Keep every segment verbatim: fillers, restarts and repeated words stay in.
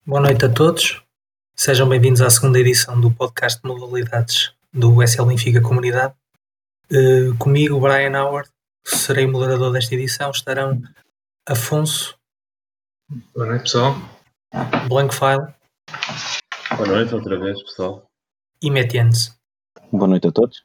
Boa noite a todos, sejam bem-vindos à segunda edição do podcast de modalidades do S L Benfica Comunidade. Uh, comigo, Brian Howard, serei o moderador desta edição. Estarão Afonso. Boa noite, pessoal. Blankfile. Boa noite outra vez, pessoal. E Metiennes. Boa noite a todos.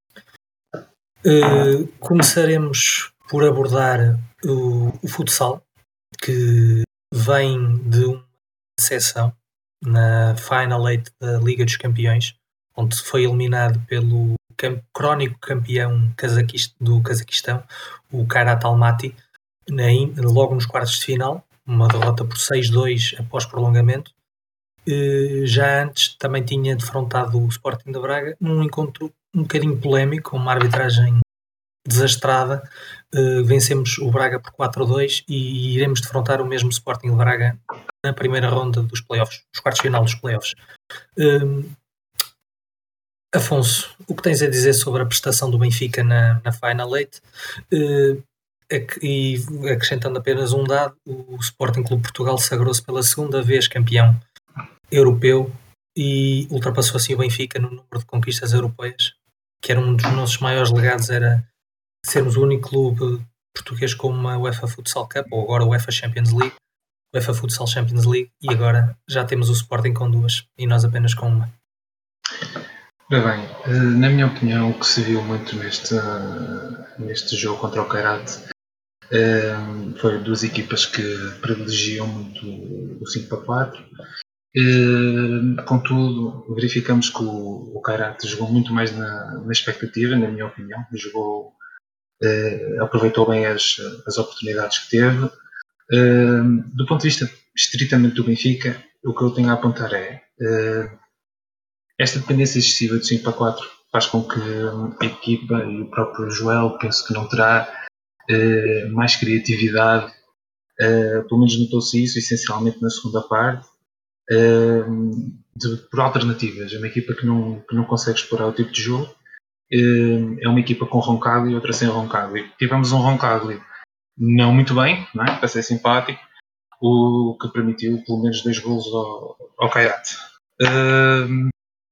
Uh, começaremos por abordar o, o futsal, que vem de uma seção na Final Eight da Liga dos Campeões, onde foi eliminado pelo cam- crónico campeão cazaquist- do Cazaquistão, o Kairat Almaty, na in- logo nos quartos de final, uma derrota por seis a dois após prolongamento. Uh, já antes também tinha defrontado o Sporting de Braga num encontro um bocadinho polémico, com uma arbitragem desastrada. Uh, vencemos o Braga por quatro a dois e iremos defrontar o mesmo Sporting de Braga na primeira ronda dos playoffs, nos quartos de final dos playoffs. Uh, Afonso, o que tens a dizer sobre a prestação do Benfica na, na Final Eight? Uh, e acrescentando apenas um dado, o Sporting Clube Portugal sagrou-se pela segunda vez campeão europeu e ultrapassou assim o Benfica no número de conquistas europeias, que era um dos nossos maiores legados, era sermos o único clube português com uma UEFA Futsal Cup, ou agora UEFA Champions League, UEFA Futsal Champions League, e agora já temos o Sporting com duas e nós apenas com uma. Ora bem, na minha opinião, o que se viu muito neste, neste jogo contra o Kairat foi duas equipas que privilegiam muito o cinco para quatro. Contudo, verificamos que o, o Kairat jogou muito mais na, na expectativa, na minha opinião. Jogou, uh, aproveitou bem as, as oportunidades que teve. Uh, do ponto de vista estritamente do Benfica, o que eu tenho a apontar é uh, esta dependência excessiva de cinco para quatro faz com que a equipa e o próprio Joel, penso que não terá uh, mais criatividade. Uh, pelo menos notou-se isso essencialmente na segunda parte. Uh, de, por alternativas. É uma equipa que não, que não consegue explorar o tipo de jogo. Uh, é uma equipa com Roncagli e outra sem Roncagli. Tivemos um Roncagli não muito bem, não é? Para ser simpático, o que permitiu pelo menos dois golos ao, ao Kairat. Uh,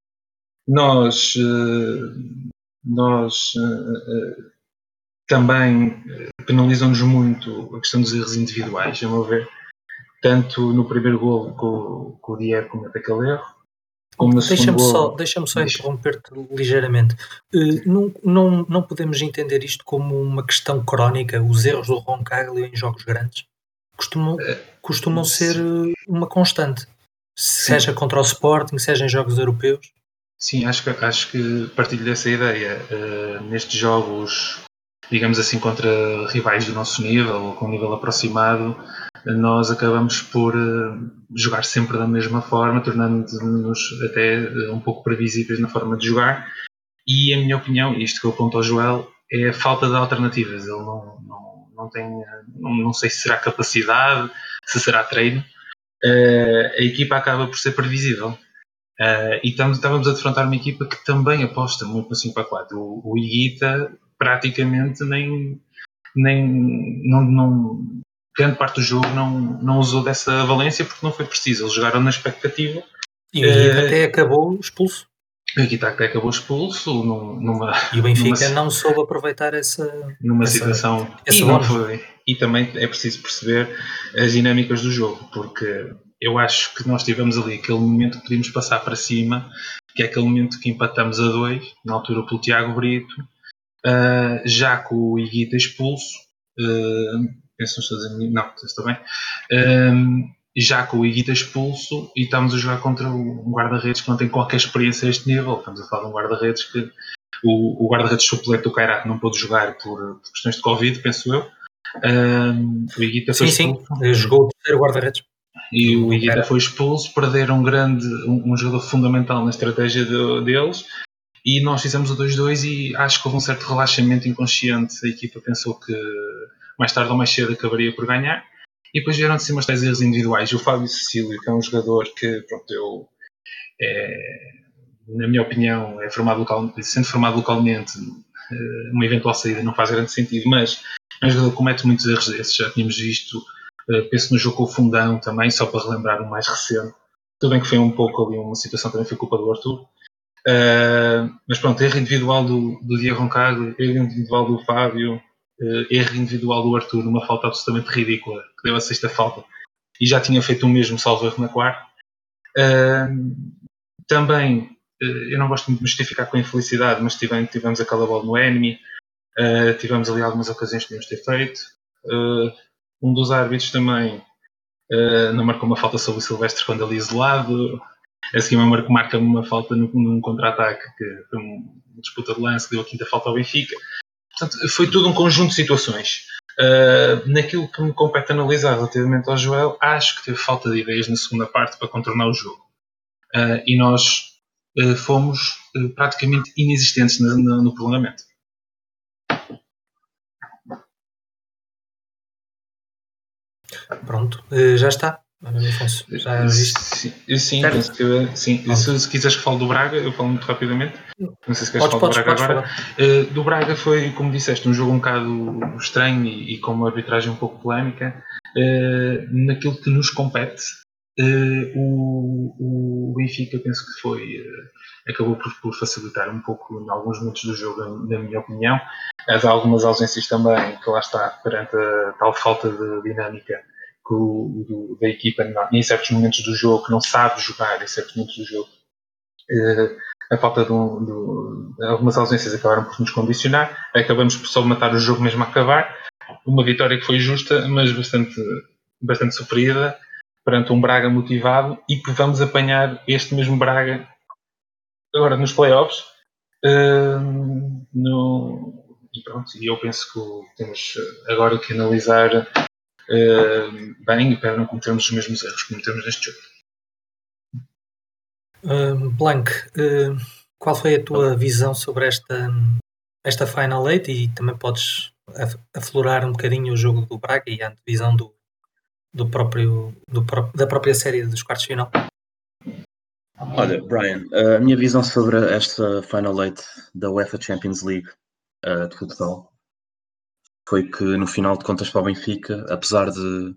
nós uh, nós uh, uh, também penalizam-nos muito a questão dos erros individuais, a meu ver. Tanto no primeiro golo que o Dier comete aquele erro, como no deixa-me segundo só, golo... Deixa-me só interromper-te ligeiramente. Uh, não, não, não podemos entender isto como uma questão crónica, os erros do Roncagli em jogos grandes costumam, uh, costumam ser uma constante, sim. Seja contra o Sporting, seja em jogos europeus. Sim, acho que, acho que partilho dessa ideia. Uh, nestes jogos, digamos assim, contra rivais do nosso nível, ou com um nível aproximado, nós acabamos por uh, jogar sempre da mesma forma, tornando-nos até uh, um pouco previsíveis na forma de jogar. E, a minha opinião, isto que eu aponto ao Joel, é a falta de alternativas. Ele não, não, não tem, não, não sei se será capacidade, se será treino. Uh, a equipa acaba por ser previsível. Uh, e estamos, estávamos a defrontar uma equipa que também aposta muito no cinco para quatro. O, o Higuita praticamente nem... nem não, não, grande parte do jogo não, não usou dessa valência porque não foi preciso. Eles jogaram na expectativa. E o Higuita uh, até acabou expulso. O Higuita até acabou expulso num, numa, e o Benfica numa, não soube aproveitar essa numa essa, situação essa e não foi. E também é preciso perceber as dinâmicas do jogo, porque eu acho que nós tivemos ali aquele momento que podíamos passar para cima, que é aquele momento que empatamos a dois, na altura pelo Tiago Brito, uh, já com o Higuita expulso. Uh, penso que estou não, estou bem. Um, já com o Higuita expulso e estamos a jogar contra um guarda-redes que não tem qualquer experiência a este nível. Estamos a falar de um guarda-redes que o, o guarda-redes suplente do Kairat não pôde jogar por, por questões de Covid, penso eu. Um, o Higuita foi sim, expulso. Sim, jogou o terceiro guarda-redes. E o Higuita foi expulso, perderam um grande, um, um jogador fundamental na estratégia de, deles. E nós fizemos o dois a dois e acho que houve um certo relaxamento inconsciente. A equipa pensou que mais tarde ou mais cedo acabaria por ganhar. E depois vieram de cima os tais erros individuais. O Fábio Cecílio, que é um jogador que, pronto, eu, é, na minha opinião, é formado localmente, sendo formado localmente, uma eventual saída não faz grande sentido, mas é um jogador que comete muitos erros desses. Já tínhamos visto Uh, penso no jogo com o Fundão também, só para relembrar o mais recente. Tudo bem que foi um pouco ali uma situação, também foi culpa do Arthur. Uh, mas pronto, erro individual do, do Diego Roncaglio, erro individual do Fábio, uh, erro individual do Arthur, numa falta absolutamente ridícula, que deu a sexta falta. E já tinha feito o mesmo salvo erro na quarta. Uh, também, uh, eu não gosto muito de justificar com a infelicidade, mas tivemos, tivemos aquela bola no enemy, uh, tivemos ali algumas ocasiões que devíamos ter feito. Uh, um dos árbitros também uh, não marcou uma falta sobre o Silvestre quando ali isolado. A seguir marca, marca uma falta num, num contra-ataque, que foi uma disputa de lance, que deu a quinta falta ao Benfica. Portanto, foi tudo um conjunto de situações. Uh, naquilo que me compete analisar relativamente ao Joel, acho que teve falta de ideias na segunda parte para contornar o jogo. Uh, e nós uh, fomos uh, praticamente inexistentes no, no, no prolongamento. Pronto, uh, já está. Afonso, já viste? Sim, sim, penso que, sim. Se, se quiseres que fale do Braga, eu falo muito rapidamente. Não sei se queres podes, falar podes, do Braga podes agora. Uh, do Braga foi, como disseste, um jogo um bocado estranho e, e com uma arbitragem um pouco polémica. Uh, naquilo que nos compete, uh, o, o Benfica, penso que foi, uh, acabou por, por facilitar um pouco em alguns momentos do jogo, na minha opinião. Há algumas ausências também, que lá está, perante a tal falta de dinâmica do, do, da equipa em certos momentos do jogo, que não sabe jogar em certos momentos do jogo. Uh, a falta de, um, de algumas ausências acabaram por nos condicionar. Acabamos por só matar o jogo mesmo a acabar. Uma vitória que foi justa, mas bastante, bastante sofrida, perante um Braga motivado, e que vamos apanhar este mesmo Braga agora nos playoffs. Uh, no, e pronto, e eu penso que temos agora que analisar Uh, bem, para não cometermos os mesmos erros que cometemos neste jogo. Uh, Blanc, uh, qual foi a tua visão sobre esta, esta Final Eight, e também podes aflorar um bocadinho o jogo do Braga e a antevisão do, do próprio, do, da própria série dos quartos de final? Olha, Brian, a minha visão sobre esta Final Eight da UEFA Champions League uh, de futsal foi que, no final de contas, para o Benfica, apesar de,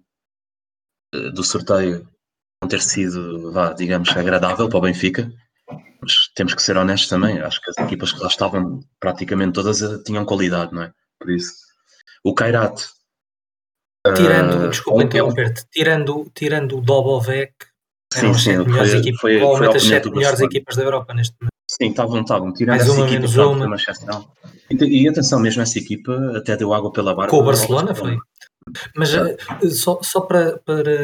do sorteio não ter sido, vá, digamos, agradável para o Benfica, mas temos que ser honestos também, acho que as equipas que lá estavam, praticamente todas, tinham qualidade, não é? Por isso, o Kairat... Tirando, uh, desculpa interromper-te, tirando, tirando o Dobovec, eram sim, as sim, sete melhores foi, equipas, foi, provavelmente foi as sete melhores equipas da Europa neste momento. Sim, estavam, estavam. Tirando Mais essa uma, equipa, menos claro, uma. foi uma exceção. E, e atenção, mesmo essa equipa até deu água pela barba. Com o Barcelona foi. Mas é. só, só para, para,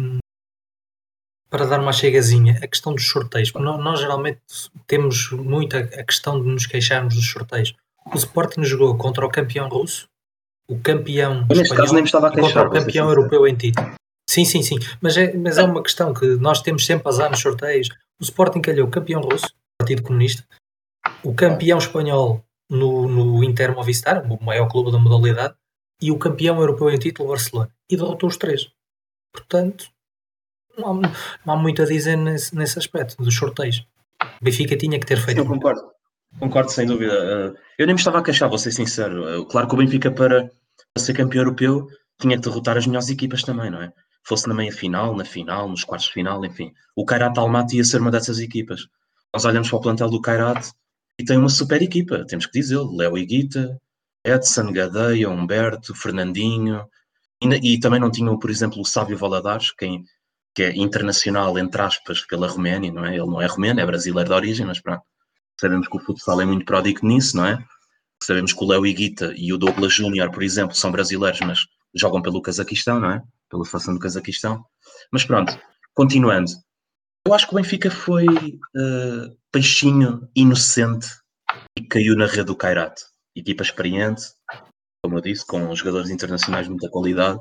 para dar uma chegazinha, a questão dos sorteios. Nós, nós geralmente temos muito a, a questão de nos queixarmos dos sorteios. O Sporting jogou contra o campeão russo, o campeão Eu, neste espanhol, caso, nem me estava a e contra queixar, o campeão europeu em título. Sim, sim, sim. Mas é, mas é uma questão que nós temos sempre a azar nos sorteios. O Sporting calhou o campeão russo, Partido Comunista, o campeão espanhol no, no Inter Movistar, o maior clube da modalidade, e o campeão europeu em título, Barcelona. E derrotou os três. Portanto, não há, não há muito a dizer nesse, nesse aspecto dos sorteios. O Benfica tinha que ter feito. Sim, eu concordo. Concordo, sem dúvida. Eu nem me estava a queixar, vou ser sincero. Claro que o Benfica, para, para ser campeão europeu, tinha que derrotar as melhores equipas também, não é? Fosse na meia-final, na final, nos quartos de final, enfim. O Kairat Almaty ia ser uma dessas equipas. Nós olhamos para o plantel do Kairat e tem uma super equipa, temos que dizê-lo. Léo Higuita, Edson, Gadeia, Humberto, Fernandinho. E, e também não tinham, por exemplo, o Sávio Valadares, quem, que é internacional, entre aspas, pela Roménia, não é? Ele não é romeno, é brasileiro de origem, mas pronto. Sabemos que o futsal é muito pródigo nisso, não é? Sabemos que o Léo Higuita e o Douglas Júnior, por exemplo, são brasileiros, mas jogam pelo Cazaquistão, não é? Pela seleção do Cazaquistão. Mas pronto, continuando. Eu acho que o Benfica foi uh, peixinho inocente e caiu na rede do Kairat. Equipa experiente, como eu disse, com jogadores internacionais de muita qualidade.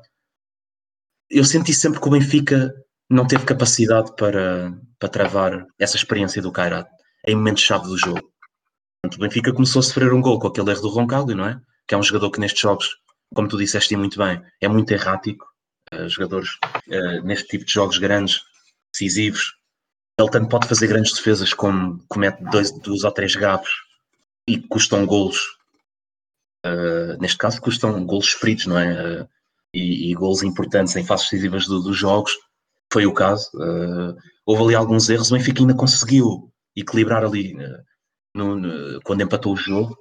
Eu senti sempre que o Benfica não teve capacidade para, para travar essa experiência do Kairat em momentos-chave do jogo. Portanto, o Benfica começou a sofrer um gol com aquele erro do Roncaglio, não é? Que é um jogador que nestes jogos, como tu disseste muito bem, é muito errático. Uh, jogadores uh, neste tipo de jogos grandes, decisivos, ele tanto pode fazer grandes defesas como comete dois, dois ou três gafes e custam golos. Uh, neste caso, custam golos feridos, não é? Uh, e, e golos importantes em fases decisivas do, dos jogos, foi o caso. Uh, houve ali alguns erros, o Benfica ainda conseguiu equilibrar ali uh, no, no, quando empatou o jogo.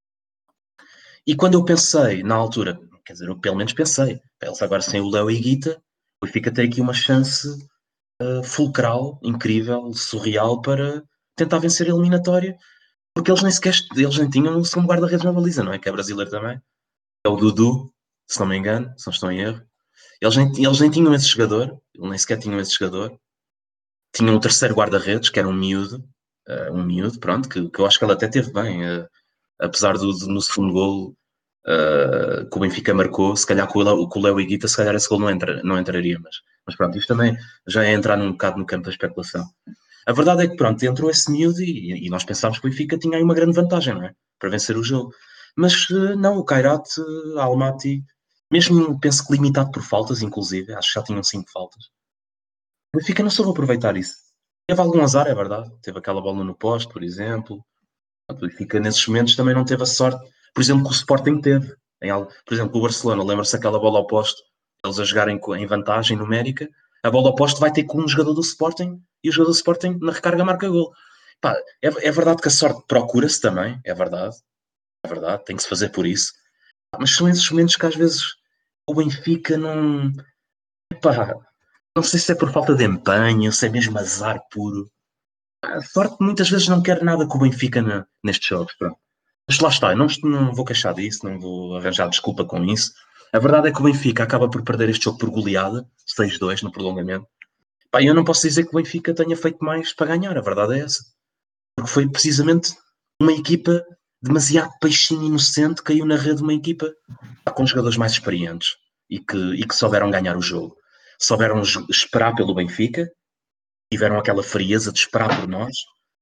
E quando eu pensei, na altura, quer dizer, eu pelo menos pensei, eles agora sem o Léo e Guita, o Benfica tem aqui uma chance uh, fulcral, incrível, surreal, para tentar vencer a eliminatória, porque eles nem sequer, eles nem tinham um segundo guarda-redes na baliza, não é? Que é brasileiro também. É o Dudu, se não me engano, se não estou em erro. Eles nem, eles nem tinham esse jogador, nem sequer tinham esse jogador. Tinham o terceiro guarda-redes, que era um miúdo, uh, um miúdo, pronto, que, que eu acho que ele até teve bem, uh, apesar do, do no segundo golo uh, que o Benfica marcou, se calhar com o Léo e Guita, se calhar esse golo não, entra, não entraria, mas, mas pronto, isto também já é entrar num bocado no campo da especulação. A verdade é que pronto, entrou esse miúdo e, e nós pensámos que o Benfica tinha aí uma grande vantagem, não é? Para vencer o jogo. Mas uh, não, o Kairat, uh, Almaty, mesmo penso que limitado por faltas, inclusive, acho que já tinham cinco faltas. O Benfica não soube aproveitar isso. Teve algum azar, é verdade. Teve aquela bola no poste, por exemplo. O Benfica, nesses momentos, também não teve a sorte, por exemplo, que o Sporting teve. Em algo, por exemplo, o Barcelona, lembra-se daquela bola ao poste, eles a jogarem em vantagem numérica, a bola ao poste vai ter com um jogador do Sporting e o jogador do Sporting na recarga marca gol. Pá, é, é verdade que a sorte procura-se também, é verdade. É verdade, tem que se fazer por isso. Mas são esses momentos que às vezes o Benfica não... Epá, não sei se é por falta de empenho, se é mesmo azar puro. A sorte muitas vezes não quer nada com o Benfica na, nestes jogos. Pronto. Mas lá está, não, não vou queixar disso, não vou arranjar desculpa com isso. A verdade é que o Benfica acaba por perder este jogo por goleada, seis a dois no prolongamento. Pá, eu não posso dizer que o Benfica tenha feito mais para ganhar, a verdade é essa. Porque foi precisamente uma equipa demasiado peixinho inocente, caiu na rede de uma equipa pá, com jogadores mais experientes e que, e que souberam ganhar o jogo. Souberam esperar pelo Benfica, tiveram aquela frieza de esperar por nós,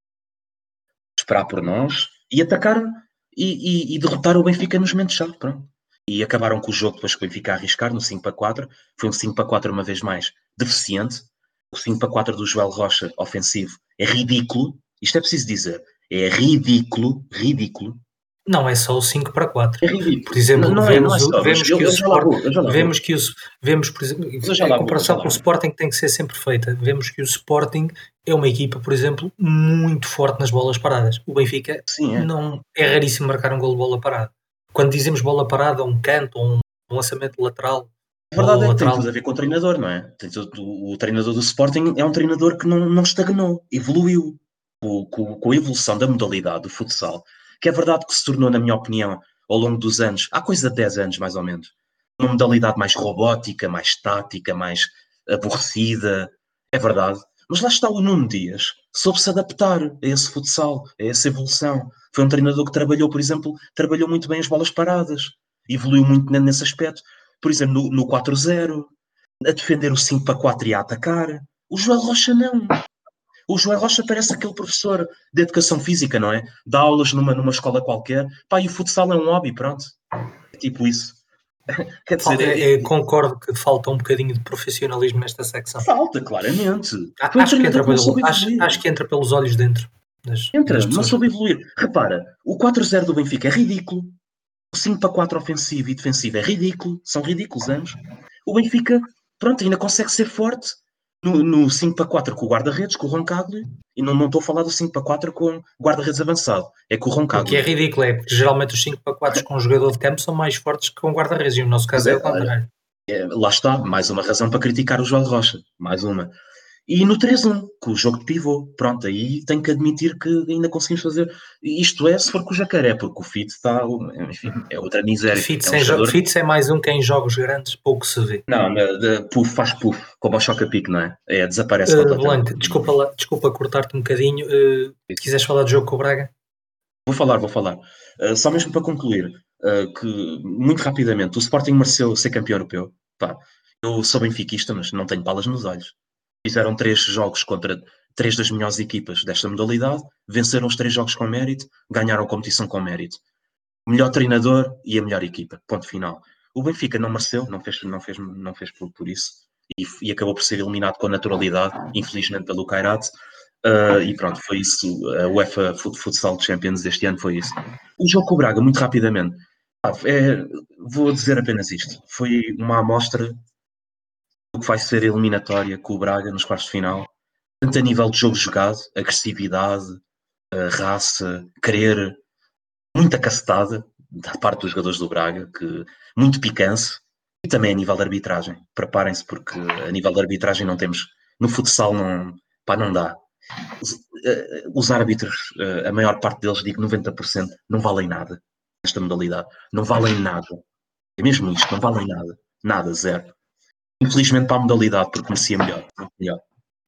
esperar por nós e atacaram e, e, e derrotaram o Benfica nos momentos-chave, pronto. E acabaram com o jogo depois que o Benfica a arriscar no cinco para quatro. Foi um cinco para quatro uma vez mais deficiente. O cinco para quatro do Joel Rocha ofensivo é ridículo. Isto é preciso dizer. É ridículo, ridículo. Não é só o cinco para quatro. É ridículo. Por exemplo, não, não vemos, é, não é só, vemos eu, que eu o Sporting, vemos que o vemos, por exemplo, a comparação com o Sporting tem que ser sempre feita. Vemos que o Sporting é uma equipa, por exemplo, muito forte nas bolas paradas. O Benfica Sim, é. não é raríssimo marcar um gol de bola parada. Quando dizemos bola parada, um canto, ou um lançamento lateral. A verdade é que lateral. Tem tudo a ver com o treinador, não é? Tem tudo, o, o treinador do Sporting é um treinador que não, não estagnou, evoluiu com, com, com a evolução da modalidade do futsal, que é verdade que se tornou, na minha opinião, ao longo dos anos, há coisa de dez anos mais ou menos, uma modalidade mais robótica, mais tática, mais aborrecida, é verdade. Mas lá está o Nuno Dias, soube-se adaptar a esse futsal, a essa evolução. Foi um treinador que trabalhou, por exemplo, trabalhou muito bem as bolas paradas, evoluiu muito nesse aspecto. Por exemplo, no, no quatro a zero, a defender o cinco para quatro e a atacar. O Joel Rocha não. O Joel Rocha parece aquele professor de educação física, não é? Dá aulas numa, numa escola qualquer. Pá, e o futsal é um hobby, pronto. É tipo isso. Quer dizer, é, é, concordo que falta um bocadinho de profissionalismo nesta secção. Falta, claramente. Acho que, entra pelo, acho, acho que entra pelos olhos dentro. Das, entra, das não soube evoluir. Repara, o quatro a zero do Benfica é ridículo. O cinco para quatro ofensivo e defensivo é ridículo. São ridículos ambos. O Benfica, pronto, ainda consegue ser forte no, no cinco para quatro com o guarda-redes, com o Roncaglio, e não, não estou a falar do cinco para quatro com guarda-redes avançado, é com o Roncaglio. O que é ridículo é porque geralmente os cinco para quatro com o jogador de campo são mais fortes que com o guarda-redes, e no nosso caso é, é o contrário. É, lá está, mais uma razão para criticar o Joel Rocha, mais uma. E no três a um, com o jogo de pivô, pronto, aí tenho que admitir que ainda conseguimos fazer. Isto é, se for com o Jacaré, porque o Fitz está, enfim, é outra miséria. Fitz é, um é, jogador... Fitz é mais um que em jogos grandes pouco se vê. Não, de, de, puff, faz puff, como ao Choca-Pique, não é? É, desaparece uh, completamente. Blanco, desculpa, lá, desculpa cortar-te um bocadinho. Uh, quiseres falar do jogo com o Braga? Vou falar, vou falar. Uh, só mesmo para concluir, uh, que muito rapidamente, o Sporting mereceu ser campeão europeu. Pá, eu sou benfiquista, mas não tenho palas nos olhos. Fizeram três jogos contra três das melhores equipas desta modalidade, venceram os três jogos com mérito, ganharam a competição com mérito. O melhor treinador e a melhor equipa. Ponto final. O Benfica não mereceu, não fez, não fez, não fez por, por isso, e, e acabou por ser eliminado com naturalidade, infelizmente pelo Kairat. Uh, e pronto, foi isso. A UEFA Futsal Champions deste ano foi isso. O jogo com o Braga, muito rapidamente. Ah, é, vou dizer apenas isto. Foi uma amostra do que vai ser a eliminatória com o Braga nos quartos de final. Tanto a nível de jogo jogado, agressividade, a raça, querer, muita cacetada da parte dos jogadores do Braga, que muito picância, e também a nível de arbitragem. Preparem-se porque a nível de arbitragem não temos, no futsal não, pá, não dá. Os, eh, os árbitros, eh, a maior parte deles, digo noventa por cento, não valem nada nesta modalidade. Não valem nada. É mesmo isto, não valem nada. Nada, zero. Infelizmente para a modalidade, porque merecia melhor. Muito melhor.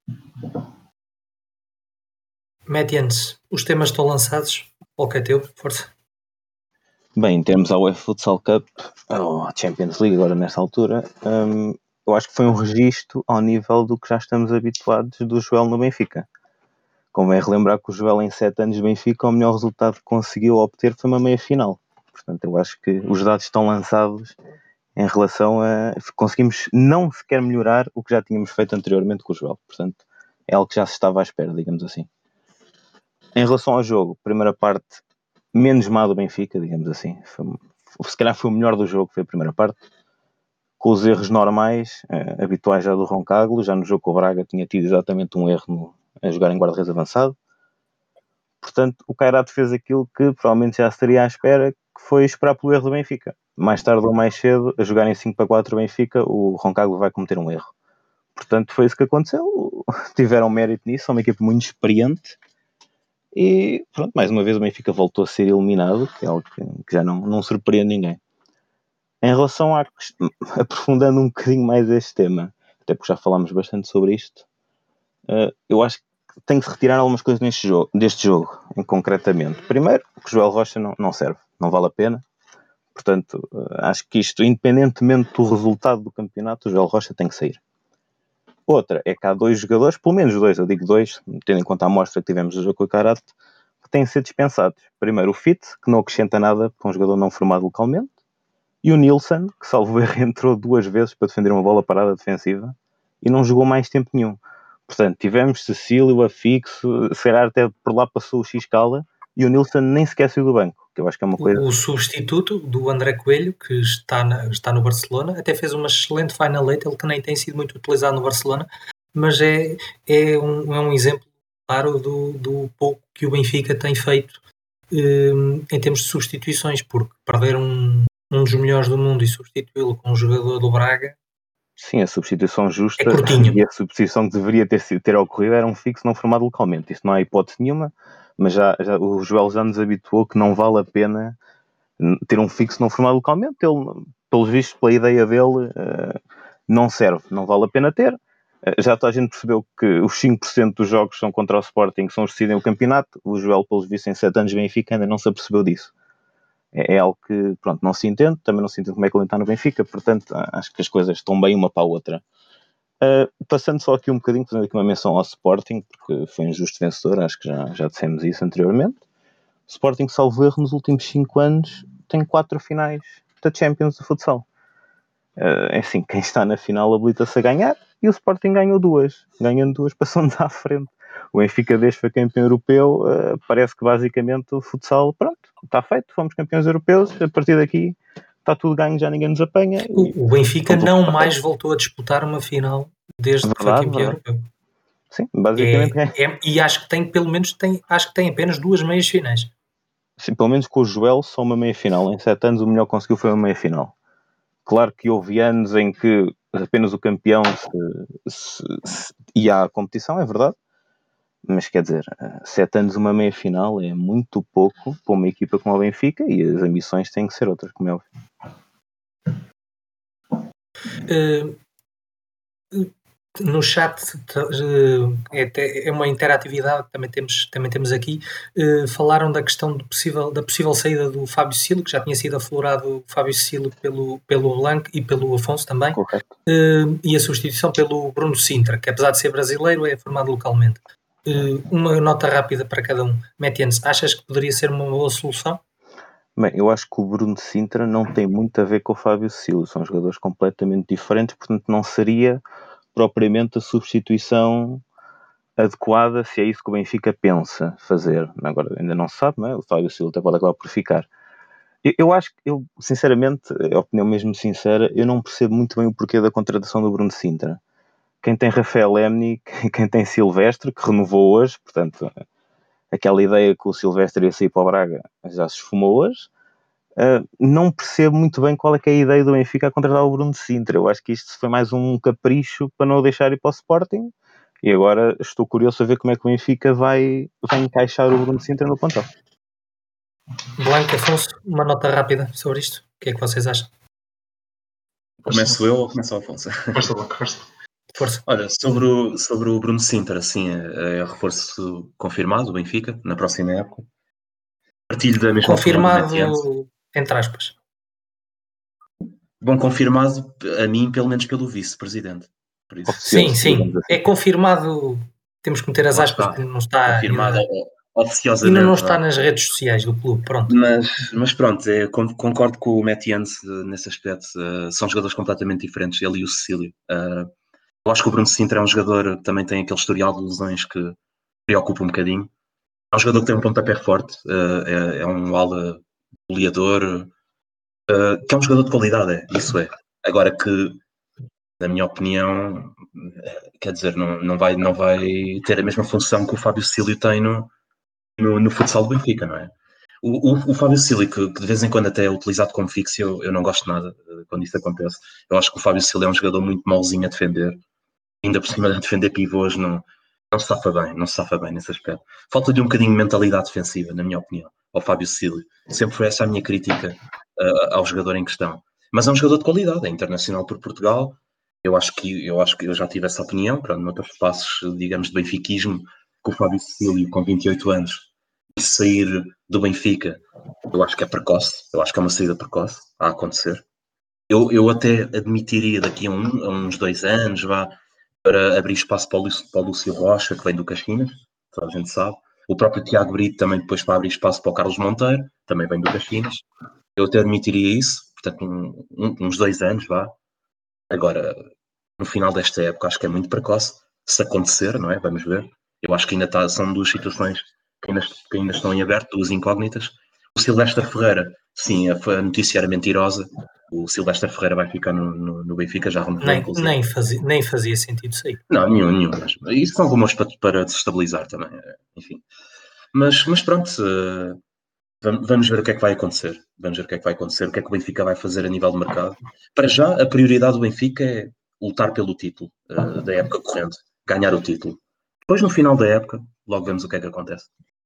Metiane-se, os temas estão lançados. Qual que é teu? Força. Bem, temos a UEFA Futsal Cup, ou a Champions League agora nesta altura, hum, eu acho que foi um registro ao nível do que já estamos habituados do Joel no Benfica. Convém relembrar que o Joel em sete anos de Benfica, o melhor resultado que conseguiu obter foi uma meia-final. Portanto, eu acho que os dados estão lançados em relação a... Conseguimos não sequer melhorar o que já tínhamos feito anteriormente com o Joel. Portanto, é algo que já se estava à espera, digamos assim. Em relação ao jogo, primeira parte menos má do Benfica, digamos assim. Foi, se calhar foi o melhor do jogo, foi a primeira parte. Com os erros normais, eh, habituais já do Roncaglo. Já no jogo com o Braga tinha tido exatamente um erro no, a jogar em guarda-redes avançado. Portanto, o Kairat fez aquilo que provavelmente já estaria à espera, que foi esperar pelo erro do Benfica. Mais tarde ou mais cedo, a jogar em cinco para quatro o Benfica, o Roncaglo vai cometer um erro. Portanto, foi isso que aconteceu. Tiveram mérito nisso, são uma equipe muito experiente. E pronto, mais uma vez o Benfica voltou a ser eliminado, que é algo que, que já não, não surpreende ninguém. Em relação a, aprofundando um bocadinho mais este tema, até porque já falámos bastante sobre isto, uh, eu acho que tem que se retirar algumas coisas neste jogo, deste jogo, em, concretamente. Primeiro, que o Joel Rocha não, não serve, não vale a pena. Portanto, uh, acho que isto, independentemente do resultado do campeonato, o Joel Rocha tem que sair. Outra é que há dois jogadores, pelo menos dois, eu digo dois, tendo em conta a amostra que tivemos do jogo com o Kairat, que têm de ser dispensados. Primeiro o Fit, que não acrescenta nada para um jogador não formado localmente, e o Nilsson, que salvo erro entrou duas vezes para defender uma bola parada defensiva e não jogou mais tempo nenhum. Portanto, tivemos Cecílio, Afixo, será até por lá passou o X-Cala, e o Nilsson nem sequer saiu do banco, que eu acho que é uma coisa... O, o substituto do André Coelho, que está, na, está no Barcelona, até fez uma excelente final eight, ele que nem tem sido muito utilizado no Barcelona, mas é, é, um, é um exemplo claro do, do pouco que o Benfica tem feito um, em termos de substituições, porque perder um, um dos melhores do mundo e substituí-lo com um jogador do Braga... Sim, a substituição justa é curtinho. E a substituição que deveria ter, ter ocorrido era um fixo não formado localmente. Isto não há hipótese nenhuma, mas já, já, o Joel já nos habituou que não vale a pena ter um fixo não formado localmente. Ele, pelos vistos, pela ideia dele, uh, não serve, não vale a pena ter. Uh, já toda a gente percebeu que os cinco por cento dos jogos são contra o Sporting, que são os que decidem o campeonato. O Joel, pelos vistos, em sete anos de Benfica, ainda não se apercebeu disso. É, é algo que, pronto, não se entende. Também não se entende como é que ele está no Benfica. Portanto, acho que as coisas estão bem uma para a outra. Uh, passando só aqui um bocadinho, fazendo aqui uma menção ao Sporting, porque foi um justo vencedor, acho que já, já dissemos isso anteriormente. O Sporting, salvo erro, nos últimos cinco anos tem quatro finais da Champions de futsal. Uh, é assim, quem está na final habilita-se a ganhar, e o Sporting ganhou duas. Ganhando duas, passou-nos à frente. O Benfica, desde que foi campeão europeu, uh, parece que basicamente o futsal, pronto, está feito, fomos campeões europeus, a partir daqui está tudo ganho, já ninguém nos apanha. O, o Benfica não mais voltou a disputar uma final desde verdade, que foi campeão europeu. Sim, basicamente é, é, e acho que tem, pelo menos, tem, acho que tem apenas duas meias finais. Sim, pelo menos com o Joel, só uma meia final. Em sete anos, o melhor que conseguiu foi uma meia final. Claro que houve anos em que apenas o campeão se, se, se ia à competição, é verdade. Mas quer dizer, sete anos uma meia final é muito pouco para uma equipa como a Benfica, e as ambições têm que ser outras, como é óbvio. Uh, no chat uh, é, é uma interatividade que também temos, também temos aqui. Uh, falaram da questão do possível, da possível saída do Fábio Cecílio, que já tinha sido aflorado o Fábio Cecílio pelo, pelo Blanc e pelo Afonso também. Uh, e a substituição pelo Bruno Sintra, que apesar de ser brasileiro é formado localmente. Uh, uma nota rápida para cada um. Metiane-se, achas que poderia ser uma boa solução? Bem, eu acho que o Bruno Sintra não tem muito a ver com o Fábio Cecílio, são jogadores completamente diferentes, portanto não seria propriamente a substituição adequada, se é isso que o Benfica pensa fazer. Agora ainda não se sabe, não é? O Fábio Silva até pode acabar por ficar. Eu, eu acho que, eu, sinceramente, a opinião mesmo sincera, eu não percebo muito bem o porquê da contratação do Bruno Sintra. Quem tem Rafael Lemny, quem tem Silvestre, que renovou hoje, portanto, aquela ideia que o Silvestre ia sair para o Braga já se esfumou hoje. Uh, não percebo muito bem qual é que é a ideia do Benfica a contratar o Bruno Sintra. Eu acho que isto foi mais um capricho para não o deixar ir para o Sporting. E agora estou curioso a ver como é que o Benfica vai, vai encaixar o Bruno Sintra no plantel. Blanco, Afonso, uma nota rápida sobre isto. O que é que vocês acham? Começo eu ou começa o Afonso? Força, Blanco, força. Força. Olha, sobre o, sobre o Bruno Sintra, sim, é, é reforço confirmado do Benfica na próxima época. Partilho da mesma Confirmado, opinião do Metiante. entre aspas. Bom, confirmado a mim, pelo menos pelo vice-presidente. Por isso, Sim, sim. É confirmado. Temos que meter as lá aspas está. porque não está Confirmado ainda, oficiosamente. ainda não está vá. nas redes sociais do clube. Pronto. Mas, mas pronto, é, con- concordo com o Metiante uh, nesse aspecto. Uh, são jogadores completamente diferentes, ele e o Cecílio. Uh, eu acho que o Bruno Sintra é um jogador que também tem aquele historial de lesões que preocupa um bocadinho. É um jogador que tem um pontapé forte, uh, é, é um ala goleador, uh, que é um jogador de qualidade, é, isso é. Agora que, na minha opinião, quer dizer, não, não, vai, não vai ter a mesma função que o Fábio Cecílio tem no, no, no futsal do Benfica, não é? O, o, o Fábio Cecílio, que, que de vez em quando até é utilizado como fixo, eu, eu não gosto nada uh, quando isso acontece. Eu acho que o Fábio Cecílio é um jogador muito mauzinho a defender, ainda por cima de defender pivôs, não, não se safa bem, não se safa bem nesse aspecto. Falta de um bocadinho de mentalidade defensiva, na minha opinião, ao Fábio Cecílio. Sempre foi essa a minha crítica uh, ao jogador em questão. Mas é um jogador de qualidade, é internacional por Portugal. Eu acho que eu, acho que eu já tive essa opinião, pronto, noutros espaços, digamos, de benfiquismo, que o Fábio Cecílio, com vinte e oito anos, e sair do Benfica, eu acho que é precoce, eu acho que é uma saída precoce a acontecer. Eu, eu até admitiria daqui a, um, a uns dois anos, vá, para abrir espaço para o, Lúcio, para o Lúcio Rocha, que vem do Caxinas, toda a gente sabe. O próprio Tiago Brito também depois para abrir espaço para o Carlos Monteiro, também vem do Caxinas. Eu até admitiria isso, portanto, um, um, uns dois anos, vá. Agora, no final desta época, acho que é muito precoce, se acontecer, não é? Vamos ver. Eu acho que ainda está, são duas situações que ainda, que ainda estão em aberto, duas incógnitas. O Silvestre Ferreira, sim, a, a notícia era mentirosa. O Silvestre Ferreira vai ficar no, no, no Benfica, já renovou, Nem, inclusive. nem, fazia, nem fazia sentido sair. Não, nenhum, nenhum. Mas isso são rumores para, para desestabilizar também, enfim. Mas, mas pronto, uh, vamos ver o que é que vai acontecer. Vamos ver o que é que vai acontecer, o que é que o Benfica vai fazer a nível de mercado. Para já, a prioridade do Benfica é lutar pelo título uh, da época corrente, ganhar o título. Depois, no final da época, logo vemos o que é que acontece.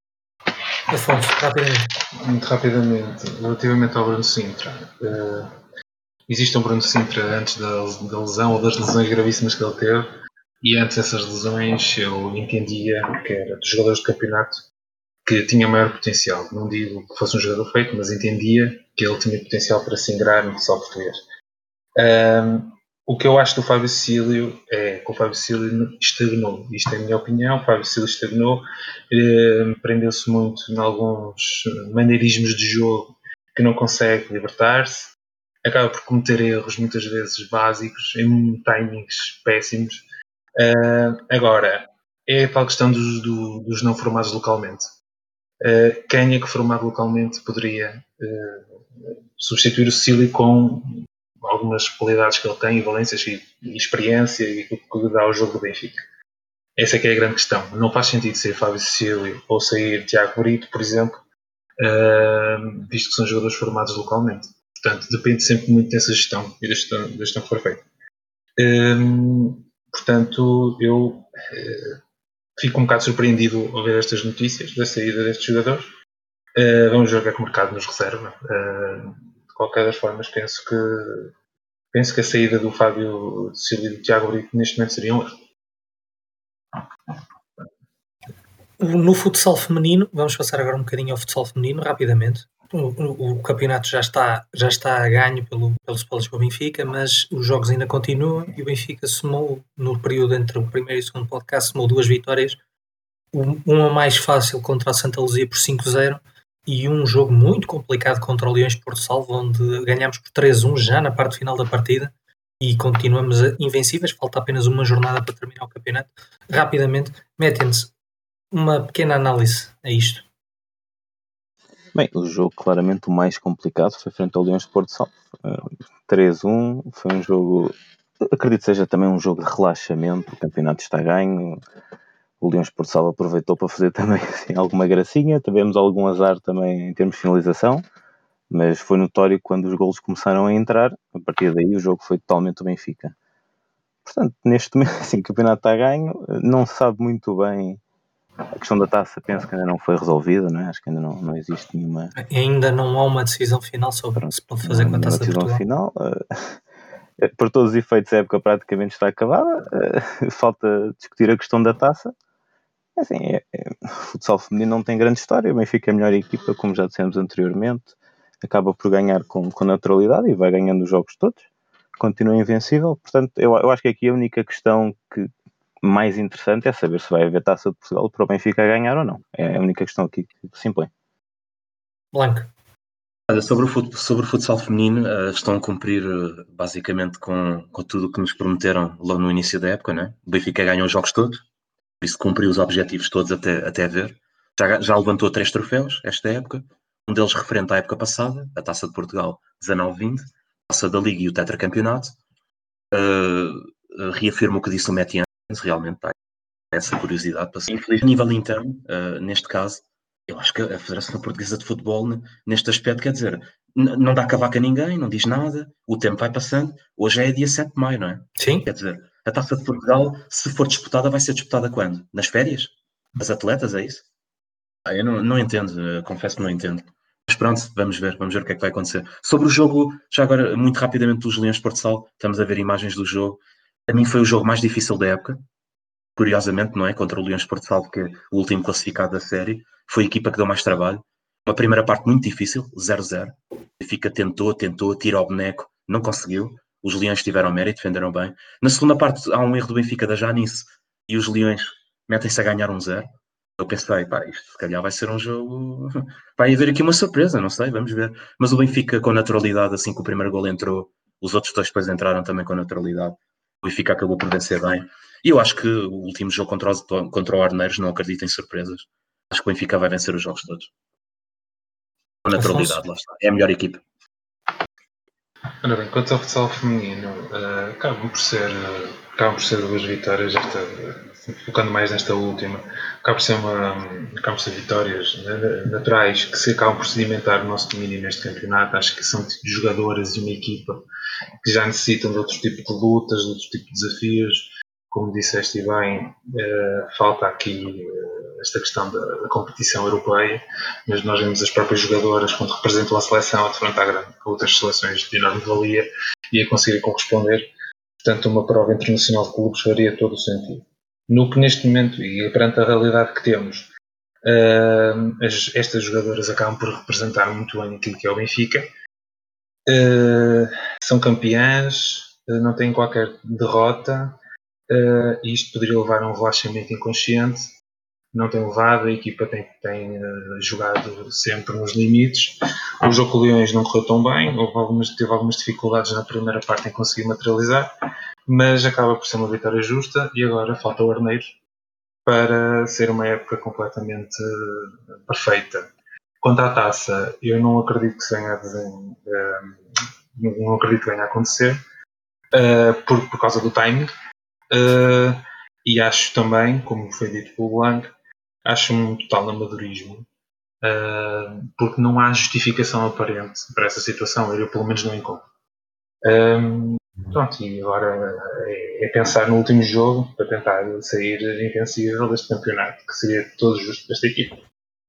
Afonso, rapidamente. Muito rapidamente, relativamente ao Bruno Sintra. Uh, existe um Bruno Sintra antes da, da lesão ou das lesões gravíssimas que ele teve, e antes dessas lesões eu entendia que era dos jogadores de campeonato que tinha maior potencial. Não digo que fosse um jogador feito, mas entendia que ele tinha potencial para se ingrar no futsal português. Um, o que eu acho do Fábio Cecílio é que o Fábio Cecílio estagnou. Isto é a minha opinião. O Fábio Cecílio estagnou, eh, prendeu-se muito em alguns maneirismos de jogo que não consegue libertar-se. Acaba por cometer erros muitas vezes básicos, em timings péssimos. Uh, agora, é a tal questão dos, do, dos não formados localmente. Uh, quem é que formado localmente poderia uh, substituir o Cecílio com algumas qualidades que ele tem, valências e, e experiência e aquilo que dá ao jogo do Benfica? Essa é que é a grande questão. Não faz sentido sair Fábio Cecílio ou sair Tiago Brito, por exemplo, uh, visto que são jogadores formados localmente. Portanto, depende sempre muito dessa gestão e da gestão, da gestão que for feita. Um, portanto, eu uh, fico um bocado surpreendido ao ver estas notícias da saída destes jogadores. Uh, vamos ver o que é que o mercado nos reserva. Uh, de qualquer das formas, penso que penso que a saída do Fábio Cecílio e do Tiago Brito neste momento seria um erro. No futsal feminino, vamos passar agora um bocadinho ao futsal feminino, rapidamente. O, o, o campeonato já está, já está a ganho pelo, pelo Sport Lisboa Benfica, mas os jogos ainda continuam e o Benfica somou, no período entre o primeiro e o segundo podcast, somou duas vitórias, uma mais fácil contra a Santa Luzia por cinco a zero e um jogo muito complicado contra o Leões de Porto Salvo, onde ganhámos por três a um já na parte final da partida e continuamos invencíveis. Falta apenas uma jornada para terminar o campeonato. Rapidamente, metem-se uma pequena análise a isto. Bem, o jogo claramente o mais complicado foi frente ao Leões de Porto Salvo. Uh, três a um, foi um jogo, acredito que seja também um jogo de relaxamento, o campeonato está ganho, o Leões de Porto Salvo aproveitou para fazer também assim, alguma gracinha, tivemos algum azar também em termos de finalização, mas foi notório quando os golos começaram a entrar, a partir daí o jogo foi totalmente o Benfica. Portanto, neste momento, assim, o campeonato está ganho, não se sabe muito bem. A questão da taça penso que ainda não foi resolvida, não é? Acho que ainda não, não existe nenhuma... E ainda não há uma decisão final sobre o que se pode fazer com a Taça de Portugal. Final. Uh, por todos os efeitos, a época praticamente está acabada. Uh, falta discutir a questão da taça. Assim, é, é, o futsal feminino não tem grande história. O Benfica é a melhor equipa, como já dissemos anteriormente. Acaba por ganhar com, com naturalidade e vai ganhando os jogos todos. Continua invencível. Portanto, eu, eu acho que aqui a única questão que mais interessante é saber se vai haver Taça de Portugal para o Benfica ganhar ou não. É a única questão aqui que se impõe. Blanco. Sobre o, fut, sobre o futsal feminino, uh, estão a cumprir uh, basicamente com, com tudo o que nos prometeram logo no início da época, né? O Benfica ganhou os jogos todos, por isso cumpriu os objetivos todos até, até ver. Já, já levantou três troféus esta época, um deles referente à época passada, a Taça de Portugal dezanove vinte, a Taça da Liga e o Tetracampeonato. Uh, uh, reafirmo o que disse o Metian, realmente há essa curiosidade. Para ser infeliz a nível interno, uh, neste caso, eu acho que a Federação Portuguesa de Futebol, neste aspecto, quer dizer, n- não dá cavaco a ninguém, não diz nada, o tempo vai passando. Hoje é dia sete de maio, não é? Sim. Quer dizer, a Taça de Portugal, se for disputada, vai ser disputada quando? Nas férias? As atletas, é isso? Ah, eu não, não entendo, uh, confesso que não entendo. Mas pronto, vamos ver, vamos ver o que é que vai acontecer. Sobre o jogo, já agora, muito rapidamente, dos Leões de Porto Salvo, estamos a ver imagens do jogo. A mim foi o jogo mais difícil da época, curiosamente, não é? Contra o Leões de Porto Salvo, que é o último classificado da série. Foi a equipa que deu mais trabalho. Uma primeira parte muito difícil, zero a zero. O Benfica tentou, tentou, tira ao boneco, não conseguiu. Os Leões tiveram mérito, defenderam bem. Na segunda parte há um erro do Benfica da Janice e os Leões metem-se a ganhar um zero. Eu pensei, pá, isto se calhar vai ser um jogo... Vai haver aqui uma surpresa, não sei, vamos ver. Mas o Benfica com naturalidade, assim que o primeiro gol entrou, os outros dois depois entraram também com naturalidade. O Benfica acabou por vencer bem. E eu acho que o último jogo contra o, contra o Arneiros, não acredito em surpresas. Acho que o Benfica vai vencer os jogos todos. Com naturalidade, Afonso. Lá está. É a melhor equipa. Ora bem, quanto ao futsal feminino, uh, acabam por ser, uh, acabam por ser duas vitórias, esta, uh, focando mais nesta última, acabam por ser, uma, acabam por ser vitórias naturais que se acabam por sedimentar o nosso domínio neste campeonato. Acho que são jogadoras e uma equipa que já necessitam de outro tipo de lutas, de outro tipo de desafios. Como disseste bem, uh, falta aqui uh, esta questão da, da competição europeia, mas nós vemos as próprias jogadoras, quando representam a seleção, a defrontar a outras seleções de enorme valia e a conseguir corresponder. Portanto, uma prova internacional de clubes faria todo o sentido. No que neste momento, e perante a realidade que temos, uh, as, estas jogadoras acabam por representar muito bem aquilo que é o Benfica. Uh, são campeãs, uh, não têm qualquer derrota. Uh, isto poderia levar a um relaxamento inconsciente, não tem levado, a equipa tem, tem uh, jogado sempre nos limites. O jogo com o Leões não correu tão bem, houve algumas, teve algumas dificuldades na primeira parte em conseguir materializar, mas acaba por ser uma vitória justa e agora falta o Arneiros para ser uma época completamente uh, perfeita. Quanto à taça, eu não acredito que venha a, uh, não acredito que venha a acontecer uh, por, por causa do timing. Uh, e acho também, como foi dito pelo Blanco, acho um total amadorismo, uh, porque não há justificação aparente para essa situação. Eu pelo menos não encontro. Um, pronto, e agora é, é pensar no último jogo para tentar sair invencível deste campeonato, que seria todo justo para esta equipe.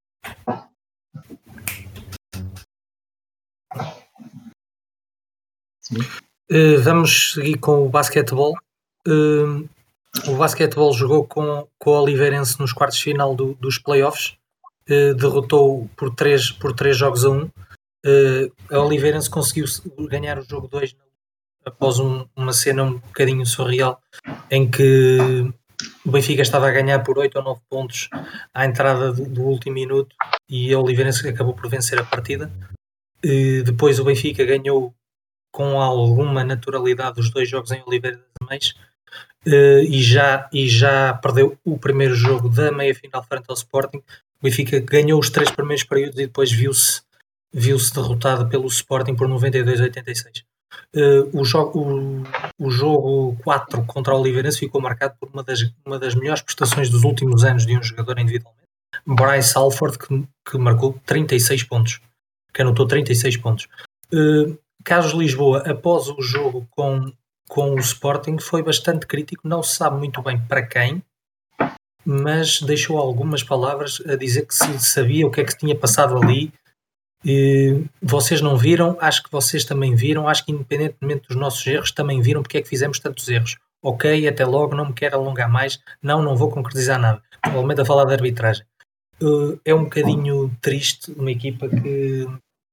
Uh, vamos seguir com o basquetebol. Uh, o basquetebol jogou com, com o Oliveirense nos quartos de final do, dos playoffs, uh, derrotou por três por três jogos a um. Uh, a Oliveirense conseguiu ganhar o jogo dois após um, uma cena um bocadinho surreal em que o Benfica estava a ganhar por oito ou nove pontos à entrada do, do último minuto e a Oliveirense acabou por vencer a partida. Uh, depois o Benfica ganhou com alguma naturalidade os dois jogos em Oliveira das Meias uh, e, já, e já perdeu o primeiro jogo da meia-final frente ao Sporting, O Benfica ganhou os três primeiros períodos e depois viu-se viu-se derrotado pelo Sporting por noventa e dois a oitenta e seis. Uh, o, jogo, o, o jogo quatro contra o Oliveirense ficou marcado por uma das, uma das melhores prestações dos últimos anos de um jogador individualmente. Bryce Alford, que, que marcou trinta e seis pontos, que anotou trinta e seis pontos. Uh, Carlos Lisboa, após o jogo com, com o Sporting, foi bastante crítico, não se sabe muito bem para quem, mas deixou algumas palavras a dizer que se sabia o que é que tinha passado ali. E vocês não viram, acho que vocês também viram, acho que independentemente dos nossos erros também viram porque é que fizemos tantos erros. Ok, até logo, não me quero alongar mais, não, não vou concretizar nada, provavelmente a falar de arbitragem. Uh, é um bocadinho triste uma equipa que,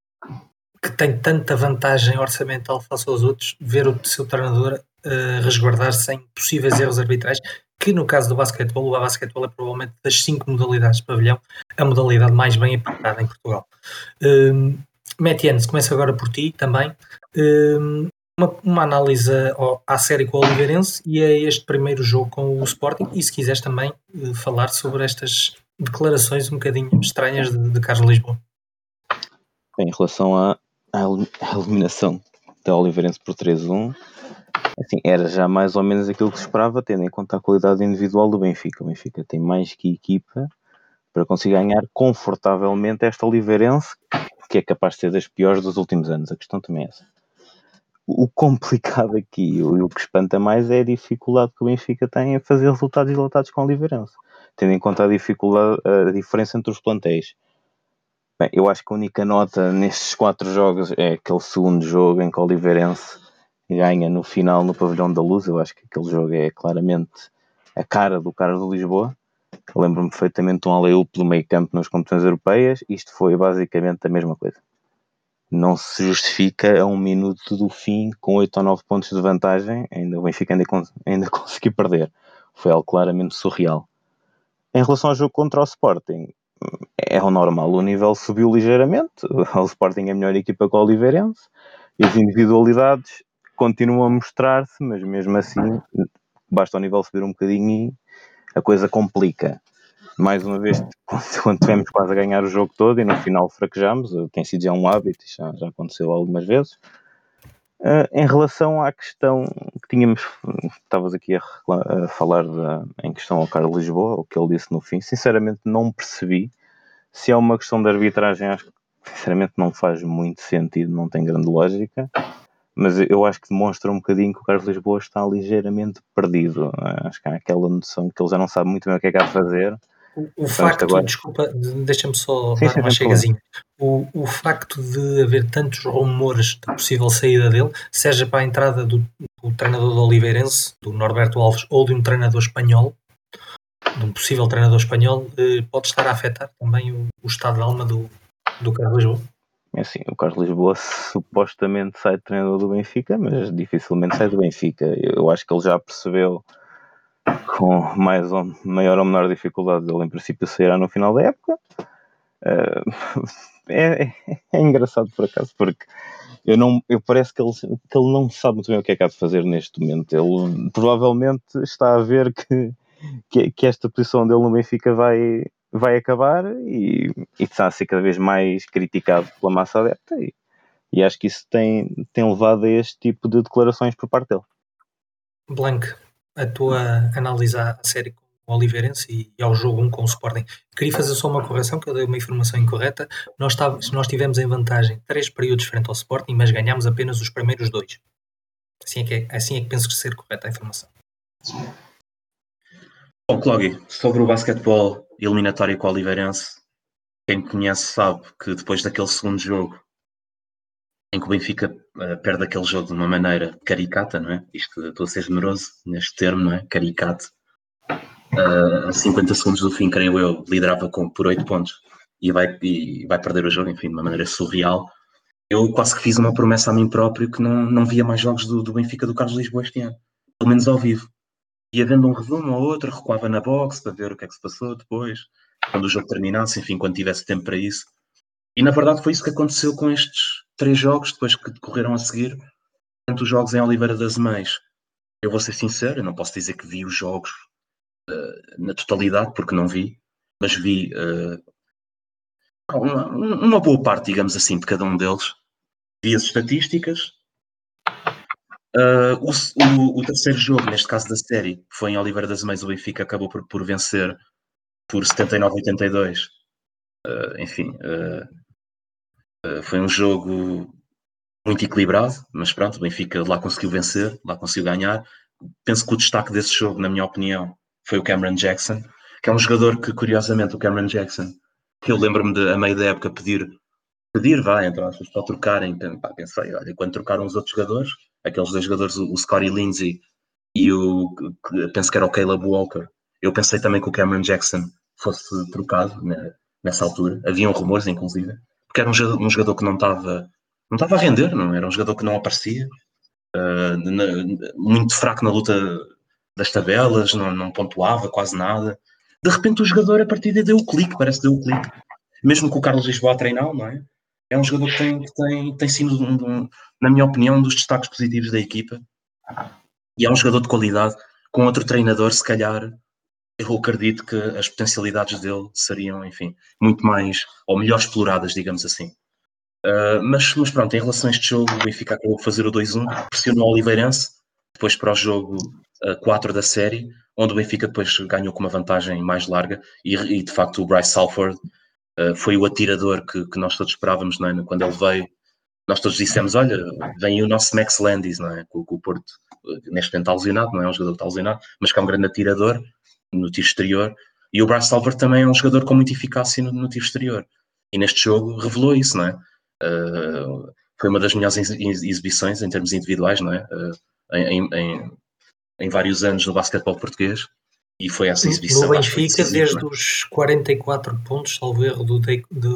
que tem tanta vantagem orçamental face aos outros, ver o seu treinador uh, resguardar-se em possíveis erros arbitrais, que no caso do basquetebol, o basquetebol é provavelmente das cinco modalidades de pavilhão a modalidade mais bem aplicada em Portugal. Um, Metianes, começo agora por ti também. Um, uma, uma análise ao, à série com o Oliveirense e a este primeiro jogo com o Sporting, e se quiseres também uh, falar sobre estas declarações um bocadinho estranhas de, de Carlos Lisboa. Bem, em relação à, à eliminação da Oliveirense por três a um, assim, era já mais ou menos aquilo que se esperava, tendo em conta a qualidade individual do Benfica. O Benfica tem mais que equipa para conseguir ganhar confortavelmente esta Oliveirense, que é capaz de ser das piores dos últimos anos. A questão também é essa. O complicado aqui, e o que espanta mais, é a dificuldade que o Benfica tem em fazer resultados dilatados com a Oliveirense, tendo em conta a dificuldade, a diferença entre os plantéis. Bem, eu acho que a única nota nestes quatro jogos é aquele segundo jogo em que o Oliveirense ganha no final no Pavilhão da Luz. Eu acho que aquele jogo é claramente a cara do cara do Lisboa. Eu lembro-me perfeitamente de um alley-oop do meio campo nas competições europeias. Isto foi basicamente a mesma coisa. Não se justifica a um minuto do fim, com oito ou nove pontos de vantagem, ainda o Benfica ainda, ainda conseguiu perder. Foi algo claramente surreal. Em relação ao jogo contra o Sporting, é o normal, o nível subiu ligeiramente. O Sporting é a melhor equipa com o Oliveirense e as individualidades continuam a mostrar-se, mas mesmo assim basta o nível subir um bocadinho e a coisa complica. Mais uma vez, quando tivemos quase a ganhar o jogo todo e no final fraquejamos, tem sido já um hábito, já, já aconteceu algumas vezes. Uh, em relação à questão que tínhamos, estavas aqui a, a falar da, em questão ao Carlos Lisboa, o que ele disse no fim, sinceramente não percebi. Se é uma questão de arbitragem, acho que sinceramente não faz muito sentido, não tem grande lógica, mas eu acho que demonstra um bocadinho que o Carlos Lisboa está ligeiramente perdido. Acho que há aquela noção que ele já não sabe muito bem o que é que há de fazer. O, o facto, agora... desculpa, deixa-me só sim, dar sim, uma chegazinha. O, o facto de haver tantos rumores da possível saída dele, seja para a entrada do, do treinador do Oliveirense, do Norberto Alves, ou de um treinador espanhol, de um possível treinador espanhol, pode estar a afetar também o, o estado de alma do, do Carlos Lisboa. É assim, o Carlos Lisboa supostamente sai de treinador do Benfica, mas dificilmente sai do Benfica. Eu acho que ele já percebeu, com mais ou maior ou menor dificuldade, ele em princípio sairá no final da época. Uh, é, é engraçado por acaso, porque eu não, eu parece que ele, que ele não sabe muito bem o que é que há de fazer neste momento. Ele provavelmente está a ver que, que, que esta posição dele no Benfica vai, vai acabar e, e está a ser cada vez mais criticado pela massa adepta e, e acho que isso tem, tem levado a este tipo de declarações por parte dele. Blanc, a tua análise à série com o Oliveirense e, e ao jogo um com o Sporting. Queria fazer só uma correção, que eu dei uma informação incorreta. Nós, tá, nós tivemos em vantagem três períodos frente ao Sporting, mas ganhámos apenas os primeiros dois. Assim é que, é, assim é que penso que ser correta a informação. Bom, Clógi, sobre o basquetebol eliminatório com o Oliveirense, quem me conhece sabe que depois daquele segundo jogo em que o Benfica uh, perde aquele jogo de uma maneira caricata, não é? Isto, estou a ser generoso neste termo, não é? Caricato. Uh, a cinquenta segundos do fim, creio eu, liderava com, por oito pontos e vai, e vai perder o jogo, enfim, de uma maneira surreal. Eu quase que fiz uma promessa a mim próprio que não, não via mais jogos do, do Benfica do Carlos Lisboa este ano, pelo menos ao vivo. Ia vendo um resumo ou outro, recuava na box para ver o que é que se passou depois, quando o jogo terminasse, enfim, quando tivesse tempo para isso. E na verdade foi isso que aconteceu com estes três jogos, depois que decorreram a seguir, tanto os jogos em Oliveira das Mães. Eu vou ser sincero, eu não posso dizer que vi os jogos uh, na totalidade, porque não vi, mas vi uh, uma, uma boa parte, digamos assim, de cada um deles. Vi as estatísticas. Uh, o, o, o terceiro jogo, neste caso da série, foi em Oliveira das Meias. O Benfica acabou por, por vencer por setenta e nove a oitenta e dois. Uh, enfim, uh, uh, foi um jogo muito equilibrado, mas pronto, o Benfica lá conseguiu vencer, lá conseguiu ganhar. Penso que o destaque desse jogo, na minha opinião, foi o Cameron Jackson, que é um jogador que, curiosamente, o Cameron Jackson, que eu lembro-me de, a meio da época, pedir, pedir, vai, entre aspas, para trocarem. Pá, pensei, olha, quando trocaram os outros jogadores, aqueles dois jogadores, o, o Scottie Lindsay e o, que, penso que era o Caleb Walker, eu pensei também que o Cameron Jackson fosse trocado, né, nessa altura. Haviam rumores, inclusive, porque era um jogador, um jogador que não estava não estava a render, não era um jogador que não aparecia, uh, na, muito fraco na luta das tabelas, não, não pontuava quase nada. De repente o jogador a partir daí deu o clique, parece que deu o clique. Mesmo com o Carlos Lisboa a treinar, não é? É um jogador que tem, que tem, tem sido, um, um, na minha opinião, um dos destaques positivos da equipa. E é um jogador de qualidade. Com outro treinador, se calhar, eu acredito que as potencialidades dele seriam, enfim, muito mais, ou melhor exploradas, digamos assim. Uh, mas, mas pronto, em relação a este jogo, o Benfica acabou de fazer o dois um, pressionou o Oliveirense, depois para o jogo uh, quatro da série, onde o Benfica depois ganhou com uma vantagem mais larga, e, e de facto o Bryce Salford uh, foi o atirador que, que nós todos esperávamos, não é? Quando ele veio, nós todos dissemos, olha, vem o nosso Max Landis, não é? Com, com o Porto, uh, neste momento está lesionado, não é um jogador que está lesionado, mas que é um grande atirador no tiro exterior, e o Bryce Salford também é um jogador com muita eficácia no, no tiro exterior, e neste jogo revelou isso, não é? Uh, foi uma das melhores exibições em termos individuais, não é? Uh, em, em, em vários anos no basquetebol português, e foi essa exibição. No Benfica, desde os quarenta e quatro pontos, salvo erro, do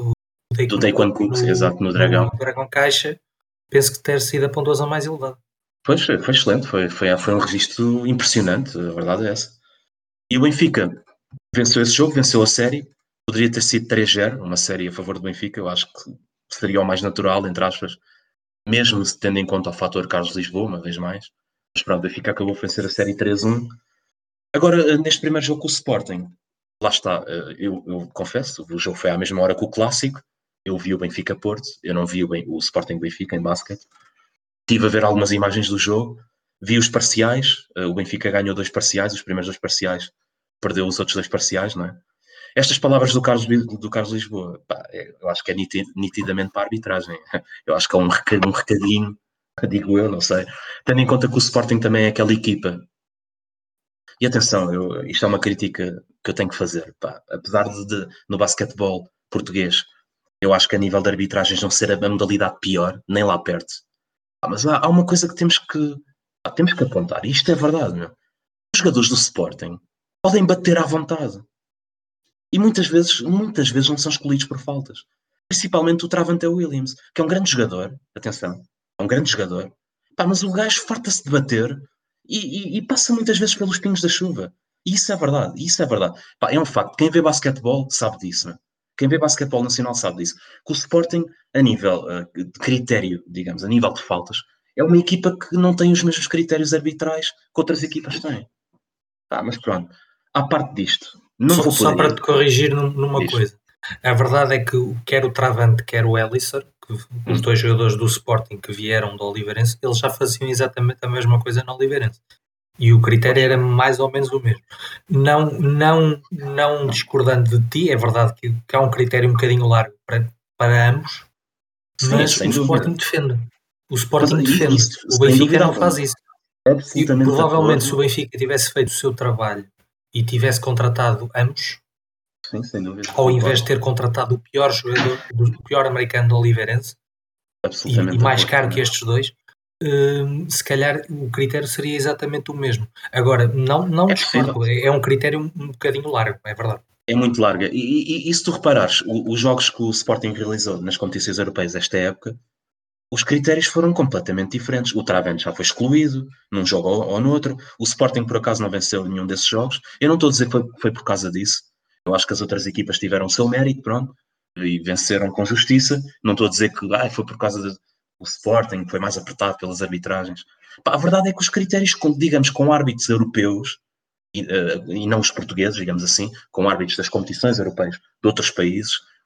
do Taekwondo Cook, exato, no Dragão. No Dragão Caixa, penso que ter sido a pontuação mais elevada. Pois, foi excelente, foi, foi, foi um registro impressionante, a verdade é essa. E o Benfica venceu esse jogo, venceu a série, poderia ter sido três zero, uma série a favor do Benfica, eu acho que seria o mais natural, entre aspas, mesmo tendo em conta o fator Carlos Lisboa, uma vez mais. Mas pronto, o Benfica acabou a vencer a série três um. Agora, neste primeiro jogo com o Sporting, lá está, eu, eu confesso, o jogo foi à mesma hora que o Clássico, eu vi o Benfica-Porto, eu não vi o, o Sporting-Benfica em basquete. Estive a ver algumas imagens do jogo, vi os parciais, o Benfica ganhou dois parciais, os primeiros dois parciais, perdeu os outros dois parciais, não é? Estas palavras do Carlos, do Carlos Lisboa, pá, eu acho que é nitidamente para a arbitragem. Eu acho que é um recadinho, um recadinho, digo eu, não sei. Tendo em conta que o Sporting também é aquela equipa. E atenção, eu, isto é uma crítica que eu tenho que fazer. Pá. Apesar de, de, no basquetebol português, eu acho que a nível de arbitragens não ser a modalidade pior, nem lá perto. Ah, mas há, há uma coisa que temos que, ah, temos que apontar, e isto é verdade, meu. Os jogadores do Sporting podem bater à vontade. E muitas vezes, muitas vezes não são escolhidos por faltas. Principalmente o Travante Williams, que é um grande jogador, atenção, é um grande jogador, pá, mas o gajo farta-se de bater e, e, e passa muitas vezes pelos pingos da chuva. E isso é verdade, isso é verdade. Pá, é um facto. Quem vê basquetebol sabe disso, né? Quem vê basquetebol nacional sabe disso. Que o Sporting, a nível uh, de critério, digamos, a nível de faltas, é uma equipa que não tem os mesmos critérios arbitrais que outras equipas têm. Pá, mas pronto, à parte disto, não só, vou só para te corrigir numa Diz. coisa. A verdade é que quer o Travante, quer o Ellisor, que, hum. os dois jogadores do Sporting que vieram do Oliveirense, eles já faziam exatamente a mesma coisa no Oliveirense. E o critério era mais ou menos o mesmo. Não, não, não discordando de ti, é verdade que, que há um critério um bocadinho largo para, para ambos, Sim, mas o dúvida. Sporting defende. O Sporting mas, defende. Isso, o Benfica não faz isso. E provavelmente se o Benfica tivesse feito o seu trabalho e tivesse contratado ambos, Sim, sem dúvida. ao invés de ter contratado o pior jogador, o pior americano do Oliveirense, e, e mais caro que estes dois, uh, se calhar o critério seria exatamente o mesmo. Agora, não, não é discordo, é, é um critério um, um bocadinho largo, é verdade. É muito larga. E, e, e se tu reparares, o, os jogos que o Sporting realizou nas competições europeias desta época, os critérios foram completamente diferentes. O Travante já foi excluído, num jogo ou, ou no outro. O Sporting, por acaso, não venceu nenhum desses jogos. Eu não estou a dizer que foi, foi por causa disso. Eu acho que as outras equipas tiveram o seu mérito, pronto, e venceram com justiça. Não estou a dizer que ah, foi por causa do Sporting, que foi mais apertado pelas arbitragens. Pá, a verdade é que os critérios, com, digamos, com árbitros europeus, e, uh, e não os portugueses, digamos assim, com árbitros das competições europeias de outros países,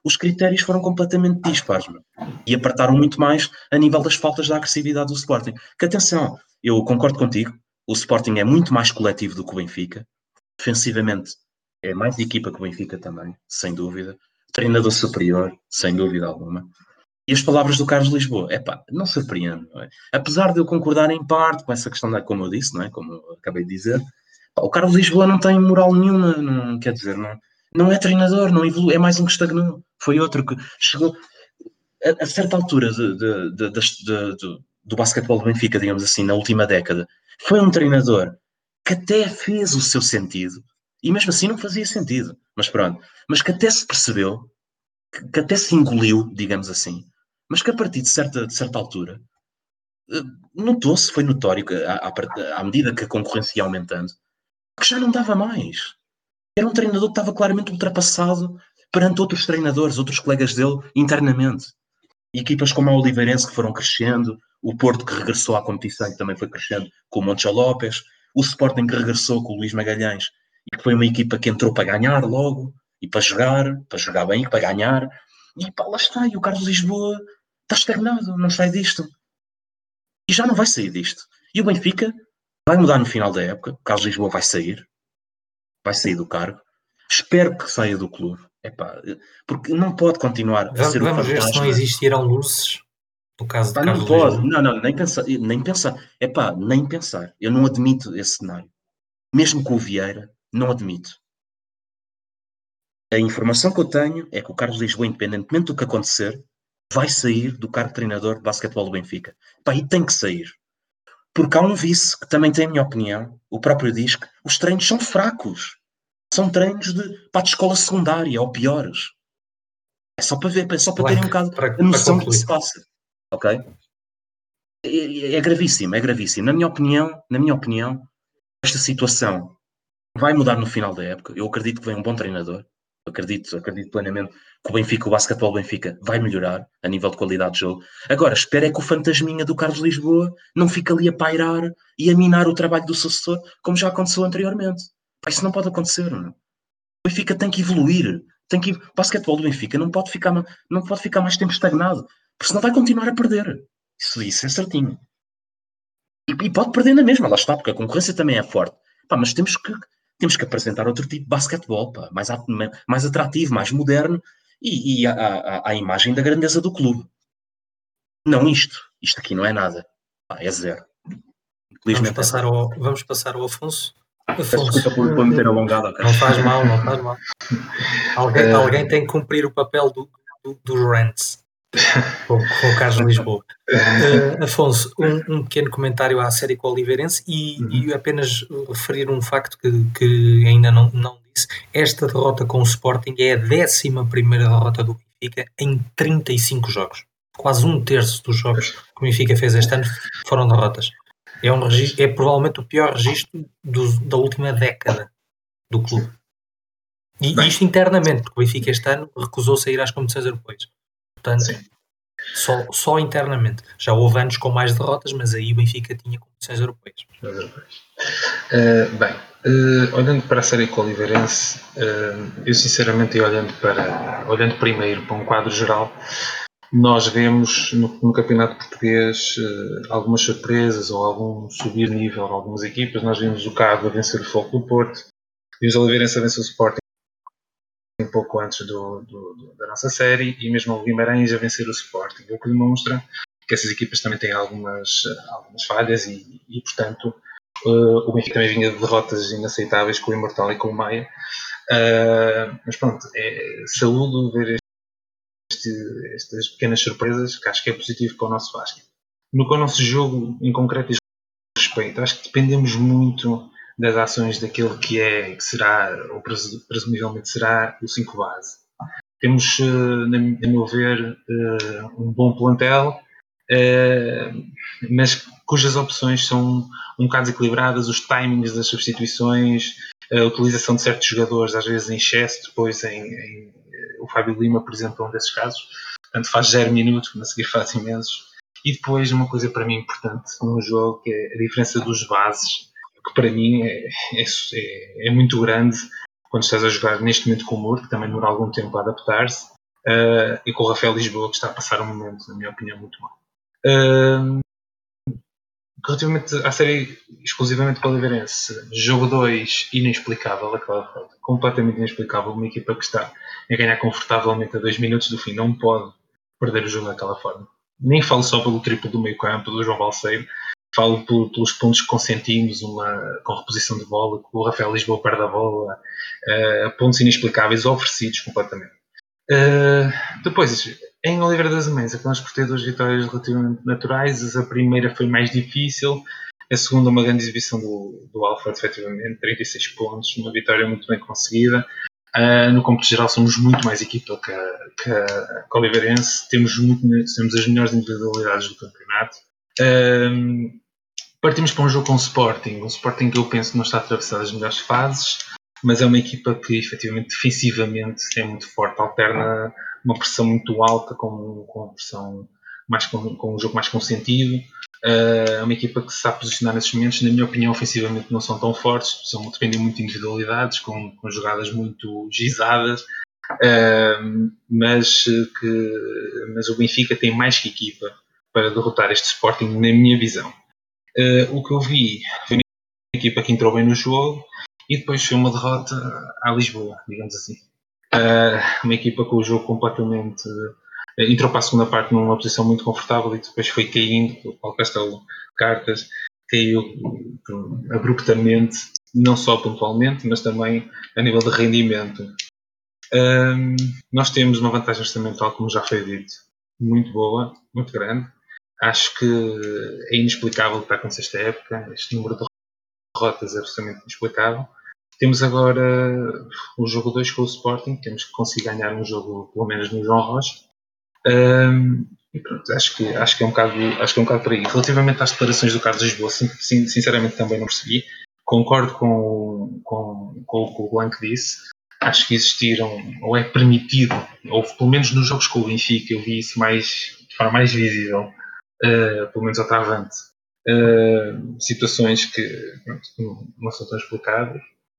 os critérios foram completamente dispares, meu. E apertaram muito mais a nível das faltas da agressividade do Sporting. Que atenção, eu concordo contigo, o Sporting é muito mais coletivo do que o Benfica, defensivamente é mais equipa que o Benfica também, sem dúvida, treinador superior, sem dúvida alguma. E as palavras do Carlos Lisboa, epá, não surpreende, não é? Apesar de eu concordar em parte com essa questão, da, como eu disse, não é? Como eu acabei de dizer, pá, o Carlos Lisboa não tem moral nenhuma, não quer dizer, não, não é treinador, não evolui, é mais um que estagnou. Foi outro que chegou a, a certa altura de, de, de, de, de, do basquetebol do Benfica, digamos assim, na última década. Foi um treinador que até fez o seu sentido, e mesmo assim não fazia sentido, mas pronto, mas que até se percebeu, que, que até se engoliu, digamos assim, mas que a partir de certa, de certa altura notou-se, foi notório, que à, à, à medida que a concorrência ia aumentando, que já não dava mais. Era um treinador que estava claramente ultrapassado perante outros treinadores, outros colegas dele, internamente. E equipas como a Oliveirense que foram crescendo, o Porto que regressou à competição e também foi crescendo com o Monte Lopes, o Sporting que regressou com o Luís Magalhães e que foi uma equipa que entrou para ganhar logo, e para jogar, para jogar bem, para ganhar, e pá, lá está, e o Carlos Lisboa está estagnado, não sai disto. E já não vai sair disto. E o Benfica vai mudar no final da época, o Carlos Lisboa vai sair, vai sair do cargo, espero que saia do clube, epá, porque não pode continuar a ser o Vamos ver se não fantasma. existiram luzes no caso de Pá, não Carlos pode, Lisboa. não, não, nem pensar, nem pensar. É pá, nem pensar. Eu não admito esse cenário. Mesmo com o Vieira, não admito. A informação que eu tenho é que o Carlos Lisboa, independentemente do que acontecer, vai sair do cargo de treinador de basquetebol do Benfica. Pá, e tem que sair. Porque há um vice que também tem a minha opinião, o próprio diz que os treinos são fracos. São treinos de, pá, de escola secundária, ou piores. É só para ver, é só para terem um bocado para, a noção do que concluir. se passa. Ok? É, é gravíssimo, é gravíssimo. Na minha opinião, na minha opinião, esta situação vai mudar no final da época. Eu acredito que vem um bom treinador. Eu acredito, acredito plenamente que o Benfica, o basquetebol Benfica, vai melhorar a nível de qualidade de jogo. Agora, espero é que o fantasminha do Carlos Lisboa não fique ali a pairar e a minar o trabalho do sucessor, como já aconteceu anteriormente. Pá, isso não pode acontecer, não? O Benfica tem que evoluir. Tem que, o basquetebol do Benfica não pode ficar, não pode ficar mais tempo estagnado, porque senão vai continuar a perder. Isso, isso é certinho. E, e pode perder na mesma, lá está, porque a concorrência também é forte. Pá, mas temos que, temos que apresentar outro tipo de basquetebol, pá, mais, mais atrativo, mais moderno e, e à imagem da grandeza do clube. Não isto. Isto aqui não é nada. Pá, é zero. Vamos passar, ao, vamos passar ao Afonso. Afonso. Desculpa por, por me ter alongado. Okay. Não faz mal, não faz mal. Alguém, uh... alguém tem que cumprir o papel do, do, dos rants com, com o Carlos Lisboa. Uh, Afonso, um, um pequeno comentário à série com o Oliveirense e, uhum. e apenas referir um facto que, que ainda não, não disse. Esta derrota com o Sporting é a décima primeira derrota do Benfica em trinta e cinco jogos. Quase um terço dos jogos que o Benfica fez este ano foram derrotas. É, um registro, é provavelmente o pior registro do, da última década do clube. E Bem, isto internamente, porque o Benfica este ano recusou-se a ir às competições europeias. Portanto, só, só internamente. Já houve anos com mais derrotas, mas aí o Benfica tinha competições europeias. Uh, bem, uh, olhando para a série com o Oliveirense, uh, eu sinceramente, olhando, para, olhando primeiro para um quadro geral, nós vemos no, no campeonato português uh, algumas surpresas ou algum subir nível de algumas equipas. Nós vimos o Cabo a vencer o Foco do Porto, vimos o Oliveirense a vencer o Sporting um pouco antes do, do, do, da nossa série e mesmo o Guimarães a vencer o Sporting, o que demonstra que essas equipas também têm algumas, algumas falhas e, e portanto uh, o Benfica também vinha de derrotas inaceitáveis com o Imortal e com o Maia. Uh, mas pronto, é, saúdo ver este, estas pequenas surpresas, que acho que é positivo para o nosso basquete. No que o nosso jogo em concreto diz respeito, acho que dependemos muito das ações daquele que é, que será, ou presumivelmente será, o cinco base. Temos, a meu ver, um bom plantel, mas cujas opções são um bocado desequilibradas, os timings das substituições, a utilização de certos jogadores, às vezes em excesso, depois em, em o Fábio Lima, por exemplo, é um desses casos, portanto faz zero minutos, mas a seguir faz imensos. E depois uma coisa para mim importante no jogo, que é a diferença dos bases, que para mim é, é, é muito grande quando estás a jogar neste momento com o Muro, que também demora algum tempo a adaptar-se, uh, e com o Rafael Lisboa, que está a passar um momento, na minha opinião, muito mal. Uh, relativamente à série exclusivamente com o Oliveirense, jogo dois, inexplicável, aquela derrota, completamente inexplicável. Uma equipa que está a ganhar confortavelmente a dois minutos do fim não pode perder o jogo daquela forma. Nem falo só pelo triplo do meio campo, do João Balseiro, falo por, pelos pontos que consentimos, uma, com reposição de bola, que o Rafael Lisboa perde a bola, uh, pontos inexplicáveis, oferecidos completamente. Uh, depois, em Oliveira das Mães, acabamos por ter duas vitórias relativamente naturais. A primeira foi mais difícil, a segunda uma grande exibição do, do Alfred, efetivamente, trinta e seis pontos, uma vitória muito bem conseguida. Uh, no campo geral somos muito mais equipa que a, que a, que a Oliveirense, temos, muito, temos as melhores individualidades do campeonato. Uh, partimos para um jogo com o Sporting, um Sporting que eu penso que não está a atravessar as melhores fases, mas é uma equipa que efetivamente defensivamente é muito forte, alterna uma pressão muito alta com, com uma pressão mais com, com um jogo mais consentido. Uh, é uma equipa que se sabe posicionar nesses momentos. Na minha opinião, ofensivamente não são tão fortes, são, dependem muito de individualidades, com, com jogadas muito gizadas, uh, mas, que, mas o Benfica tem mais que equipa para derrotar este Sporting, na minha visão. Uh, o que eu vi foi uma equipa que entrou bem no jogo e depois foi uma derrota à Lisboa, digamos assim. Uh, uma equipa com o jogo completamente... Uh, entrou para a segunda parte numa posição muito confortável e depois foi caindo. O Paulo Castelo Cartas caiu uh, abruptamente, não só pontualmente, mas também a nível de rendimento. Uh, nós temos uma vantagem orçamental, como já foi dito, muito boa, muito grande. Acho que é inexplicável o que está a acontecer esta época. Este número de derrotas é absolutamente inexplicável. Temos agora o jogo dois com o Sporting. Temos que conseguir ganhar um jogo, pelo menos no João Rocha. Um, e pronto, acho que, acho, que é um bocado, acho que é um bocado por aí. Relativamente às declarações do Carlos Lisboa, sinceramente também não percebi. Concordo com, com, com o que o Blanco disse. Acho que existiram, ou é permitido, ou pelo menos nos jogos com o Benfica, eu vi isso mais, de forma mais visível. Uh, pelo menos ao travante, uh, situações que pronto, não são tão explicadas,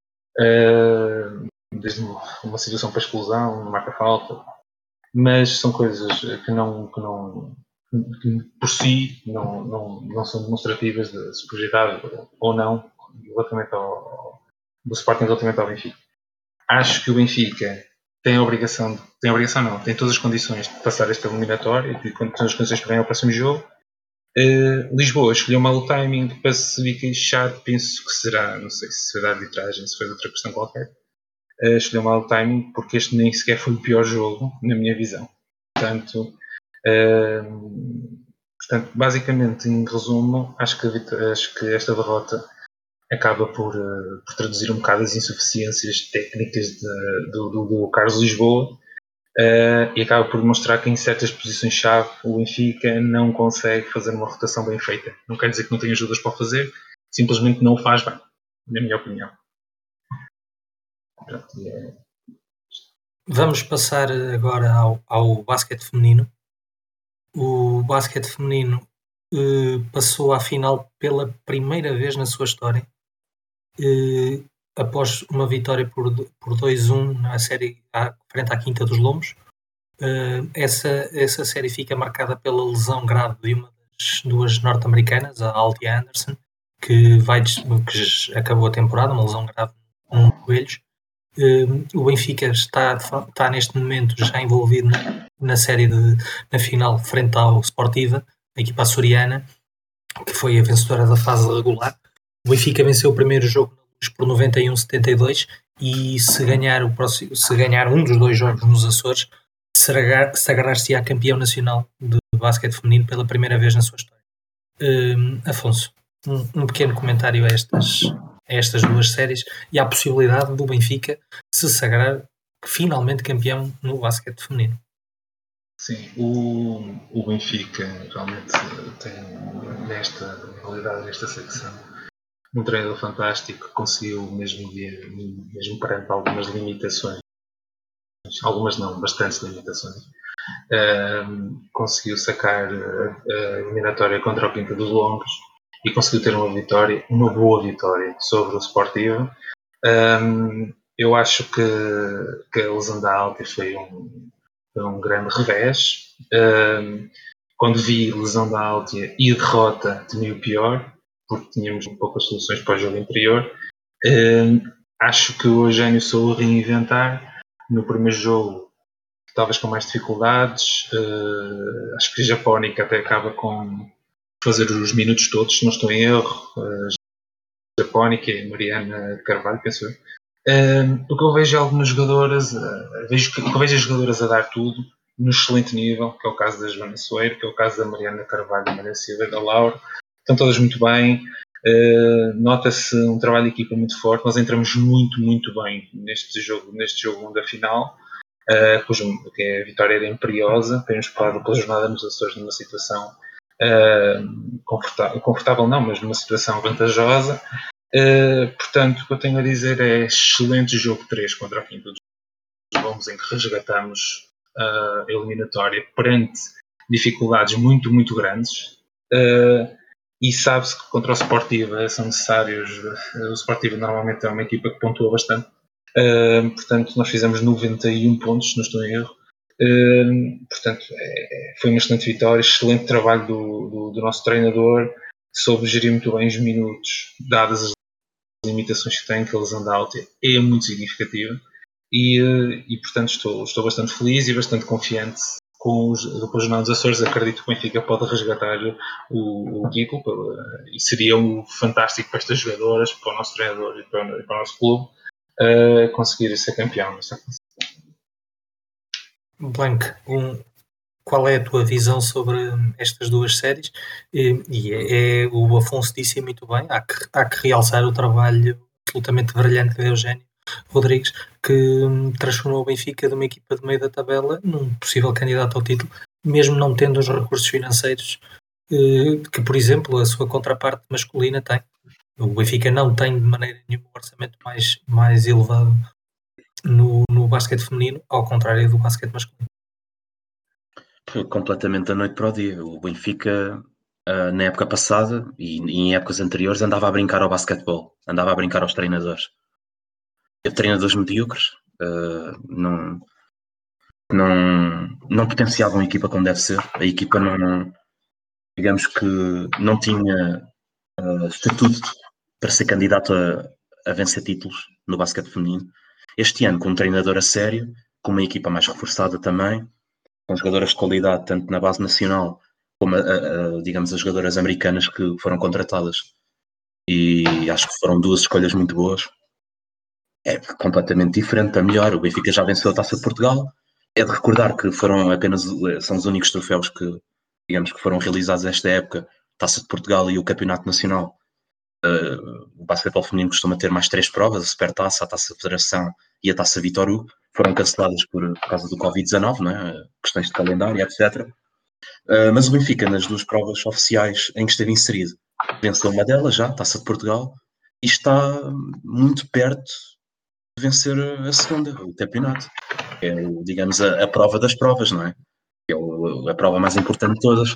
uh, desde uma, uma situação para exclusão, uma marca-falta, mas são coisas que não, que não que por si não, não, não são demonstrativas de superioridade ou não relativamente ao, do Sporting relativamente ao Benfica. Acho que o Benfica tem a obrigação, tem a obrigação não, tem todas as condições de passar esta eliminatória e tem todas as condições para ganhar o próximo jogo. Uh, Lisboa escolheu mal o timing para se vir queixar, penso que será, não sei se foi da arbitragem, se foi de outra questão qualquer. Uh, escolheu mal o timing porque este nem sequer foi o pior jogo, na minha visão. Portanto, uh, portanto basicamente, em resumo, acho que, acho que esta derrota acaba por, uh, por traduzir um bocado as insuficiências técnicas de, do, do, do Carlos Lisboa. Uh, e acaba por demonstrar que em certas posições-chave o Benfica não consegue fazer uma rotação bem feita. Não quer dizer que não tenha ajudas para fazer, simplesmente não o faz bem, na minha opinião. Pronto, é... Vamos passar agora ao, ao basquete feminino. O basquete feminino uh, passou à final pela primeira vez na sua história, uh, após uma vitória por, por dois a um na série à, frente à Quinta dos Lombos. Uh, essa, essa série fica marcada pela lesão grave de uma das duas norte-americanas, a Althea Anderson, que, vai, que acabou a temporada, uma lesão grave num dos joelhos. Uh, o Benfica está, está neste momento já envolvido na, na série de, na final frente ao Sportiva, a equipa açoriana, que foi a vencedora da fase regular. O Benfica venceu o primeiro jogo por noventa e um a setenta e dois e se ganhar, o próximo, se ganhar um dos dois jogos nos Açores, sagrar-se-á campeão nacional de basquete feminino pela primeira vez na sua história. Uh, Afonso, um, um pequeno comentário a estas, a estas duas séries e à possibilidade do Benfica se sagrar finalmente campeão no basquete feminino. Sim, o, o Benfica realmente tem nesta realidade, nesta secção, um treinador fantástico que conseguiu, mesmo, mesmo perante algumas limitações, algumas não, bastantes limitações, uh, conseguiu sacar a, a eliminatória contra o Quinta dos Lombos e conseguiu ter uma vitória, uma boa vitória sobre o Sportivo. Um, eu acho que, que a lesão da Althea foi um, foi um grande revés. Um, quando vi lesão da Altia e derrota, temi o pior, porque tínhamos poucas soluções para o jogo anterior. Um, acho que o Eugénio soube reinventar. No primeiro jogo talvez com mais dificuldades. Uh, acho que a Japónica até acaba com fazer os minutos todos, se não estou em erro. Uh, Japónica e Mariana Carvalho, penso eu. Uh, o que eu vejo é algumas jogadoras, uh, vejo que, o que eu vejo as jogadoras a dar tudo no excelente nível, que é o caso da Joana Soeiro, que é o caso da Mariana Carvalho, da Maria Silva e da Laura. Estão todas muito bem. Uh, nota-se um trabalho de equipa muito forte. Nós entramos muito, muito bem neste jogo, neste jogo da final. Uh, cujo, que é a vitória era imperiosa, temos parado pela jornada nos Açores numa situação uh, confortável, confortável não, mas numa situação vantajosa. Uh, portanto, o que eu tenho a dizer é excelente jogo três contra a Quinta dos Lombos, em que resgatamos uh, a eliminatória perante dificuldades muito, muito grandes. Uh, e sabe-se que contra o Sportiva são necessários. Uh, o Sportiva normalmente é uma equipa que pontua bastante. Uh, portanto, nós fizemos noventa e um pontos, se não estou em erro. Uh, portanto, é, foi uma excelente vitória, excelente trabalho do, do, do nosso treinador, que soube gerir muito bem os minutos, dadas as limitações que tem, que a lesão da Altia é muito significativa. E, uh, e portanto, estou, estou bastante feliz e bastante confiante com os, com os Jornal dos Açores. Acredito que o Benfica pode resgatar o, o título uh, e seria um fantástico para estas jogadoras, para o nosso treinador e para, e para o nosso clube. Uh, conseguir ser campeão. Blanc, um, qual é a tua visão sobre estas duas séries? E, e é, é, o Afonso disse muito bem, há que, há que realçar o trabalho absolutamente brilhante de Eugénio Rodrigues, que um, transformou o Benfica de uma equipa de meio da tabela num possível candidato ao título, mesmo não tendo os recursos financeiros uh, que, por exemplo, a sua contraparte masculina tem. O Benfica não tem de maneira nenhuma um orçamento mais, mais elevado no, no basquete feminino, ao contrário do basquete masculino. Completamente da noite para o dia. O Benfica, uh, na época passada e, e em épocas anteriores, andava a brincar ao basquetebol, andava a brincar aos treinadores. Teve treinadores medíocres, uh, não, não, não potenciavam a equipa como deve ser. A equipa não, digamos que não tinha uh, estatuto para ser candidato a, a vencer títulos no basquete feminino. Este ano, com um treinador a sério, com uma equipa mais reforçada também, com jogadoras de qualidade, tanto na base nacional como, a, a, a, digamos, as jogadoras americanas que foram contratadas. E acho que foram duas escolhas muito boas. É completamente diferente, a melhor. O Benfica já venceu a Taça de Portugal. É de recordar que foram apenas, são os únicos troféus que, digamos, que foram realizados esta época, Taça de Portugal e o Campeonato Nacional. Uh, o basquetebol feminino costuma ter mais três provas, a Supertaça, a Taça da Federação e a Taça Vitor Hugo. Foram canceladas por, por causa do covid dezanove, não é? Questões de calendário, etcétera. Uh, mas o Benfica, nas duas provas oficiais em que esteve inserido, venceu uma delas já, a Taça de Portugal, e está muito perto de vencer a segunda, o campeonato. É, digamos, a, a prova das provas, não é? É o, a prova mais importante de todas.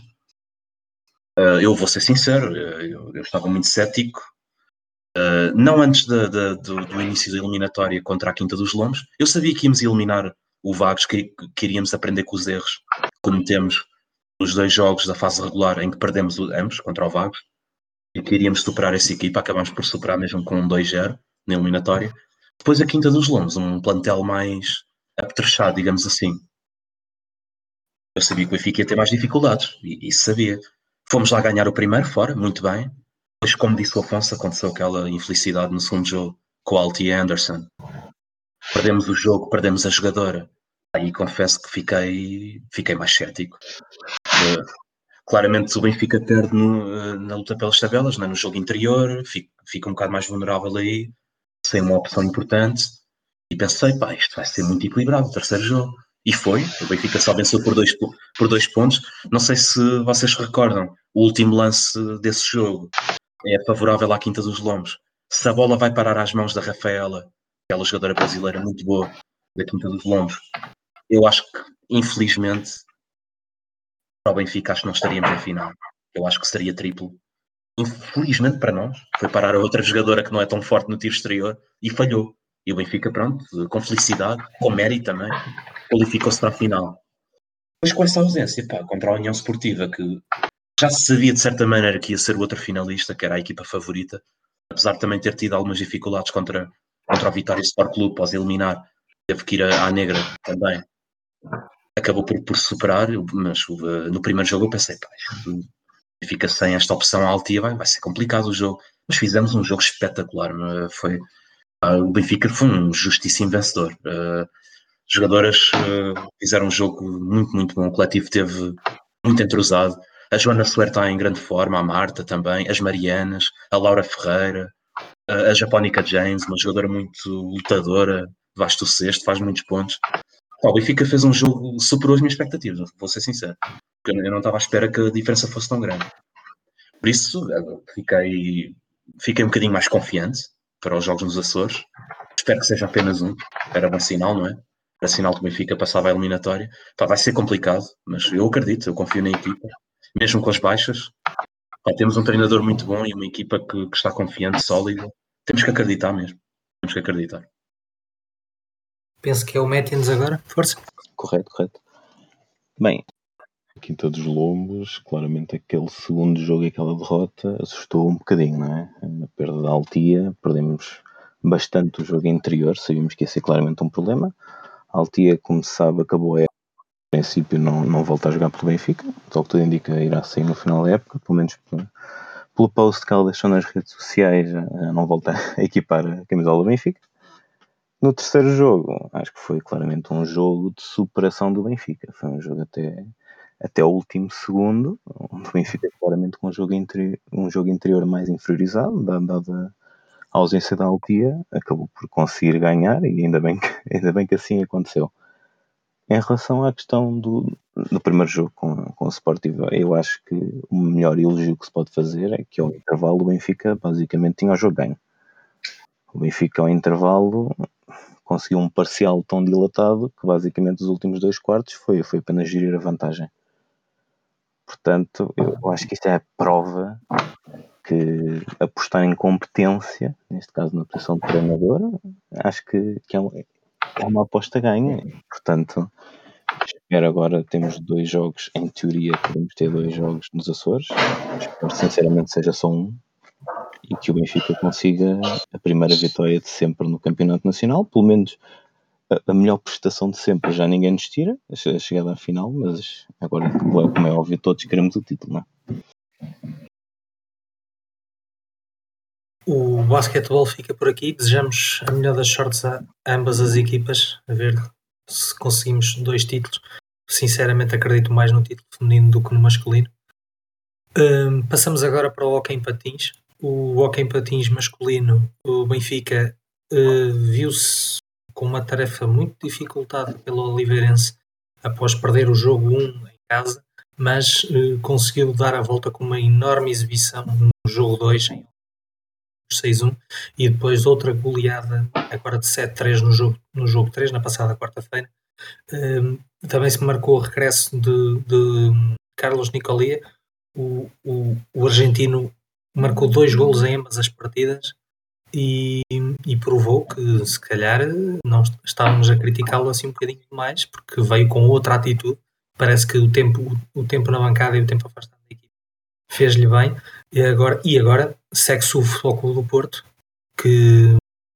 Uh, eu vou ser sincero, eu, eu estava muito cético. Uh, não antes de, de, do, do início da eliminatória contra a Quinta dos Lombos. Eu sabia que íamos eliminar o Vagos, que, que iríamos aprender com os erros que cometemos nos dois jogos da fase regular em que perdemos ambos contra o Vagos, e que iríamos superar essa equipa. Acabámos por superar mesmo com um dois zero na eliminatória. Depois a Quinta dos Lombos, um plantel mais apetrechado, digamos assim. Eu sabia que o Benfica ia ter mais dificuldades, e isso sabia. Fomos lá ganhar o primeiro fora, muito bem. Depois, como disse o Afonso, aconteceu aquela infelicidade no segundo jogo com o Altia Anderson. Perdemos o jogo, perdemos a jogadora. Aí confesso que fiquei, fiquei mais cético. Uh, claramente o Benfica perde no, na luta pelas tabelas, né? No jogo interior, fica, fica um bocado mais vulnerável aí, sem uma opção importante. E pensei, pá, isto vai ser muito equilibrado, o terceiro jogo. E foi, o Benfica só venceu por dois, por dois pontos. Não sei se vocês recordam, o último lance desse jogo é favorável à Quinta dos Lombos. Se a bola vai parar às mãos da Rafaela, aquela jogadora brasileira muito boa da Quinta dos Lombos, eu acho que, infelizmente, para o Benfica, acho que não estaríamos na final. Eu acho que seria triplo. Infelizmente para nós, foi parar a outra jogadora que não é tão forte no tiro exterior e falhou. E o Benfica, pronto, com felicidade, com mérito também, qualificou-se para a final. Depois com essa ausência, pá, contra a União Esportiva, que já se sabia de certa maneira que ia ser o outro finalista, que era a equipa favorita, apesar de também ter tido algumas dificuldades contra, contra o Vitória Sport Clube, após eliminar, teve que ir à Negra também. Acabou por, por superar, mas no primeiro jogo eu pensei, pá, fica sem esta opção alta, vai, vai ser complicado o jogo. Mas fizemos um jogo espetacular, foi, o Benfica foi um justíssimo vencedor. Uh, jogadoras uh, fizeram um jogo muito, muito bom, o coletivo teve muito entrosado. A Joana Soler está em grande forma, a Marta também, as Marianas, a Laura Ferreira, a Japónica James, uma jogadora muito lutadora, debaixo do cesto, faz muitos pontos. O Benfica fez um jogo, superou as minhas expectativas, vou ser sincero, porque eu não estava à espera que a diferença fosse tão grande. Por isso, fiquei, fiquei um bocadinho mais confiante para os jogos nos Açores. Espero que seja apenas um, era bom sinal, não é? Era sinal que o Benfica passava a eliminatória. Pá, vai ser complicado, mas eu acredito, eu confio na equipa, mesmo com as baixas. Pá, temos um treinador muito bom e uma equipa que, que está confiante, sólida. Temos que acreditar mesmo. Temos que acreditar. Penso que é o Métianos agora. Força. Correto, correto. Bem, Quinta dos Lombos, claramente aquele segundo jogo e aquela derrota assustou um bocadinho, não é? A perda da Altia, perdemos bastante o jogo interior, sabíamos que ia ser claramente um problema. A Altia, como se sabe, acabou a época, no princípio não, não volta a jogar pelo Benfica, só que tudo indica irá sair no final da época, pelo menos pelo, pelo post que ela deixou nas redes sociais, não volta a equipar a camisola do Benfica. No terceiro jogo, acho que foi claramente um jogo de superação do Benfica, foi um jogo até... até o último segundo, onde o Benfica claramente com um jogo, interi- um jogo interior mais inferiorizado, dada a ausência da Altia, acabou por conseguir ganhar e ainda bem que, ainda bem que assim aconteceu. Em relação à questão do, do primeiro jogo com, com o Sporting, eu acho que o melhor elogio que se pode fazer é que ao intervalo o Benfica basicamente tinha o jogo ganho. O Benfica ao intervalo conseguiu um parcial tão dilatado que basicamente os últimos dois quartos foi, foi apenas gerir a vantagem. Portanto, eu acho que isto é a prova que apostar em competência, neste caso na posição de treinador, acho que, que é, um, é uma aposta ganha. Portanto, espero agora, temos dois jogos, em teoria podemos ter dois jogos nos Açores, espero sinceramente seja só um, e que o Benfica consiga a primeira vitória de sempre no Campeonato Nacional, pelo menos a melhor prestação de sempre, já ninguém nos tira a chegada à final, mas agora, como é óbvio, todos queremos o título, não é? O basquetebol fica por aqui. Desejamos a melhor das sortes a ambas as equipas, a ver se conseguimos dois títulos. Sinceramente acredito mais no título feminino do que no masculino. Um, passamos agora para o hóquei em patins. O hóquei em patins masculino, o Benfica uh, viu-se com uma tarefa muito dificultada pelo Oliveirense após perder o jogo um em casa, mas uh, conseguiu dar a volta com uma enorme exibição no jogo dois, em seis um, e depois outra goleada agora de sete três no jogo, no jogo três, na passada quarta-feira. Um, também se marcou o regresso de, de Carlos Nicolia. O, o, o argentino marcou dois golos em ambas as partidas e, e provou que se calhar não estávamos a criticá-lo assim um bocadinho demais, porque veio com outra atitude. Parece que o tempo, o, o tempo na bancada e o tempo afastado da equipe fez-lhe bem. E agora, e agora segue-se o Futebol Clube do Porto, que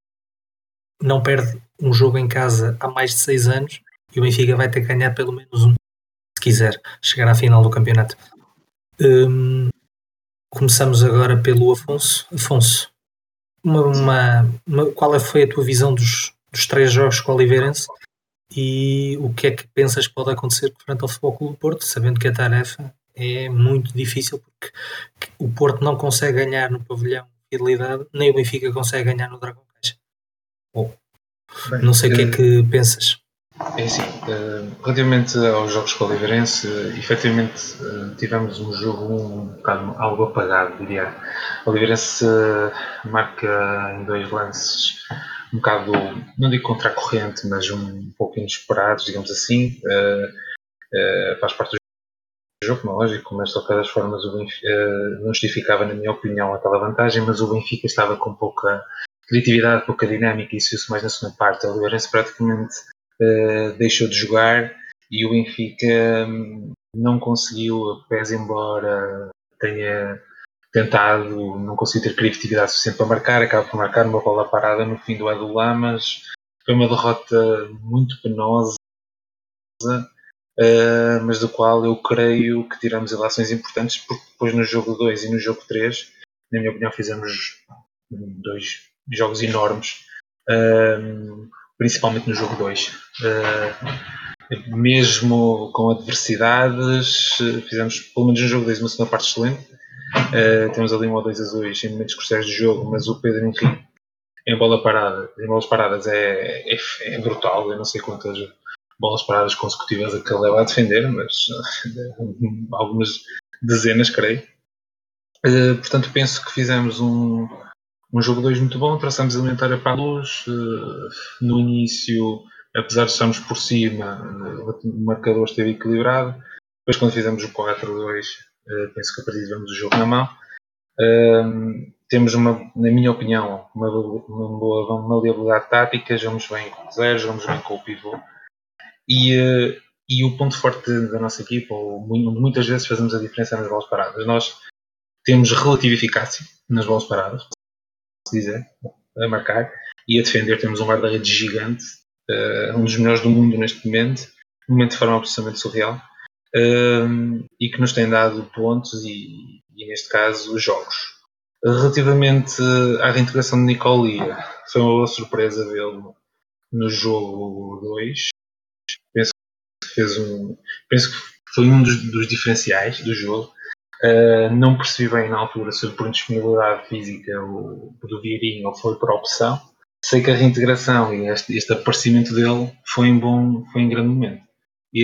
não perde um jogo em casa há mais de seis anos, e o Benfica vai ter que ganhar pelo menos um, se quiser chegar à final do campeonato. Um, começamos agora pelo Afonso. Afonso, uma, uma, uma, qual foi a tua visão dos, dos três jogos com o Oliveirense e o que é que pensas que pode acontecer frente ao Futebol Clube do Porto, sabendo que a tarefa é muito difícil, porque o Porto não consegue ganhar no pavilhão Fidelidade, nem o Benfica consegue ganhar no Dragão Caixa. Oh, Bem, não sei o que é que pensas. É assim, relativamente aos jogos com o Oliveirense, efetivamente tivemos um jogo um bocado algo apagado, diria. O Oliveirense marca em dois lances um bocado, não digo contra a corrente, mas um pouco inesperados, digamos assim. Faz parte do jogo, não é lógico, mas de qualquer das formas o Benfica não justificava, na minha opinião, aquela vantagem, mas o Benfica estava com pouca criatividade, pouca dinâmica, e isso isso mais na segunda parte. O Oliveirense praticamente Uh, deixou de jogar e o Benfica não conseguiu, pese embora tenha tentado, não conseguiu ter criatividade suficiente para marcar, acaba por marcar uma bola parada no fim do Adulá, mas foi uma derrota muito penosa, uh, mas do qual eu creio que tiramos relações importantes, porque depois no jogo dois e no jogo três, na minha opinião, fizemos dois jogos enormes, uh, principalmente no jogo dois. Uh, mesmo com adversidades, fizemos pelo menos no jogo dois uma segunda parte excelente. Uh, temos ali um ou dois azuis em momentos cruciais do jogo, mas o Pedro Henrique em bola parada, em bolas paradas é, é, é brutal. Eu não sei quantas bolas paradas consecutivas a que ele leva a defender, mas uh, algumas dezenas, creio. Uh, portanto, penso que fizemos um, um jogo dois muito bom, traçamos a eliminatória para a luz. Uh, no início, apesar de estarmos por cima, o marcador esteve equilibrado. Depois, quando fizemos o quatro a dois, uh, penso que a partir tivemos o jogo na mão. Uh, temos, uma, na minha opinião, uma, uma boa maleabilidade tática. Jogamos bem com o zero, jogamos bem com o pivô. E, uh, e o ponto forte da nossa equipa, onde muitas vezes fazemos a diferença nas bolas paradas. Nós temos relativa eficácia nas bolas paradas, se dizer, a marcar, e a defender. Temos um guarda-redes gigante, uh, um dos melhores do mundo neste momento, um momento de forma absolutamente surreal, uh, e que nos tem dado pontos e, e neste caso, jogos. Relativamente à reintegração de Nicolia, foi uma boa surpresa vê-lo no jogo dois. Penso que, fez um, penso que foi um dos, dos diferenciais do jogo. Uh, não percebi bem na altura se por disponibilidade física ou do Vieirinho ou foi por opção. Sei que a reintegração e este, este aparecimento dele foi em bom, foi em grande momento. Ele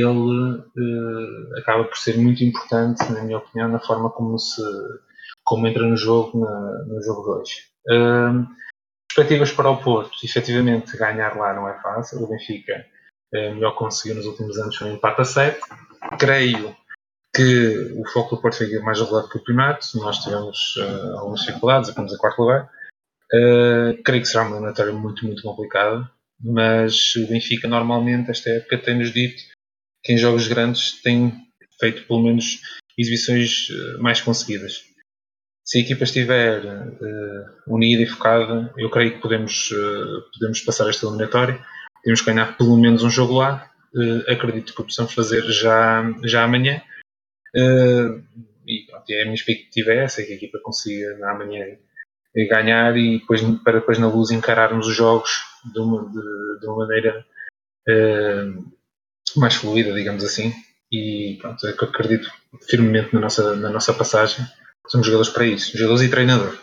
uh, acaba por ser muito importante, na minha opinião, na forma como se como entra no jogo, na, no jogo dois. Uh, perspectivas para o Porto, efetivamente ganhar lá não é fácil. O Benfica, uh, melhor que conseguiu nos últimos anos foi um empate a sete. Creio que o foco do Porto foi mais regular do campeonato. Nós tivemos uh, algumas dificuldades, acabamos a quarto lugar. Uh, creio que será uma eliminatória muito, muito complicada, mas o Benfica normalmente esta época tem-nos dito que em jogos grandes tem feito pelo menos exibições uh, mais conseguidas. Se a equipa estiver uh, unida e focada, eu creio que podemos, uh, podemos passar esta eliminatória. Temos que ganhar pelo menos um jogo lá. Uh, acredito que o possamos fazer já, já amanhã. Uh, e pronto, a minha expectativa é essa, que a equipa consiga amanhã ganhar e depois, para depois na Luz encararmos os jogos de uma, de, de uma maneira uh, mais fluida, digamos assim. E pronto, é que eu acredito firmemente na nossa, na nossa passagem. Somos jogadores para isso, jogadores e treinador.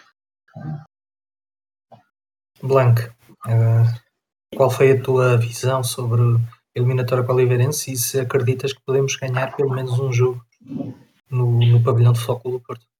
Blanco, uh, qual foi a tua visão sobre a eliminatória para o Oliveirense e se acreditas que podemos ganhar pelo menos um jogo no, no pavilhão de Futebol do Porto?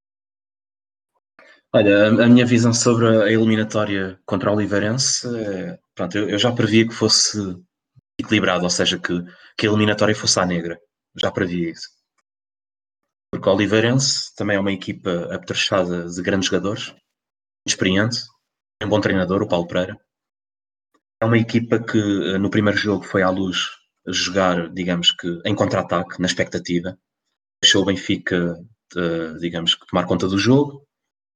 Olha, a minha visão sobre a eliminatória contra o Oliveirense, é, pronto, eu, eu já previa que fosse equilibrado, ou seja, que, que a eliminatória fosse à negra. Já previa isso. Porque o Oliveirense também é uma equipa apetrechada de grandes jogadores, experiente, tem um bom treinador, o Paulo Pereira. É uma equipa que no primeiro jogo foi à Luz a jogar, digamos que, em contra-ataque, na expectativa. Deixou o Benfica, de, digamos que, tomar conta do jogo.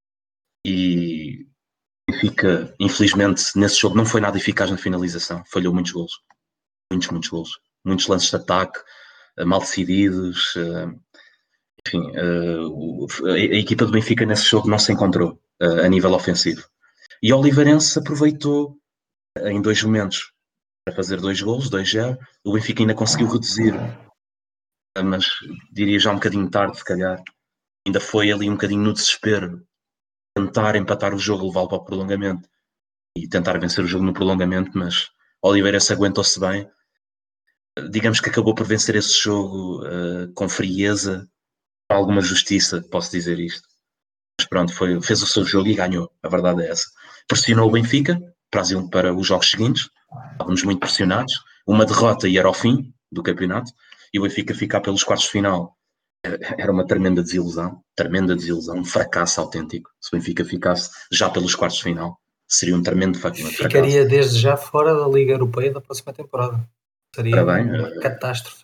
E o Benfica, infelizmente, nesse jogo não foi nada eficaz na finalização. Falhou muitos golos. Muitos, muitos golos. Muitos lances de ataque, mal decididos. Enfim, a, a equipa do Benfica nesse jogo não se encontrou a nível ofensivo. E o Oliveirense aproveitou em dois momentos para fazer dois golos, dois a zero. O Benfica ainda conseguiu reduzir, mas diria já um bocadinho tarde, se calhar. Ainda foi ali um bocadinho no desespero tentar empatar o jogo, levá-lo para o prolongamento e tentar vencer o jogo no prolongamento, mas o Oliveirense aguentou-se bem. Digamos que acabou por vencer esse jogo uh, com frieza, com alguma justiça, posso dizer isto. Mas pronto, foi, fez o seu jogo e ganhou, a verdade é essa. Pressionou o Benfica para, para os jogos seguintes, estávamos muito pressionados. Uma derrota e era o fim do campeonato, e o Benfica ficar pelos quartos de final era uma tremenda desilusão, tremenda desilusão, um fracasso autêntico. Se o Benfica ficasse já pelos quartos de final, seria um tremendo fracasso. Ficaria desde já fora da Liga Europeia da próxima temporada. Seria bem, uma uh, catástrofe.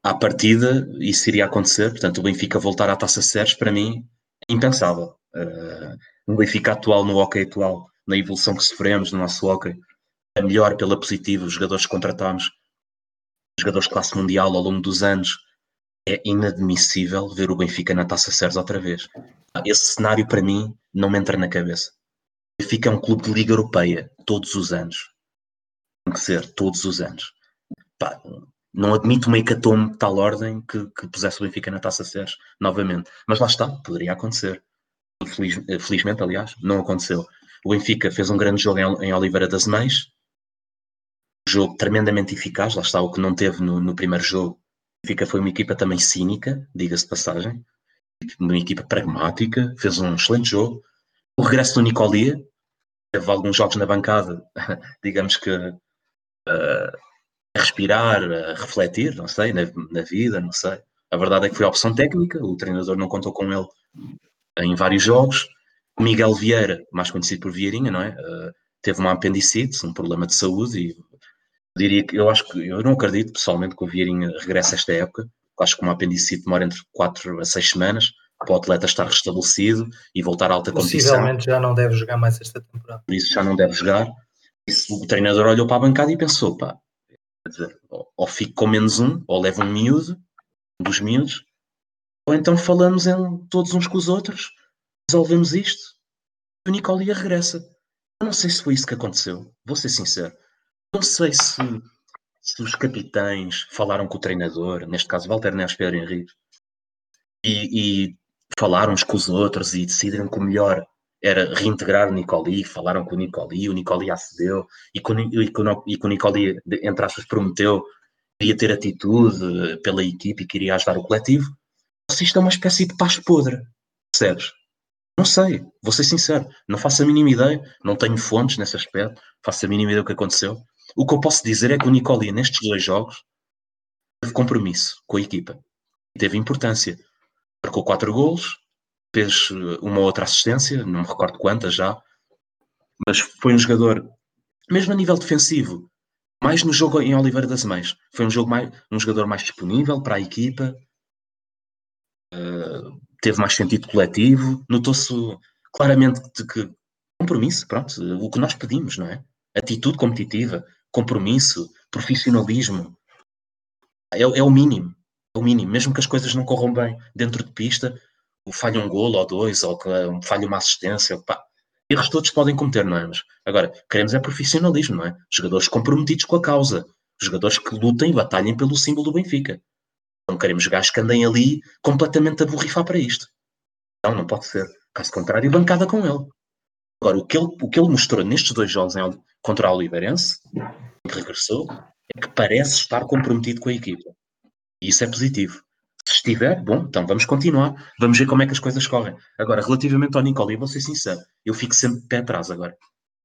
à partida isso iria acontecer, portanto o Benfica voltar à Taça Seres para mim é impensável. Uh, o Benfica atual, no hockey atual, na evolução que sofremos no nosso hockey, é melhor pela positiva, os jogadores que contratámos, jogadores de classe mundial ao longo dos anos, é inadmissível ver o Benfica na Taça Seres outra vez. Esse cenário para mim não me entra na cabeça. O Benfica é um clube de Liga Europeia todos os anos. Tem que ser todos os anos. Pá, não admito uma hecatombe de tal ordem que, que pusesse o Benfica na Taça Seres novamente. Mas lá está, poderia acontecer. Feliz, felizmente, aliás, não aconteceu. O Benfica fez um grande jogo em, em Oliveira das Meias. Um jogo tremendamente eficaz. Lá está o que não teve no, no primeiro jogo. O Benfica foi uma equipa também cínica, diga-se de passagem. Uma equipa pragmática. Fez um excelente jogo. O regresso do Nicolia. Teve alguns jogos na bancada, digamos que uh, a respirar, a refletir, não sei, na, na vida, não sei. A verdade é que foi a opção técnica, o treinador não contou com ele em vários jogos. Miguel Vieira, mais conhecido por Vieirinha, não é? Uh, teve uma apendicite, um problema de saúde, e eu diria que eu acho que eu não acredito pessoalmente que o Vieirinha regresse a esta época. Acho que uma apendicite demora entre quatro a seis semanas para o atleta estar restabelecido e voltar à alta competição. Possivelmente já não deve jogar mais esta temporada. Por isso já não deve jogar. Isso, o treinador olhou para a bancada e pensou, pá, quer dizer, ou, ou fico com menos um, ou levo um miúdo, um dos miúdos, ou então falamos em, todos uns com os outros, resolvemos isto, e o Nicolia regressa. Eu não sei se foi isso que aconteceu, vou ser sincero. Não sei se, se os capitães falaram com o treinador, neste caso Walter Neves, Pedro Henrique, e, e falaram uns com os outros e decidiram que o melhor era reintegrar o Nicoli, falaram com o Nicoli, o Nicoli acedeu, e com, e com, e com o Nicoli, entre aspas, prometeu que iria ter atitude pela equipe e que iria ajudar o coletivo. Se isto é uma espécie de paz podre, percebes? Não sei, vou ser sincero, não faço a mínima ideia, não tenho fontes nesse aspecto, faço a mínima ideia do que aconteceu. O que eu posso dizer é que o Nicoli, nestes dois jogos, teve compromisso com a equipa e teve importância. Marcou quatro golos, fez uma outra assistência, não me recordo quantas já, mas foi um jogador, mesmo a nível defensivo, mais no jogo em Oliveira das Meias, foi um, jogo mais, um jogador mais disponível para a equipa, uh, teve mais sentido coletivo, notou-se claramente de que compromisso, pronto, o que nós pedimos, não é? Atitude competitiva, compromisso, profissionalismo, é, é o mínimo, é o mínimo, mesmo que as coisas não corram bem dentro de pista, falha um golo ou dois, ou que falha uma assistência, pá, erros todos podem cometer, não é? Mas agora, queremos é profissionalismo, não é? Jogadores comprometidos com a causa, jogadores que lutem e batalhem pelo símbolo do Benfica. Não queremos gajos que andem ali completamente a borrifar para isto. Não, não pode ser. Caso contrário, bancada com ele. Agora, o que ele, o que ele mostrou nestes dois jogos em, contra a Oliveirense, que regressou, é que parece estar comprometido com a equipa. E isso é positivo. Se estiver, bom, então vamos continuar. Vamos ver como é que as coisas correm. Agora, relativamente ao Nicola, eu vou ser sincero, eu fico sempre de pé atrás agora.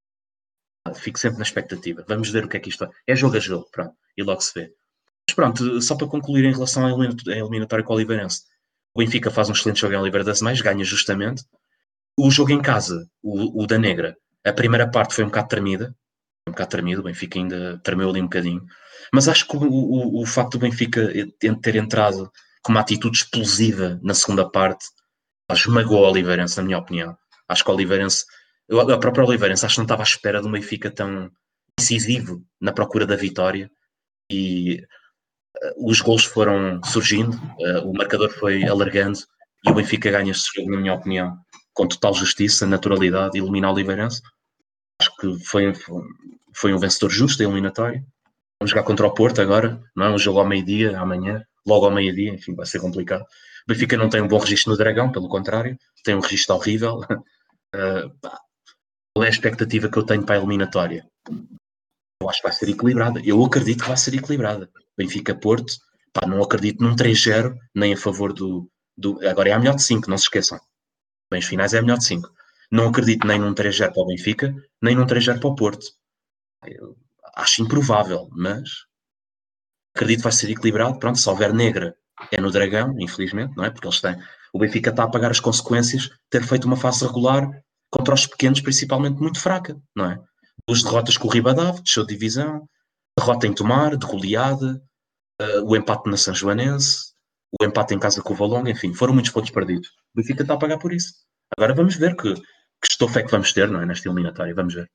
Fico sempre na expectativa. Vamos ver o que é que isto é. É jogo a jogo, pronto. E logo se vê. Mas pronto, só para concluir em relação à eliminatória com o Oliveirense. O Benfica faz um excelente jogo em Oliveira das Meias, ganha justamente. O jogo em casa, o, o da Negra, a primeira parte foi um bocado tremida. Um bocado tremido, o Benfica ainda tremeu ali um bocadinho. Mas acho que o, o, o facto do Benfica ter entrado com uma atitude explosiva na segunda parte esmagou o Oliveirense, na minha opinião. Acho que o Oliveirense, a própria Oliveirense, acho que não estava à espera de um Benfica tão incisivo na procura da vitória e uh, os gols foram surgindo, uh, o marcador foi alargando e o Benfica ganha este jogo, na minha opinião, com total justiça, naturalidade, elimina o Oliveirense. Acho que foi, foi um vencedor justo da eliminatória. Vamos jogar contra o Porto agora, não é? Um jogo ao meio-dia, amanhã, logo ao meio-dia, enfim, vai ser complicado. O Benfica não tem um bom registro no Dragão, pelo contrário, tem um registro horrível. Uh, qual é a expectativa que eu tenho para a eliminatória? Eu acho que vai ser equilibrada. Eu acredito que vai ser equilibrada. Benfica-Porto, pá, não acredito num três zero, nem a favor do, do... Agora é a melhor de cinco, não se esqueçam. Bem, os finais é a melhor de cinco. Não acredito nem num três zero para o Benfica, nem num três zero para o Porto. Eu acho improvável, mas acredito que vai ser equilibrado. Pronto, se houver Negra é no Dragão, infelizmente, não é? Porque eles têm... O Benfica está a pagar as consequências de ter feito uma fase regular contra os pequenos, principalmente muito fraca, não é? Duas derrotas com o Ribadave, desceu de divisão, derrota em Tomar, de goleada, uh, o empate na São Joanense, o empate em casa com o Valonga, enfim, foram muitos pontos perdidos. O Benfica está a pagar por isso. Agora vamos ver que, que estofo é que vamos ter, não é? Nesta eliminatória, vamos ver.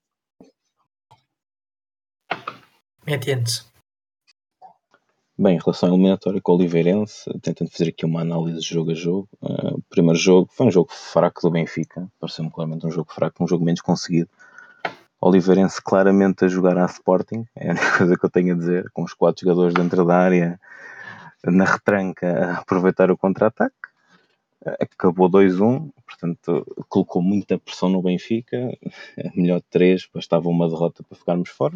Entende-se. Bem, em relação à eliminatória com o Oliveirense, tentando fazer aqui uma análise jogo a jogo. Uh, o primeiro jogo foi um jogo fraco do Benfica, pareceu-me claramente um jogo fraco, um jogo menos conseguido. Oliveirense claramente a jogar à Sporting, é a única coisa que eu tenho a dizer, com os quatro jogadores dentro da área, na retranca, a aproveitar o contra-ataque. Acabou dois a um, portanto colocou muita pressão no Benfica, a melhor de três, bastava uma derrota para ficarmos fora.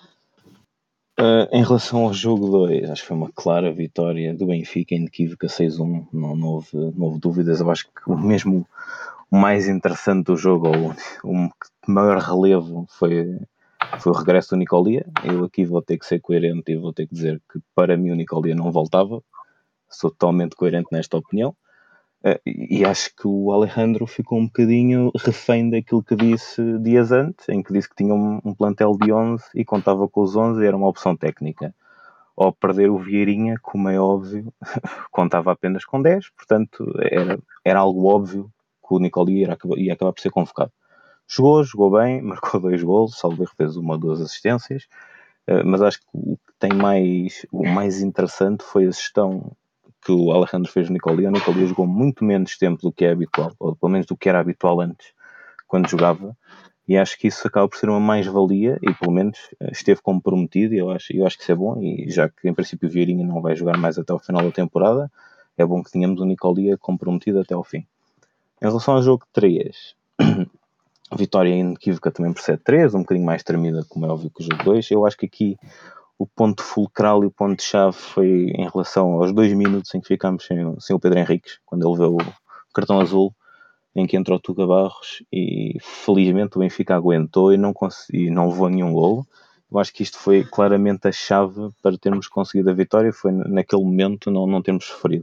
Uh, em relação ao jogo dois, acho que foi uma clara vitória do Benfica, inequívoca, seis a um, não, não, houve, não houve dúvidas. Eu acho que o mesmo o mais interessante do jogo, ou o maior relevo, foi, foi o regresso do Nicolia. Eu aqui vou ter que ser coerente e vou ter que dizer que para mim o Nicolia não voltava, sou totalmente coerente nesta opinião. Uh, e acho que o Alejandro ficou um bocadinho refém daquilo que disse dias antes, em que disse que tinha um, um plantel de onze e contava com os onze e era uma opção técnica. Ao perder o Vieirinha, como é óbvio, contava apenas com dez, portanto era, era algo óbvio que o Nicolia ia acabar, ia acabar por ser convocado. Jogou, jogou bem, marcou dois golos, salvo erro, fez uma ou duas assistências, uh, mas acho que o que tem mais, o mais interessante foi a gestão que o Alejandro fez no Nicolia. O Nicolia jogou muito menos tempo do que é habitual, ou pelo menos do que era habitual antes, quando jogava, e acho que isso acaba por ser uma mais-valia, e pelo menos esteve comprometido, e eu acho, eu acho que isso é bom, e já que em princípio o Vieirinha não vai jogar mais até ao final da temporada, é bom que tenhamos o Nicolia comprometido até ao fim. Em relação ao jogo três, vitória inequívoca também por sete a três, um bocadinho mais tremida, como é óbvio, que o jogo dois. Eu acho que aqui o ponto fulcral e o ponto-chave foi em relação aos dois minutos em que ficámos sem, sem o Pedro Henriques, quando ele levou o cartão azul, em que entrou o Tuga Barros, e felizmente o Benfica aguentou e não, consegui, não levou nenhum golo. Eu acho que isto foi claramente a chave para termos conseguido a vitória, foi naquele momento não, não termos sofrido.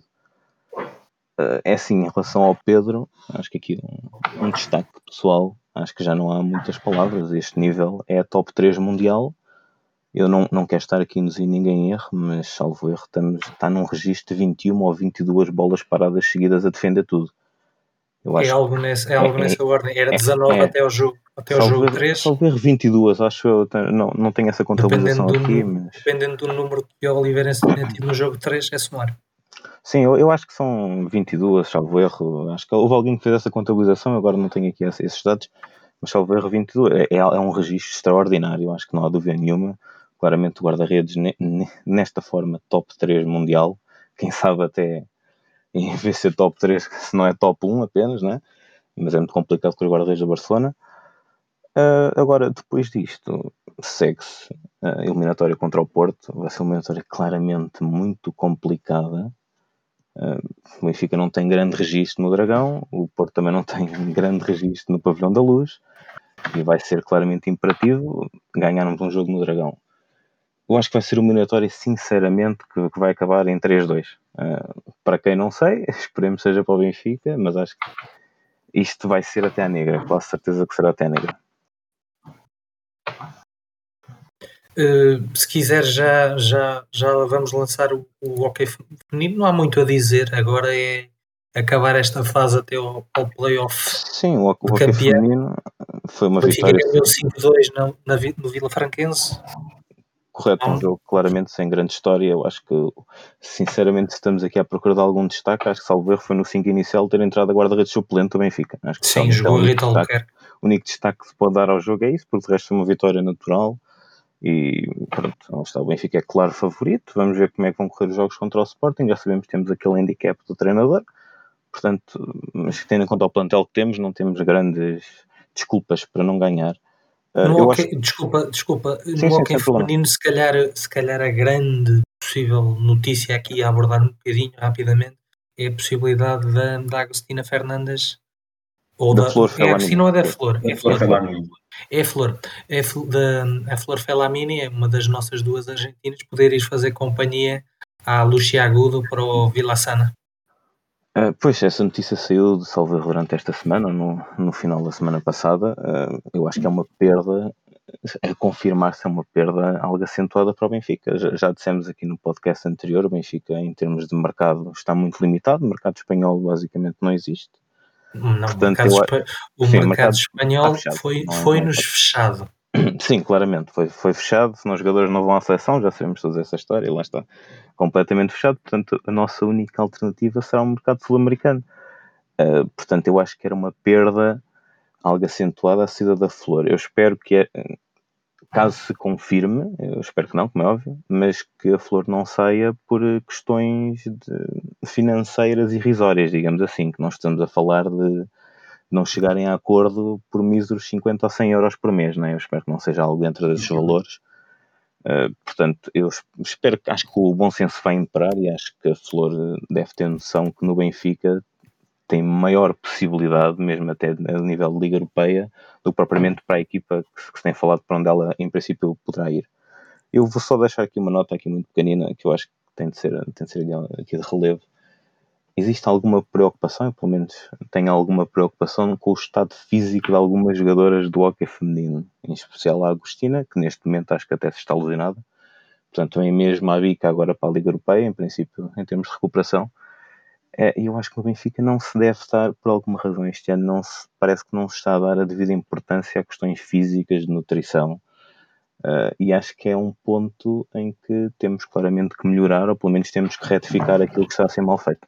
É assim, em relação ao Pedro, acho que aqui um, um destaque pessoal, acho que já não há muitas palavras, este nível é a top três mundial. Eu não, não quero estar aqui a induzir ninguém em erro, mas salvo erro, estamos, está num registro de vinte e uma ou vinte e duas bolas paradas seguidas a defender tudo. Eu É acho algo, nesse, é algo é, nessa ordem. Era é, dezanove é, até ao jogo, até ao salvo jogo erro, três. salvo erro vinte e duas, acho eu. Não, não tenho essa contabilização Dependendo do, aqui, nu- mas... dependendo do número que o Oliveirense tinha tido no jogo três, é somar. Sim, eu, eu acho que são vinte e duas, salvo erro. Acho que houve alguém que fez essa contabilização, agora não tenho aqui esses dados, mas salvo erro vinte e duas. É, é, é um registro extraordinário, acho que não há dúvida nenhuma. Claramente o guarda-redes ne, ne, nesta forma top três mundial, quem sabe até em vez de ser top três, se não é top um apenas, né? Mas é muito complicado com os guarda-redes da Barcelona. Uh, agora, depois disto, segue-se a eliminatória contra o Porto. Vai ser uma eliminatória claramente muito complicada. Uh, o Benfica não tem grande registro no Dragão, o Porto também não tem grande registro no Pavilhão da Luz, e vai ser claramente imperativo ganharmos um jogo no Dragão. Eu acho que vai ser uma eliminatória, sinceramente, que, que vai acabar em três a dois. Uh, para quem não sei, esperemos que seja para o Benfica, mas acho que isto vai ser até à negra, quase certeza que será até à negra. Uh, se quiser já, já, já vamos lançar o, o hockey feminino, não há muito a dizer, agora é acabar esta fase até ao, ao play-off. Sim, o, o hockey feminino foi uma o Benfica vitória... ganhou cinco a dois na, na, no Vila Franquense. Correto, um jogo claramente sem grande história. Eu acho que, sinceramente, se estamos aqui à procura de algum destaque, acho que salvo erro foi no cinco inicial ter entrado a guarda-redes suplente do Benfica. Acho que sim, jogou é o único Rita destaque, o único destaque que se pode dar ao jogo é isso, porque de resto foi uma vitória natural e pronto, está, o Benfica é claro favorito. Vamos ver como é que vão correr os jogos contra o Sporting. Já sabemos que temos aquele handicap do treinador, portanto, mas tendo em conta o plantel que temos, não temos grandes desculpas para não ganhar. Uh, no eu hockey, acho... Desculpa, desculpa. Sim, no sim, hockey feminino, se calhar, se calhar a grande possível notícia aqui a abordar um bocadinho rapidamente é a possibilidade da, da Agostina Fernandes ou da, da, Flor é, Felamini. não é da Flor, É é Flor Felamini. É a Flor. É da, a Flor Felamini é uma das nossas duas argentinas, poder ir fazer companhia à Lucia Agudo para o Vila Sana. Uh, pois, essa notícia saiu de salvo erro durante esta semana, no, no final da semana passada. Uh, eu acho que é uma perda a confirmar-se é uma perda algo acentuada para o Benfica. Já, já dissemos aqui no podcast anterior, o Benfica em termos de mercado está muito limitado, o mercado espanhol basicamente não existe. Não, Portanto, o mercado, eu, espa- o sim, o mercado mercado espanhol está fechado, foi, não, foi não nos pode. fechado. Sim, claramente, foi, foi fechado, senão os jogadores não vão à seleção, já sabemos toda essa história, e lá está, completamente fechado, portanto a nossa única alternativa será o mercado sul-americano. Uh, portanto, eu acho que era uma perda algo acentuada a saída da Flor. Eu espero que, caso se confirme, eu espero que não, como é óbvio, mas que a Flor não saia por questões de financeiras irrisórias, digamos assim, que nós estamos a falar de não chegarem a acordo por míseros cinquenta ou cem euros por mês, não é? Eu espero que não seja algo dentro desses valores. Uh, portanto, eu espero que, acho que o bom senso vai imperar e acho que a Flor deve ter noção que no Benfica tem maior possibilidade, mesmo até a nível de Liga Europeia, do que propriamente para a equipa que, que se tem falado para onde ela, em princípio, poderá ir. Eu vou só deixar aqui uma nota aqui muito pequenina, que eu acho que tem de ser, tem de ser aqui de relevo. Existe alguma preocupação, eu pelo menos tenho alguma preocupação com o estado físico de algumas jogadoras do hóquei feminino, em especial a Agostina, que neste momento acho que até se está lesionada. Portanto, também mesmo a Bica agora para a Liga Europeia, em princípio, em termos de recuperação. E eu acho que no Benfica não se deve estar, por alguma razão, este ano não se, parece que não se está a dar a devida importância a questões físicas de nutrição. Uh, e acho que é um ponto em que temos claramente que melhorar, ou pelo menos temos que retificar aquilo que está a ser mal feito.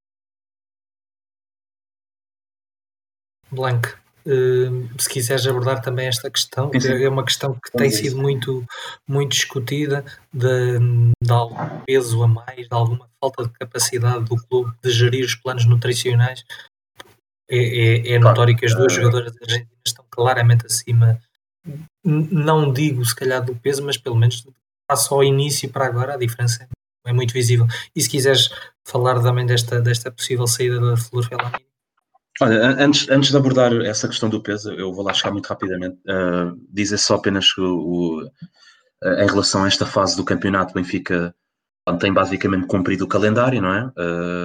Blanco, uh, se quiseres abordar também esta questão, Sim, sim. é uma questão que Vamos tem a sido isso. muito, muito discutida, de, de algum peso a mais, de alguma falta de capacidade do clube de gerir os planos nutricionais. É, é, é notório que as duas jogadoras argentinas estão claramente acima, n- não digo se calhar do peso, mas pelo menos face ao início para agora a diferença é muito visível. E se quiseres falar também desta, desta possível saída da Flor Felamini. Olha, an- antes, antes de abordar essa questão do peso, eu vou lá chegar muito rapidamente. Uh, dizer só apenas que o, o, uh, em relação a esta fase do campeonato, o Benfica tem basicamente cumprido o calendário, não é?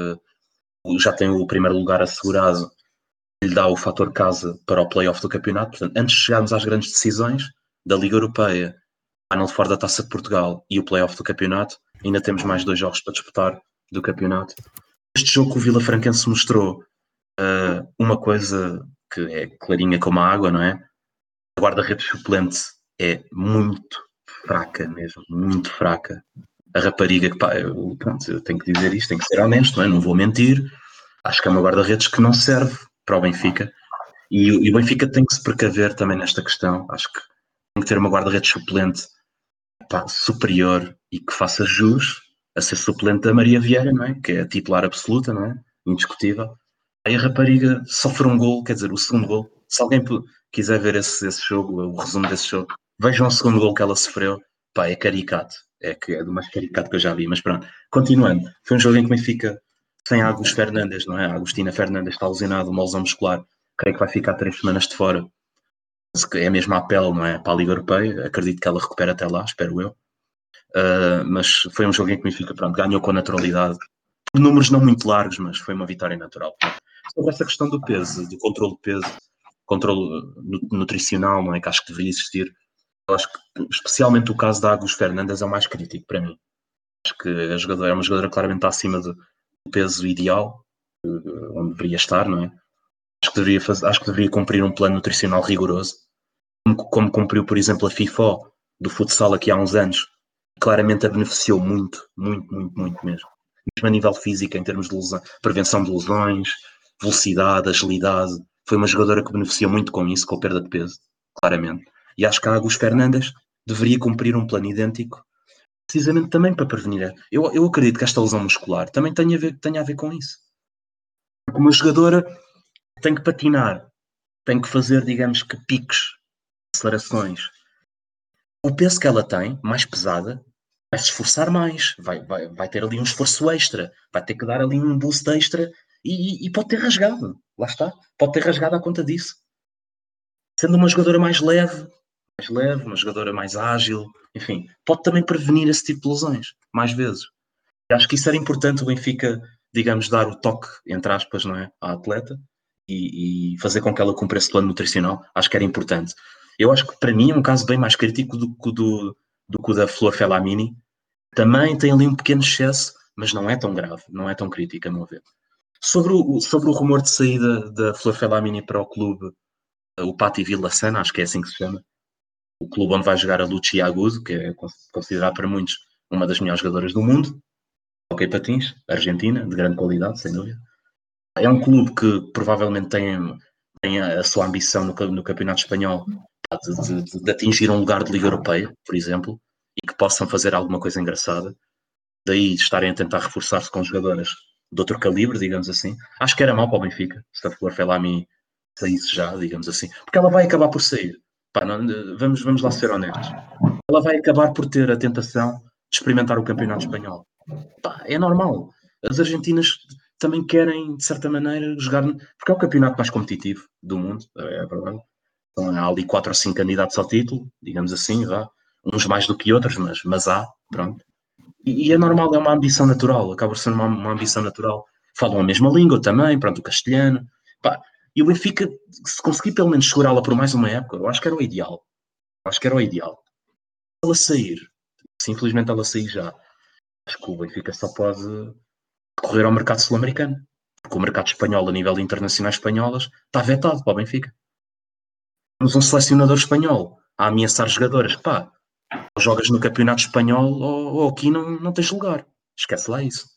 Uh, já tem o primeiro lugar assegurado, lhe dá o fator casa para o play-off do campeonato. Portanto, antes de chegarmos às grandes decisões da Liga Europeia, Final Four da Taça de Portugal e o play-off do campeonato, ainda temos mais dois jogos para disputar do campeonato. Este jogo que o Vila Franquense mostrou uh, uma coisa que é clarinha como a água, não é? A guarda-redes suplente é muito fraca mesmo, muito fraca. A rapariga que, pá, eu, pronto, eu tenho que dizer isto, tenho que ser honesto, não é? Não vou mentir. Acho que é uma guarda-redes que não serve para o Benfica. E, e o Benfica tem que se precaver também nesta questão. Acho que tem que ter uma guarda-redes suplente, pá, superior e que faça jus a ser suplente da Maria Vieira, não é? Que é a titular absoluta, não é? Indiscutível. Aí a rapariga sofre um gol, quer dizer, o segundo gol. Se alguém quiser ver esse, esse jogo, o resumo desse jogo, vejam o segundo gol que ela sofreu. Pá, é caricato. É, que é do mais caricato que eu já vi. Mas pronto, continuando. Foi um jogo em que o Benfica sem a Agus Fernandes, não é? A Agostina Fernandes está lesionada, uma lesão muscular. Creio que vai ficar três semanas de fora. É mesmo a apelo, não é? Para a Liga Europeia. Acredito que ela recupere até lá, espero eu. Uh, mas foi um jogo em que o Benfica, pronto, ganhou com naturalidade. Por números não muito largos, mas foi uma vitória natural. Sobre essa questão do peso, do controle de peso, controle nutricional, não é? Que acho que deveria existir. Eu acho que, especialmente o caso da Agus Fernandes, é o mais crítico para mim. Acho que a jogadora é uma jogadora claramente está acima do peso ideal, onde deveria estar, não é? Acho que deveria, fazer, acho que deveria cumprir um plano nutricional rigoroso, como, como cumpriu, por exemplo, a FIFA do futsal aqui há uns anos. Claramente a beneficiou muito, muito, muito, muito mesmo. Mesmo a nível físico, em termos de lesão, prevenção de lesões, velocidade, agilidade. Foi uma jogadora que beneficiou muito com isso, com a perda de peso, claramente. E acho que a Agus Fernandes deveria cumprir um plano idêntico, precisamente também para prevenir. Eu, eu acredito que esta lesão muscular também tenha a ver, tenha a ver com isso. Porque uma jogadora tem que patinar, tem que fazer, digamos que, picos, acelerações. O peso que ela tem, mais pesada, vai se esforçar mais, vai, vai, vai ter ali um esforço extra, vai ter que dar ali um boost extra e, e, e pode ter rasgado. Lá está, pode ter rasgado à conta disso. Sendo uma jogadora mais leve, mais leve, uma jogadora mais ágil, enfim, pode também prevenir esse tipo de lesões, mais vezes. E acho que isso era importante o Benfica, digamos, dar o toque, entre aspas, não é, à atleta e, e fazer com que ela cumpra esse plano nutricional. Acho que era importante. Eu acho que para mim é um caso bem mais crítico do que o do, do que o da Flor Felamini. Também tem ali um pequeno excesso, mas não é tão grave, não é tão crítico, a meu ver. Sobre o, sobre o rumor de saída da Flor Felamini para o clube, o Patti Villaseña, acho que é assim que se chama, o clube onde vai jogar a Lucia Agudo, que é considerado para muitos uma das melhores jogadoras do mundo, ok, patins, Argentina, de grande qualidade, sem dúvida. É um clube que provavelmente tem, tem a, a sua ambição no, no Campeonato Espanhol de, de, de atingir um lugar de Liga Europeia, por exemplo, e que possam fazer alguma coisa engraçada. Daí estarem a tentar reforçar-se com jogadoras de outro calibre, digamos assim. Acho que era mau para o Benfica, se a Flor Felamini saísse já, digamos assim. Porque ela vai acabar por sair. Pá, não, vamos, vamos lá ser honestos. Ela vai acabar por ter a tentação de experimentar o Campeonato Espanhol. Pá, é normal. As argentinas também querem, de certa maneira, jogar... Porque é o campeonato mais competitivo do mundo, é verdade. Então, há ali quatro ou cinco candidatos ao título, digamos assim, vá. Uns mais do que outros, mas, mas há, pronto. E, e é normal, é uma ambição natural, acaba por ser uma, uma ambição natural. Falam a mesma língua também, pronto, o castelhano. Pá, e o Benfica, se conseguir pelo menos segurá-la por mais uma época, eu acho que era o ideal. Eu acho que era o ideal. Se ela sair, se infelizmente ela sair já, acho que o Benfica só pode correr ao mercado sul-americano. Porque o mercado espanhol, a nível de internacionais espanholas, está vetado para o Benfica. Temos um selecionador espanhol a ameaçar jogadoras. Pá, ou jogas no campeonato espanhol ou, ou aqui não, não tens lugar. Esquece lá isso.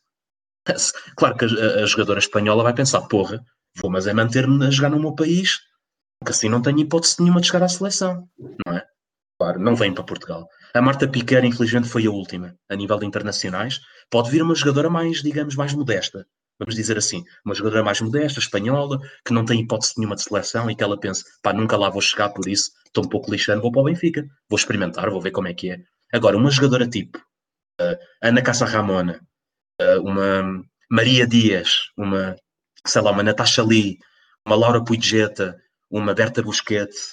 Claro que a, a jogadora espanhola vai pensar, porra, vou mas é manter-me a jogar no meu país, porque assim não tenho hipótese nenhuma de chegar à seleção, não é? Claro, não vem para Portugal. A Marta Piquer, infelizmente, foi a última. A nível de internacionais, pode vir uma jogadora mais, digamos, mais modesta. Vamos dizer assim, uma jogadora mais modesta, espanhola, que não tem hipótese nenhuma de seleção e que ela pensa, pá, nunca lá vou chegar por isso, estou um pouco lixando, vou para o Benfica, vou experimentar, vou ver como é que é. Agora, uma jogadora tipo uh, Ana Casa Ramona, uh, uma Maria Dias, uma, sei lá, uma Natasha Lee, uma Laura Puigeta, uma Berta Busquets,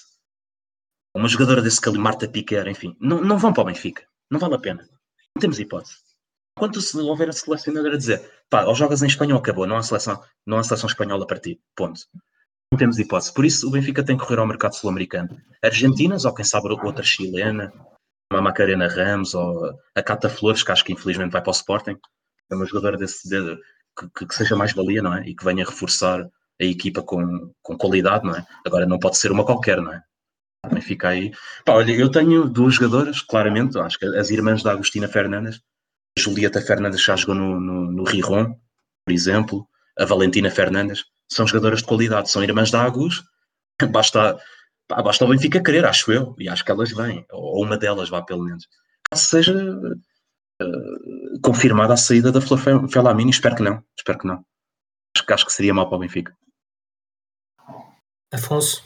uma jogadora desse calibre, Marta Piquer, enfim, não, não vão para o Benfica. Não vale a pena. Não temos hipótese. Quando se houver a selecionadora a dizer, pá, ou jogas em espanhol, acabou, não há seleção, não há seleção espanhola para ti. Ponto. Não temos hipótese. Por isso, o Benfica tem que correr ao mercado sul-americano. Argentinas, ou quem sabe outra chilena, uma Macarena Ramos, ou a Cata Flores, que acho que infelizmente vai para o Sporting. É uma jogadora desse, de, que, que seja mais valia, não é? E que venha reforçar a equipa com, com qualidade, não é? Agora, não pode ser uma qualquer, não é? Também fica aí. Pá, olha, eu tenho duas jogadoras, claramente, acho que as irmãs da Agostina Fernandes, a Julieta Fernandes já jogou no, no, no Rijon, por exemplo, a Valentina Fernandes, são jogadoras de qualidade, são irmãs da Agus, basta, pá, basta o Benfica querer, acho eu, e acho que elas vêm, ou uma delas vá pelo menos. Caso seja uh, confirmada a saída da Flor Felamini, espero que não, espero que não. Acho que, acho que seria mau para o Benfica. Afonso?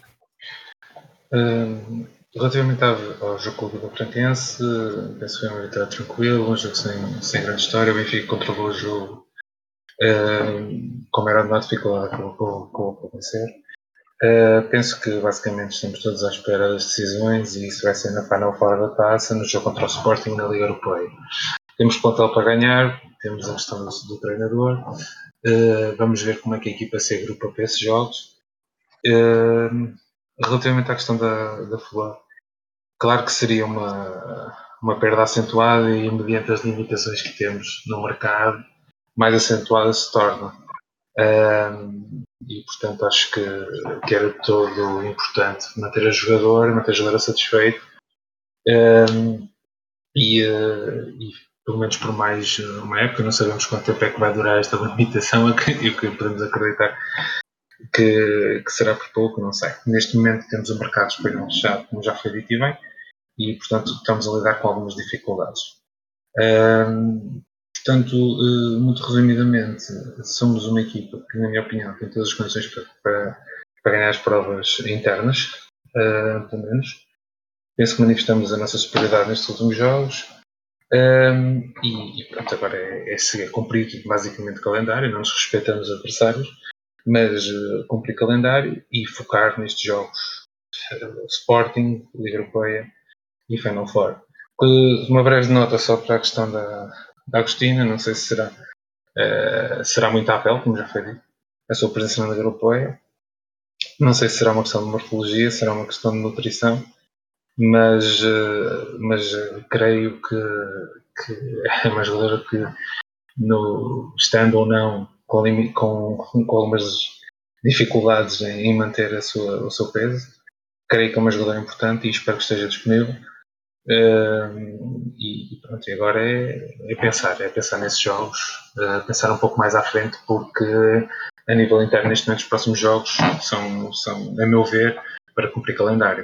Uh, relativamente ao, ao jogo do Portantense, penso que foi uma vitória tranquila, um jogo sem, sem grande história. O Benfica controlou o jogo uh, como era de dificuldade que acabou por vencer. Uh, penso que basicamente estamos todos à espera das decisões e isso vai ser na final fora da taça, no jogo contra o Sporting na Liga Europeia. Temos plantel para ganhar, temos a questão do, do treinador, uh, vamos ver como é que a equipa se agrupa para esses jogos. Uh, relativamente à questão da, da Flor, claro que seria uma, uma perda acentuada e mediante as limitações que temos no mercado, mais acentuada se torna. Uh, e portanto acho que, que era todo importante manter a jogadora, manter a jogadora satisfeita uh, e, uh, e pelo menos por mais uma época, não sabemos quanto tempo é que vai durar esta limitação e o que podemos acreditar que, que será por pouco, não sei. Neste momento temos o mercado espanhol fechado, como já foi dito e bem, e portanto estamos a lidar com algumas dificuldades. Uh, Portanto, muito resumidamente, somos uma equipa que, na minha opinião, tem todas as condições para, para, para ganhar as provas internas, uh, pelo menos. Penso que manifestamos a nossa superioridade nestes últimos jogos. Um, e, e pronto, agora é, é, é cumprir basicamente o calendário, não nos respeitamos os adversários, mas uh, cumprir calendário e focar nestes jogos. Uh, Sporting, Liga Europeia e Final Four. Uma breve nota só para a questão da, da Agostina, não sei se será, uh, será muito à pele, como já foi dito, a sua presença na Liga Europeia. Não sei se será uma questão de morfologia, será uma questão de nutrição, mas, mas creio que, que é uma jogadora que, no, estando ou não com, com, com algumas dificuldades em, em manter a sua, o seu peso, creio que é uma jogadora importante e espero que esteja disponível. Uh, e, e pronto, e agora é, é pensar, é pensar nesses jogos, uh, pensar um pouco mais à frente, porque a nível interno neste momento os próximos jogos são, são, a meu ver, para cumprir calendário.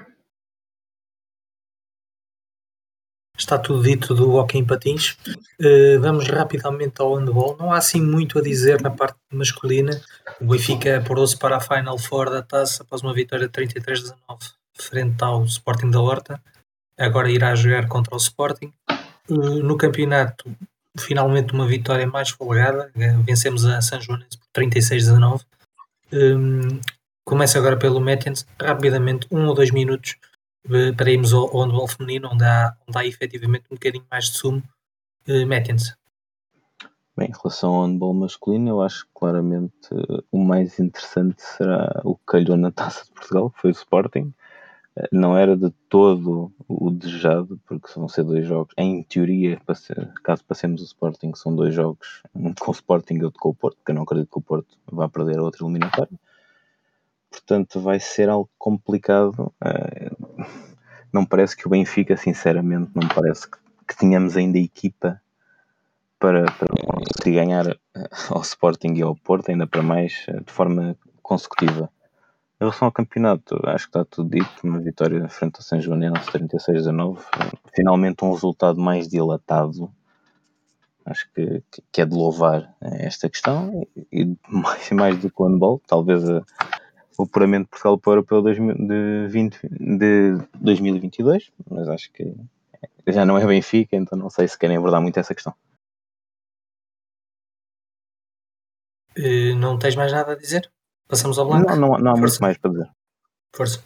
Está tudo dito do hóquei em patins. Uh, vamos rapidamente ao handball. Não há assim muito a dizer na parte masculina. O Benfica apurou-se para a Final Four da taça após uma vitória de trinta e três a dezanove frente ao Sporting da Horta. Agora irá jogar contra o Sporting. Uh, no campeonato, finalmente uma vitória mais folgada. Uh, vencemos a São Joanense por trinta e seis a dezanove. Um, começa agora pelo Métiens. Rapidamente, um ou dois minutos para irmos ao, ao handball feminino, onde há, onde há efetivamente um bocadinho mais de sumo. Uh, Métiens. Bem, em relação ao handball masculino, eu acho que claramente uh, o mais interessante será o que calhou na Taça de Portugal, que foi o Sporting. Uh, não era de todo o desejado, porque vão ser dois jogos, em teoria, caso passemos o Sporting, são dois jogos, um com o Sporting e outro com o Porto, porque eu não acredito que o Porto vá perder a outra eliminatória. Portanto, vai ser algo complicado. Uh, não parece que o Benfica, sinceramente, não parece que, que tenhamos ainda equipa para, para conseguir ganhar ao Sporting e ao Porto, ainda para mais de forma consecutiva. Em relação ao campeonato, acho que está tudo dito. Uma vitória frente ao São Joanense, trinta e seis a dezanove. Finalmente um resultado mais dilatado. Acho que, que é de louvar esta questão. E mais, mais do que o handball, talvez a, o apuramento de Portugal para o Europeu de, vinte, de dois mil e vinte e dois. Mas acho que já não é Benfica, então não sei se querem abordar muito essa questão. Uh, não tens mais nada a dizer? Passamos ao Blanco? Não, não, não há muito mais para dizer. Força.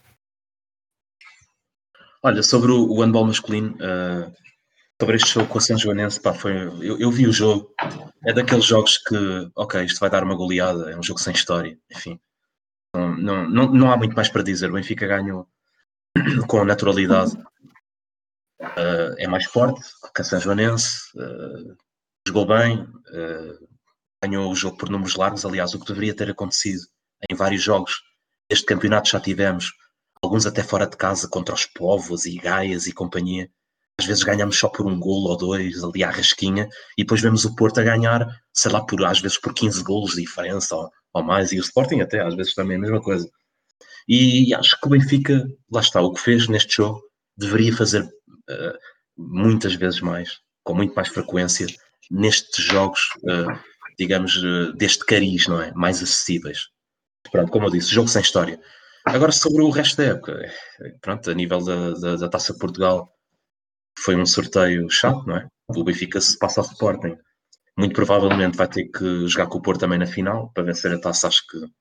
Olha, sobre o, o handball masculino, uh, sobre este jogo com a São Joanense, pá, foi, eu, eu vi o jogo, é daqueles jogos que, ok, isto vai dar uma goleada, é um jogo sem história, enfim. Não, não, não, não há muito mais para dizer. O Benfica ganhou com naturalidade. Uh, é mais forte que a São Joanense, uh, jogou bem, uh, ganhou o jogo por números largos. Aliás, o que deveria ter acontecido em vários jogos deste campeonato já tivemos, alguns até fora de casa, contra os Povos e Gaias e companhia. Às vezes ganhamos só por um golo ou dois ali à rasquinha e depois vemos o Porto a ganhar, sei lá, por, às vezes por quinze golos de diferença ou, ou mais, e o Sporting até às vezes também a mesma coisa. E acho que o Benfica, lá está, o que fez neste jogo deveria fazer uh, muitas vezes mais, com muito mais frequência, nestes jogos, uh, digamos, uh, deste cariz, não é? Mais acessíveis. Pronto, como eu disse, jogo sem história. Agora, sobre o resto da época, pronto, a nível da, da, da Taça de Portugal, foi um sorteio chato, não é? O Benfica se passa ao Sporting. Muito provavelmente vai ter que jogar com o Porto também na final, para vencer a Taça. Acho que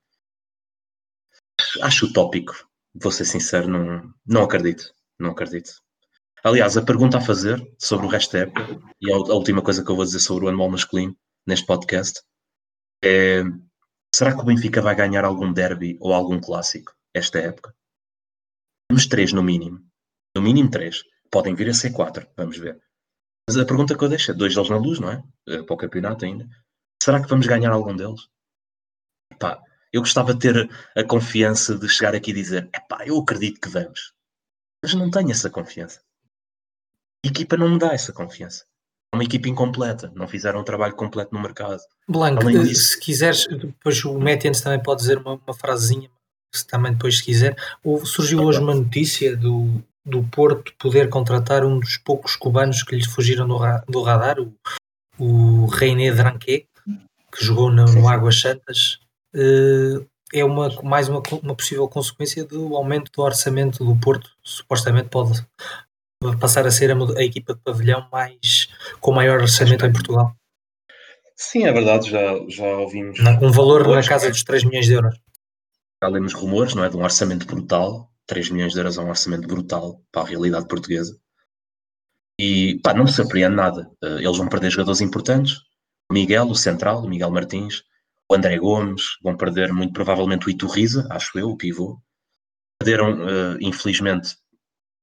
acho utópico, vou ser sincero, não, não acredito, não acredito. Aliás, a pergunta a fazer sobre o resto da época, e a, a última coisa que eu vou dizer sobre o handball masculino neste podcast, é: será que o Benfica vai ganhar algum derby ou algum clássico esta época? Temos três no mínimo, no mínimo três, podem vir a ser quatro, vamos ver. Mas a pergunta que eu deixo é, dois deles na luz, não é? Para o campeonato ainda. Será que vamos ganhar algum deles? Pá, eu gostava de ter a confiança de chegar aqui e dizer, epá, eu acredito que vamos. Mas não tenho essa confiança. A equipa não me dá essa confiança. É uma equipa incompleta. Não fizeram um trabalho completo no mercado. Blanco, Além disso, se quiseres, depois o Métiens também pode dizer uma, uma frasezinha, se também depois se quiser. Surgiu hoje uma notícia do, do Porto poder contratar um dos poucos cubanos que lhes fugiram do, ra, do radar, o, o René Dranquet, que jogou no, no Águas Santas. Uh, é uma, mais uma, uma possível consequência do aumento do orçamento do Porto. Supostamente pode passar a ser a, a equipa de pavilhão mais, com maior orçamento em Portugal. Sim, é verdade, já, já ouvimos... Um valor rumores, na casa é? dos três milhões de euros. Já lemos rumores, não é? De um orçamento brutal. três milhões de euros é um orçamento brutal para a realidade portuguesa. E, pá, não me surpreende nada. Eles vão perder jogadores importantes. O Miguel, o central, o Miguel Martins, o André Gomes, vão perder muito provavelmente o Iturriza, acho eu, o pivô. Perderam, uh, infelizmente,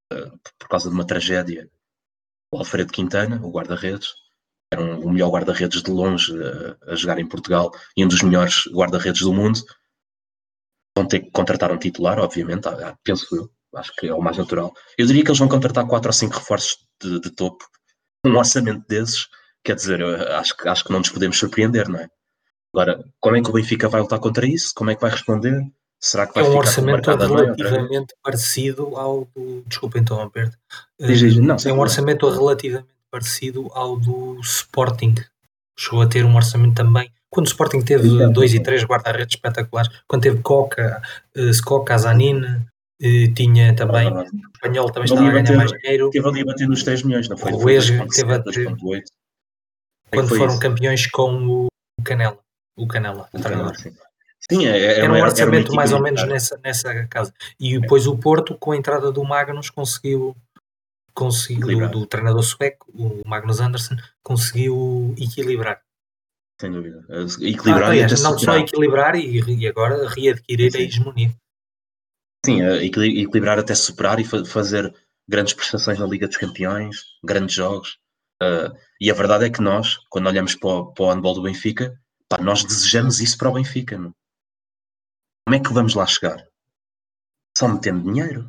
uh, por causa de uma tragédia. O Alfredo Quintana, o guarda-redes, era um, o melhor guarda-redes de longe a, a jogar em Portugal e um dos melhores guarda-redes do mundo. Vão ter que contratar um titular, obviamente, penso eu, acho que é o mais natural. Eu diria que eles vão contratar quatro ou cinco reforços de, de topo. Um orçamento desses, quer dizer, acho que, acho que não nos podemos surpreender, não é? Agora, como é que o Benfica vai lutar contra isso? Como é que vai responder? Será que vai é um ficar com o orçamento mercado a meio outra vez? relativamente parecido ao do. Desculpa interromper-te. Diz, diz, não, É sem um problema. orçamento relativamente parecido ao do Sporting. Chegou a ter um orçamento também. Quando o Sporting teve Exato, dois e exato. três guarda-redes espetaculares, quando teve Coca, uh, Skoka, Zanine, uh, tinha também. Ah, O espanhol também teve estava a ali a ganhar bater, mais dinheiro. teve ali a bater nos três milhões, não foi? O Foi Ruesga dois teve a ponto sete, ter. dois ponto oito. Quando foi foram isso? campeões com o Canela. O Canela, o O Canal, treinador. sim. Sim, é- era, Era um uma, era uma orçamento equipa mais ou menos militar. nessa, nessa casa. E depois o Porto, com a entrada do Magnus, conseguiu, conseguiu do, Equilibrar. do treinador sueco, o Magnus Andersson, conseguiu equilibrar. Sem dúvida. Ah, Equilibrar e aliás, até não só superar. equilibrar e, e agora readquirir a Sim. hegemonia. Sim, a equili- equilibrar até superar e fa- fazer grandes prestações na Liga dos Campeões, grandes jogos. Uh, e a verdade é que nós, quando olhamos para o, para o handball do Benfica, pá, nós desejamos isso para o Benfica. Não? Como é que vamos lá chegar? Só metendo dinheiro?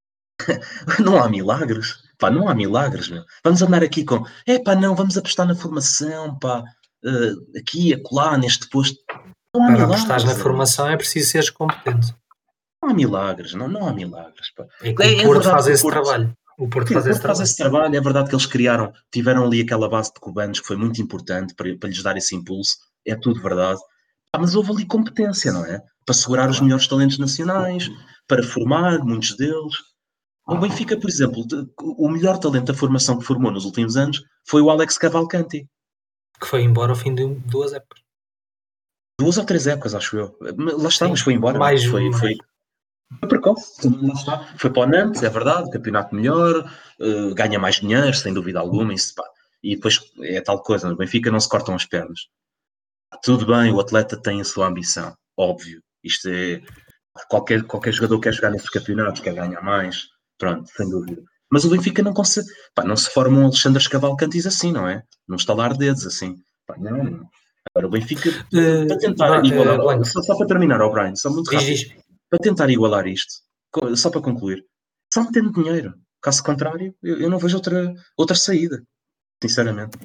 Não há milagres. Pá, não há milagres, meu. Vamos andar aqui com, é pá, não, vamos apostar na formação, pá, uh, aqui, acolá, neste posto. Não há Para apostar na milagres, amigos. formação é preciso seres competente. Não há milagres, não, não há milagres. Pá. É que É, o é Porto verdade faz que o esse Porto, trabalho. O Porto sim, faz o esse Porto faz trabalho. esse trabalho, é verdade que eles criaram, tiveram ali aquela base de cubanos que foi muito importante para, para lhes dar esse impulso, é tudo verdade. Ah, mas houve ali competência, não é? Para segurar os Claro. melhores talentos nacionais, para formar muitos deles. O Benfica, por exemplo, de- o melhor talento da formação que formou nos últimos anos foi o Alex Cavalcanti. Que foi embora ao fim de um- duas épocas. Duas ou três épocas, acho eu. Lá está, Sim, mas foi embora. mais, Foi, mais. foi, foi precoce. Lá está. Foi para o Nantes, é verdade, campeonato melhor, uh, ganha mais dinheiro, sem dúvida alguma. Isso, pá. E depois é tal coisa, no Benfica não se cortam as pernas. Tudo bem, o atleta tem a sua ambição, óbvio. Isto é. Qualquer, qualquer jogador quer jogar nesses campeonatos, quer ganhar mais, pronto, sem dúvida. Mas o Benfica não consegue. Pá, não se forma um Alexandre Cavalcantis assim, não é? Num estalar de dedos assim. Pá, não, não. Agora o Benfica, Uh, para tentar Bra- igualar, uh, Blanco, só, só para terminar, ó Brian, só muito diz, rápido, diz. para tentar igualar isto, só para concluir, só metendo dinheiro. Caso contrário, eu, eu não vejo outra, outra saída, sinceramente.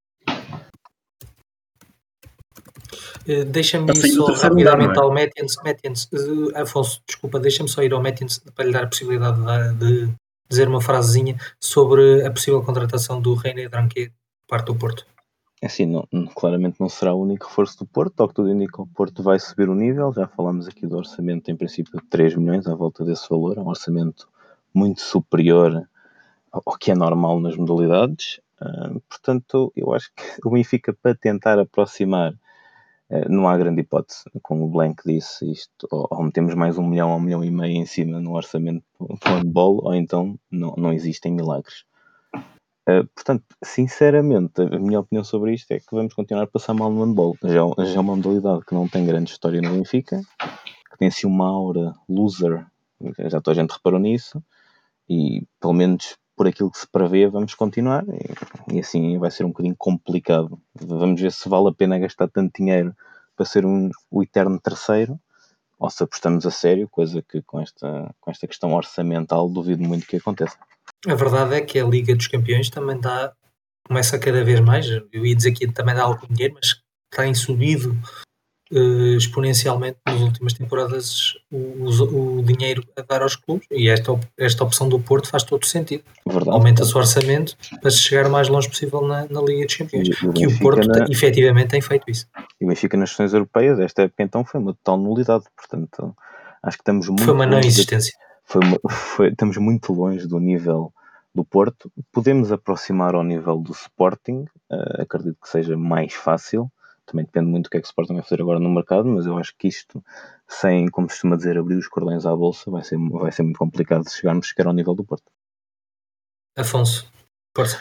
Uh, deixa-me Para ir sair do só terceiro lugar, não rapidamente é? ao Métiens. Métiens, uh, Afonso, desculpa, deixa-me só ir ao Métiens para lhe dar a possibilidade de, de dizer uma frasezinha sobre a possível contratação do René Dranque por parte do Porto. Assim, não, claramente não será o único reforço do Porto, ao que tudo indica, o Porto vai subir o nível. Já falámos aqui do orçamento, em princípio, de três milhões, à volta desse valor. É um orçamento muito superior ao que é normal nas modalidades. Uh, portanto, eu acho que o Benfica, para tentar aproximar, uh, não há grande hipótese. Como o Blank disse, isto, ou, ou metemos mais um milhão ou um milhão e meio em cima no orçamento do handball, ou então não, não existem milagres. Uh, portanto, sinceramente, a minha opinião sobre isto é que vamos continuar a passar mal no handball. Já, já é uma modalidade que não tem grande história no Benfica, que tem assim uma aura loser, já toda a gente reparou nisso, e pelo menos por aquilo que se prevê vamos continuar, e, e assim vai ser um bocadinho complicado. Vamos ver se vale a pena gastar tanto dinheiro para ser um, o eterno terceiro, ou se apostamos a sério, coisa que com esta, com esta questão orçamental duvido muito que aconteça. A verdade é que a Liga dos Campeões também dá, começa cada vez mais, eu ia dizer que também dá algum dinheiro, mas tem subido uh, exponencialmente nas últimas temporadas o, o, o dinheiro a dar aos clubes, e esta, esta opção do Porto faz todo sentido. Verdade, aumenta-se o orçamento para se chegar o mais longe possível na, na Liga dos Campeões, E o que o Benfica Porto na- te- efetivamente tem feito isso. E o Benfica nas sessões europeias, esta época então foi uma total nulidade. Portanto, acho que estamos muito Foi uma não longe de- existência. foi uma- foi- estamos muito longe do nível do Porto. Podemos aproximar ao nível do Sporting, eh, acredito que seja mais fácil. Também depende muito do que é que o Sporting vai fazer agora no mercado, mas eu acho que isto, sem, como se costuma dizer, abrir os cordões à bolsa, vai ser, vai ser muito complicado de chegarmos sequer ao nível do Porto. Afonso, força.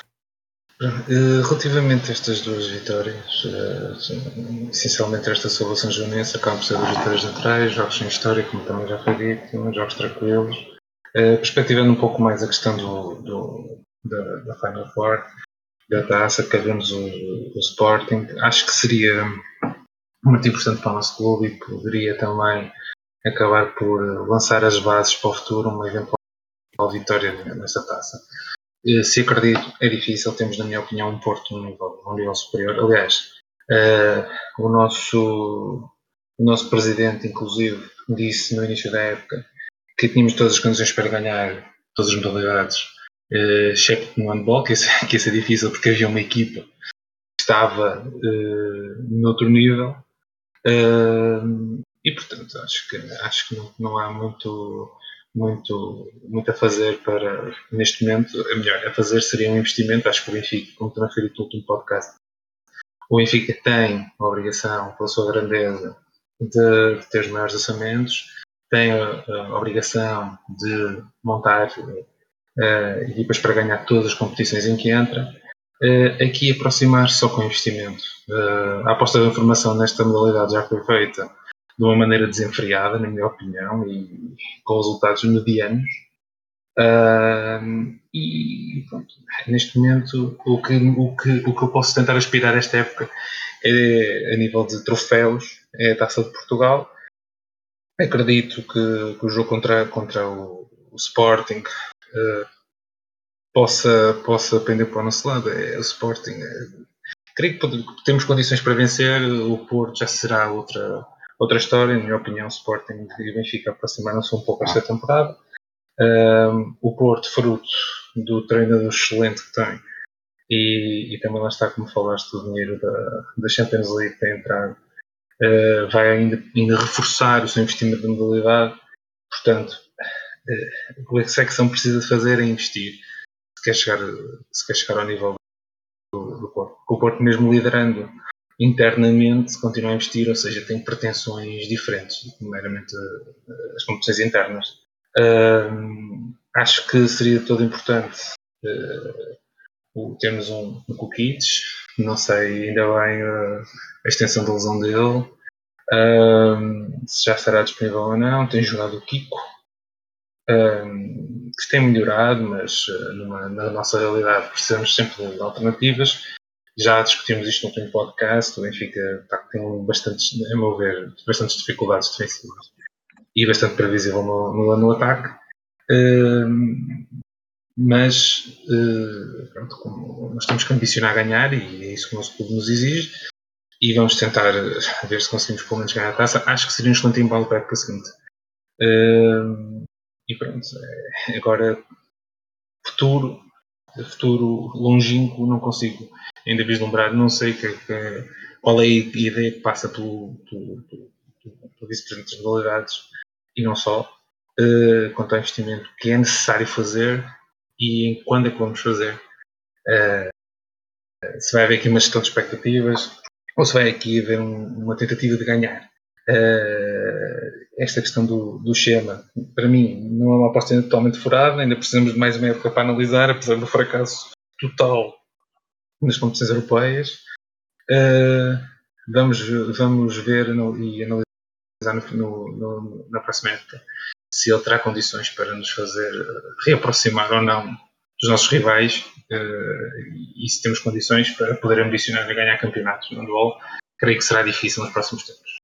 Eh, Relativamente a estas duas vitórias, eh, essencialmente esta sobre o São Joanense, acabam por ser duas vitórias naturais, jogos sem história, como também já foi dito, jogos tranquilos. Uh, perspectivando um pouco mais a questão do, do, da, da Final Four, da taça, calhamos o, o Sporting, acho que seria muito importante para o nosso clube e poderia também acabar por lançar as bases para o futuro, uma eventual vitória nesta taça. Se acredito, é difícil, temos na minha opinião um Porto num nível, num nível superior. Aliás, uh, o, nosso, o nosso presidente, inclusive, disse no início da época que tínhamos todas as condições para ganhar todas as modalidades, uh, excepto no handball, que ia, ser, que ia ser difícil porque havia uma equipa que estava uh, noutro nível. Uh, e portanto acho que, acho que não, não há muito, muito, muito a fazer para neste momento. A melhor a fazer seria um investimento. Acho que o Benfica, como te referi no último podcast, o Benfica tem a obrigação, pela sua grandeza, de, de ter os maiores orçamentos, tem a, a obrigação de montar uh, equipas para ganhar todas as competições em que entra. Uh, aqui aproximar-se só com investimento. Uh, a aposta da informação nesta modalidade já foi feita de uma maneira desenfreada, na minha opinião, e com resultados medianos. Uh, e pronto, neste momento o que, o, que, o que eu posso tentar aspirar esta época é, a nível de troféus, é a Taça de Portugal. Acredito que, que o jogo contra, contra o, o Sporting uh, possa, possa pender para o nosso lado. É o Sporting. É, creio que temos condições para vencer. O Porto já será outra, outra história. Na minha opinião, o Sporting e o Benfica aproximaram-se um pouco esta temporada. Um, o Porto, fruto do treinador excelente que tem, e, e também lá está, como falaste, o dinheiro da, da Champions League que tem entrado, uh, vai ainda, ainda reforçar o seu investimento na modalidade. Portanto, uh, o que a secção precisa de fazer é investir se quer chegar, se quer chegar ao nível do, do Porto. O Porto, mesmo liderando internamente, continua a investir, ou seja, tem pretensões diferentes, meramente uh, as competições internas. Uh, acho que seria todo importante uh, termos um, um Kukic. Não sei ainda bem uh, a extensão da lesão dele, uh, se já estará disponível ou não. Tem jogado o Kiko, uh, que tem melhorado, mas uh, numa, na nossa realidade precisamos sempre de alternativas. Já discutimos isto no último podcast. O Benfica tá, tem bastantes, a meu ver, bastantes dificuldades defensivas e bastante previsível no, no, no ataque, uh, mas uh, pronto, como nós temos que ambicionar a ganhar, e é isso que o nosso clube nos exige, e vamos tentar ver se conseguimos pelo menos ganhar a taça. Acho que seria um excelente embalo para a época seguinte. Uh, e pronto, é, agora futuro, futuro longínquo não consigo ainda vislumbrar. Não sei que, que, qual é a ideia que passa pelo, pelo, pelo, pelo vice-presidente das modalidades e não só, uh, quanto ao investimento que é necessário fazer e em quando é que vamos fazer. Uh, se vai haver aqui uma gestão de expectativas ou se vai aqui haver um, uma tentativa de ganhar. Uh, esta questão do, do Chema, para mim, não é uma aposta ainda totalmente furada. Ainda precisamos de mais uma época para analisar, apesar do fracasso total nas competições europeias. Uh, vamos, vamos ver no, e analisar no, no, na próxima época se ele terá condições para nos fazer reaproximar ou não dos nossos rivais, uh, e se temos condições para poder ambicionar a ganhar campeonatos no handball. Creio que será difícil nos próximos tempos.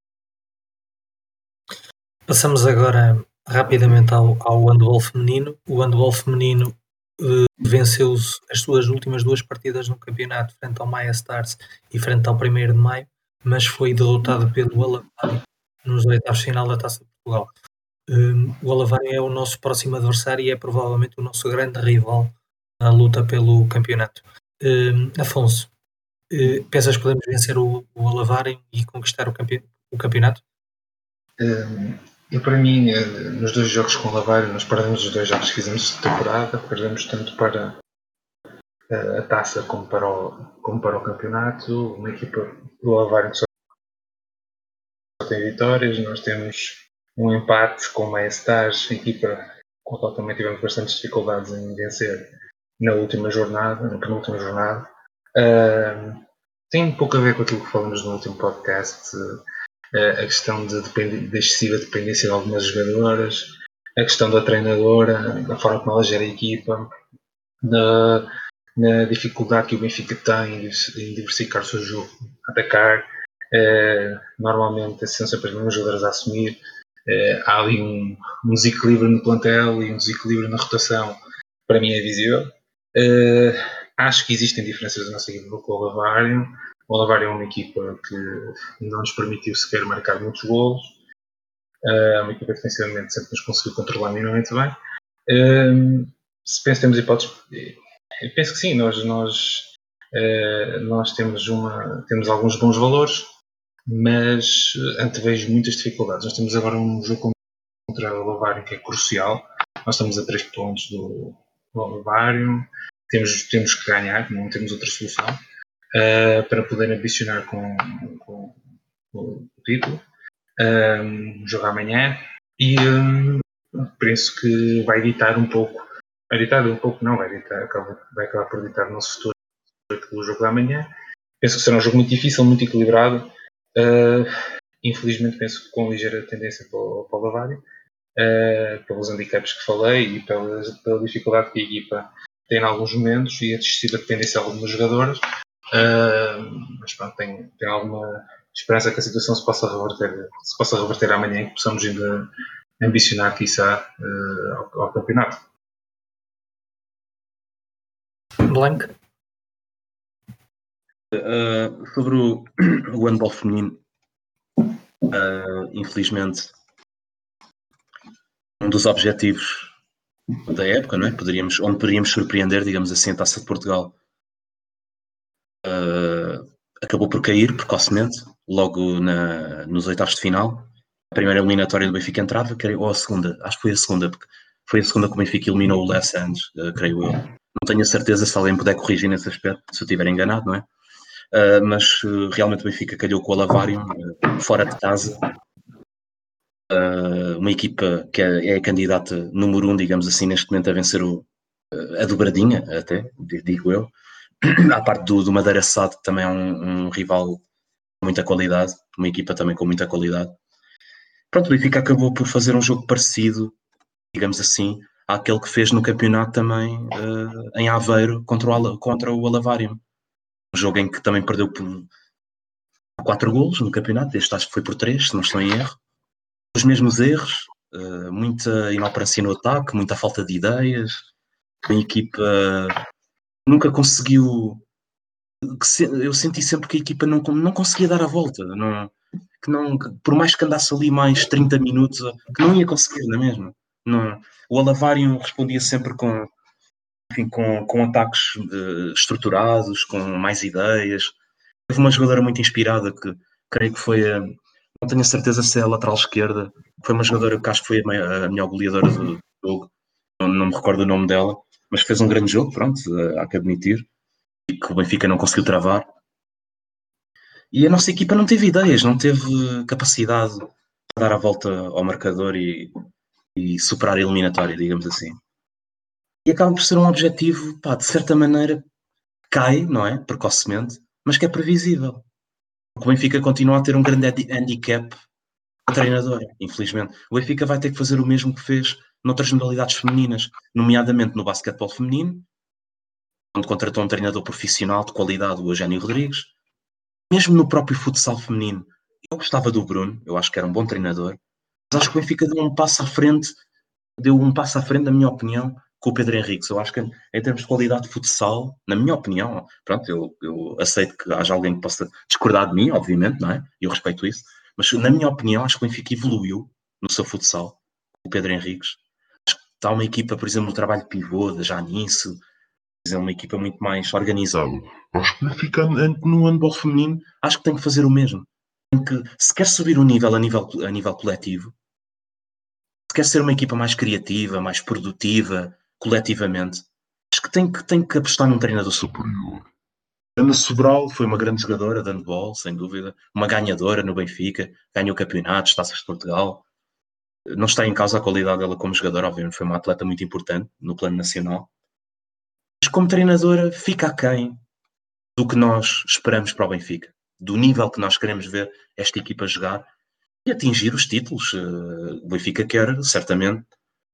Passamos agora rapidamente ao, ao handball feminino. O handball feminino uh, venceu as suas últimas duas partidas no campeonato, frente ao Maia Stars e frente ao primeiro de maio, mas foi derrotado pelo Alavário nos oitavos de final da Taça de Portugal. Um, o Alavário é o nosso próximo adversário e é provavelmente o nosso grande rival na luta pelo campeonato. Um, Afonso, uh, pensas que podemos vencer o, o Alavário e conquistar o, campe, o campeonato? Um, e para mim, nos dois jogos com o Alavário, nós perdemos os dois jogos que fizemos de temporada. Perdemos tanto para a taça como para o, como para o campeonato. Uma equipa do Alavário que só tem vitórias. Nós temos um empate com o Maia Stars, equipa com a qual também tivemos bastantes dificuldades em vencer na última jornada, na penúltima jornada. Uh, tem um pouco a ver com aquilo que falamos no último podcast, uh, a questão de, de excessiva dependência de algumas jogadoras, a questão da treinadora, da forma como ela gera a equipa, na, na dificuldade que o Benfica tem em diversificar o seu jogo, atacar. Eh, normalmente são sempre os mesmos jogadores a assumir. Eh, há ali um, um desequilíbrio no plantel e um desequilíbrio na rotação, para mim é visível. Eh, acho que existem diferenças da nossa equipa com o Lavário. O Lavário é uma equipa que não nos permitiu sequer marcar muitos golos. É uma equipa que defensivamente sempre nos conseguiu controlar minimamente bem. Uh, se penso que temos hipóteses, eu penso que sim, nós, nós, uh, nós temos, uma, temos alguns bons valores, mas antevejo muitas dificuldades. Nós temos agora um jogo contra o Lavário que é crucial. Nós estamos a três pontos do, do Lavário, temos, temos que ganhar, não temos outra solução, uh, para poder ambicionar com, com, com o título. Um, jogo amanhã e um, penso que vai ditar um pouco, vai ditar um pouco, não vai ditar, acaba, vai acabar por ditar o nosso futuro o jogo da manhã. Penso que será um jogo muito difícil, muito equilibrado. Uh, infelizmente, penso que com ligeira tendência para o, para o Lavário, uh, pelos handicaps que falei e pela, pela dificuldade que a equipa tem em alguns momentos e a excessiva dependência de algumas jogadoras. Uh, mas pronto, tem, tem alguma esperança que a situação se possa reverter, se possa reverter amanhã e que possamos ainda ambicionar, quiçá, uh, ao, ao campeonato. Blanco? Uh, sobre o, o handball feminino, uh, infelizmente, um dos objetivos da época, não é? Poderíamos, onde poderíamos surpreender, digamos assim, a Taça de Portugal, uh, acabou por cair precocemente, logo na, nos oitavos de final. A primeira eliminatória do Benfica entrava, ou a segunda, acho que foi a segunda, porque foi a segunda que o Benfica eliminou o Les Andes, uh, creio eu. Não tenho a certeza se alguém puder corrigir nesse aspecto, se eu estiver enganado, não é? Uh, mas uh, realmente o Benfica calhou com o Lavário, uh, fora de casa. Uh, uma equipa que é, é a candidata número um, digamos assim, neste momento a vencer o, uh, a dobradinha, até, digo eu. À parte do, do Madeira S A D, que também é um, um rival com muita qualidade, uma equipa também com muita qualidade. Pronto, o Benfica acabou por fazer um jogo parecido, digamos assim, àquele que fez no campeonato também uh, em Aveiro contra o, contra o Alavário. Um jogo em que também perdeu por quatro golos no campeonato, este acho que foi por três, se não estou em erro. Os mesmos erros, uh, muita inoperância no ataque, muita falta de ideias. A equipa nunca conseguiu... Que se, eu senti sempre que a equipa não, não conseguia dar a volta. Não, que não, que por mais que andasse ali mais trinta minutos, que não ia conseguir, não é mesmo? Não, o Alavário respondia sempre com, enfim, com, com ataques uh, estruturados, com mais ideias. Teve uma jogadora muito inspirada que creio que foi a... Não tenho a certeza se é a lateral esquerda. Foi uma jogadora que acho que foi a, a melhor goleadora do jogo. Não, não me recordo o nome dela, mas fez um grande jogo, pronto, há que admitir. E que o Benfica não conseguiu travar. E a nossa equipa não teve ideias, não teve capacidade de dar a volta ao marcador e, e superar a eliminatória, digamos assim. E acaba por ser um objetivo, pá, de certa maneira, cai, não é? Precocemente, mas que é previsível. O Benfica continua a ter um grande handicap a treinadora, infelizmente. O Benfica vai ter que fazer o mesmo que fez noutras modalidades femininas, nomeadamente no basquetebol feminino, onde contratou um treinador profissional de qualidade, o Eugénio Rodrigues. Mesmo no próprio futsal feminino, eu gostava do Bruno, eu acho que era um bom treinador, mas acho que o Benfica deu um passo à frente, deu um passo à frente, na minha opinião, com o Pedro Henriques. Eu acho que em termos de qualidade de futsal, na minha opinião, pronto, eu, eu aceito que haja alguém que possa discordar de mim, obviamente, não é? E eu respeito isso, mas na minha opinião, acho que o Benfica evoluiu no seu futsal, com o Pedro Henriques. Acho que está uma equipa, por exemplo, no trabalho de pivô, da Janice, é uma equipa muito mais organizada. Acho que o Benfica no handball feminino, acho que tem que fazer o mesmo. Tem que, se quer subir o nível a nível, a nível coletivo, se quer ser uma equipa mais criativa, mais produtiva, coletivamente, acho que tem que, tem que apostar num treinador superior. Ana Sobral foi uma grande jogadora de handball, sem dúvida, uma ganhadora no Benfica, ganhou campeonatos, Taças de Portugal. Não está em causa a qualidade dela como jogadora, obviamente foi uma atleta muito importante no plano nacional. Mas como treinadora fica aquém do que nós esperamos para o Benfica, do nível que nós queremos ver esta equipa jogar e atingir os títulos. O Benfica quer, certamente,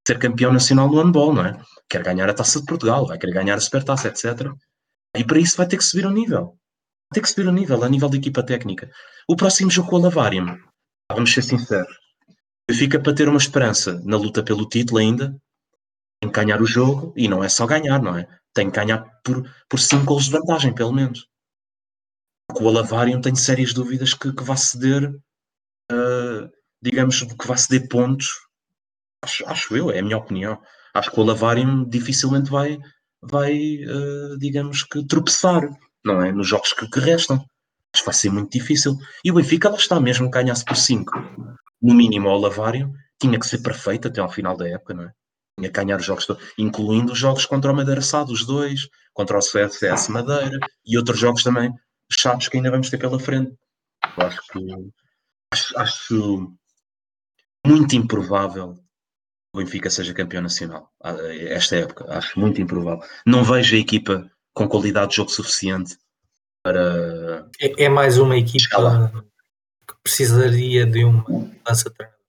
ser campeão nacional no handball, não é? Quer ganhar a Taça de Portugal, vai querer ganhar a Supertaça, etcétera. E para isso vai ter que subir o nível. Vai ter que subir o nível, a nível de equipa técnica. O próximo jogo com o Lavarium, vamos ser sinceros, fica para ter uma esperança na luta pelo título ainda, tem que ganhar o jogo, e não é só ganhar, não é? Tem que ganhar por, por cinco gols de vantagem, pelo menos. Porque o Lavarium tem sérias dúvidas que, que vá ceder, uh, digamos, que vá ceder pontos. Acho, acho eu, é a minha opinião. Acho que o Lavarium dificilmente vai, vai uh, digamos que, tropeçar, não é? Nos jogos que, que restam. Acho que vai ser muito difícil. E o Benfica, lá está, mesmo que ganhasse por cinco, no mínimo ao Lavarium, tinha que ser perfeito até ao final da época, não é? Tinha que ganhar os jogos, incluindo os jogos contra o Madeira Sá, os dois, contra o C S Madeira e outros jogos também chatos que ainda vamos ter pela frente. Eu acho que acho, acho muito improvável o Benfica seja campeão nacional esta época. Acho muito improvável. Não vejo a equipa com qualidade de jogo suficiente para. É, é mais uma equipa que precisaria de uma mudança de treinador.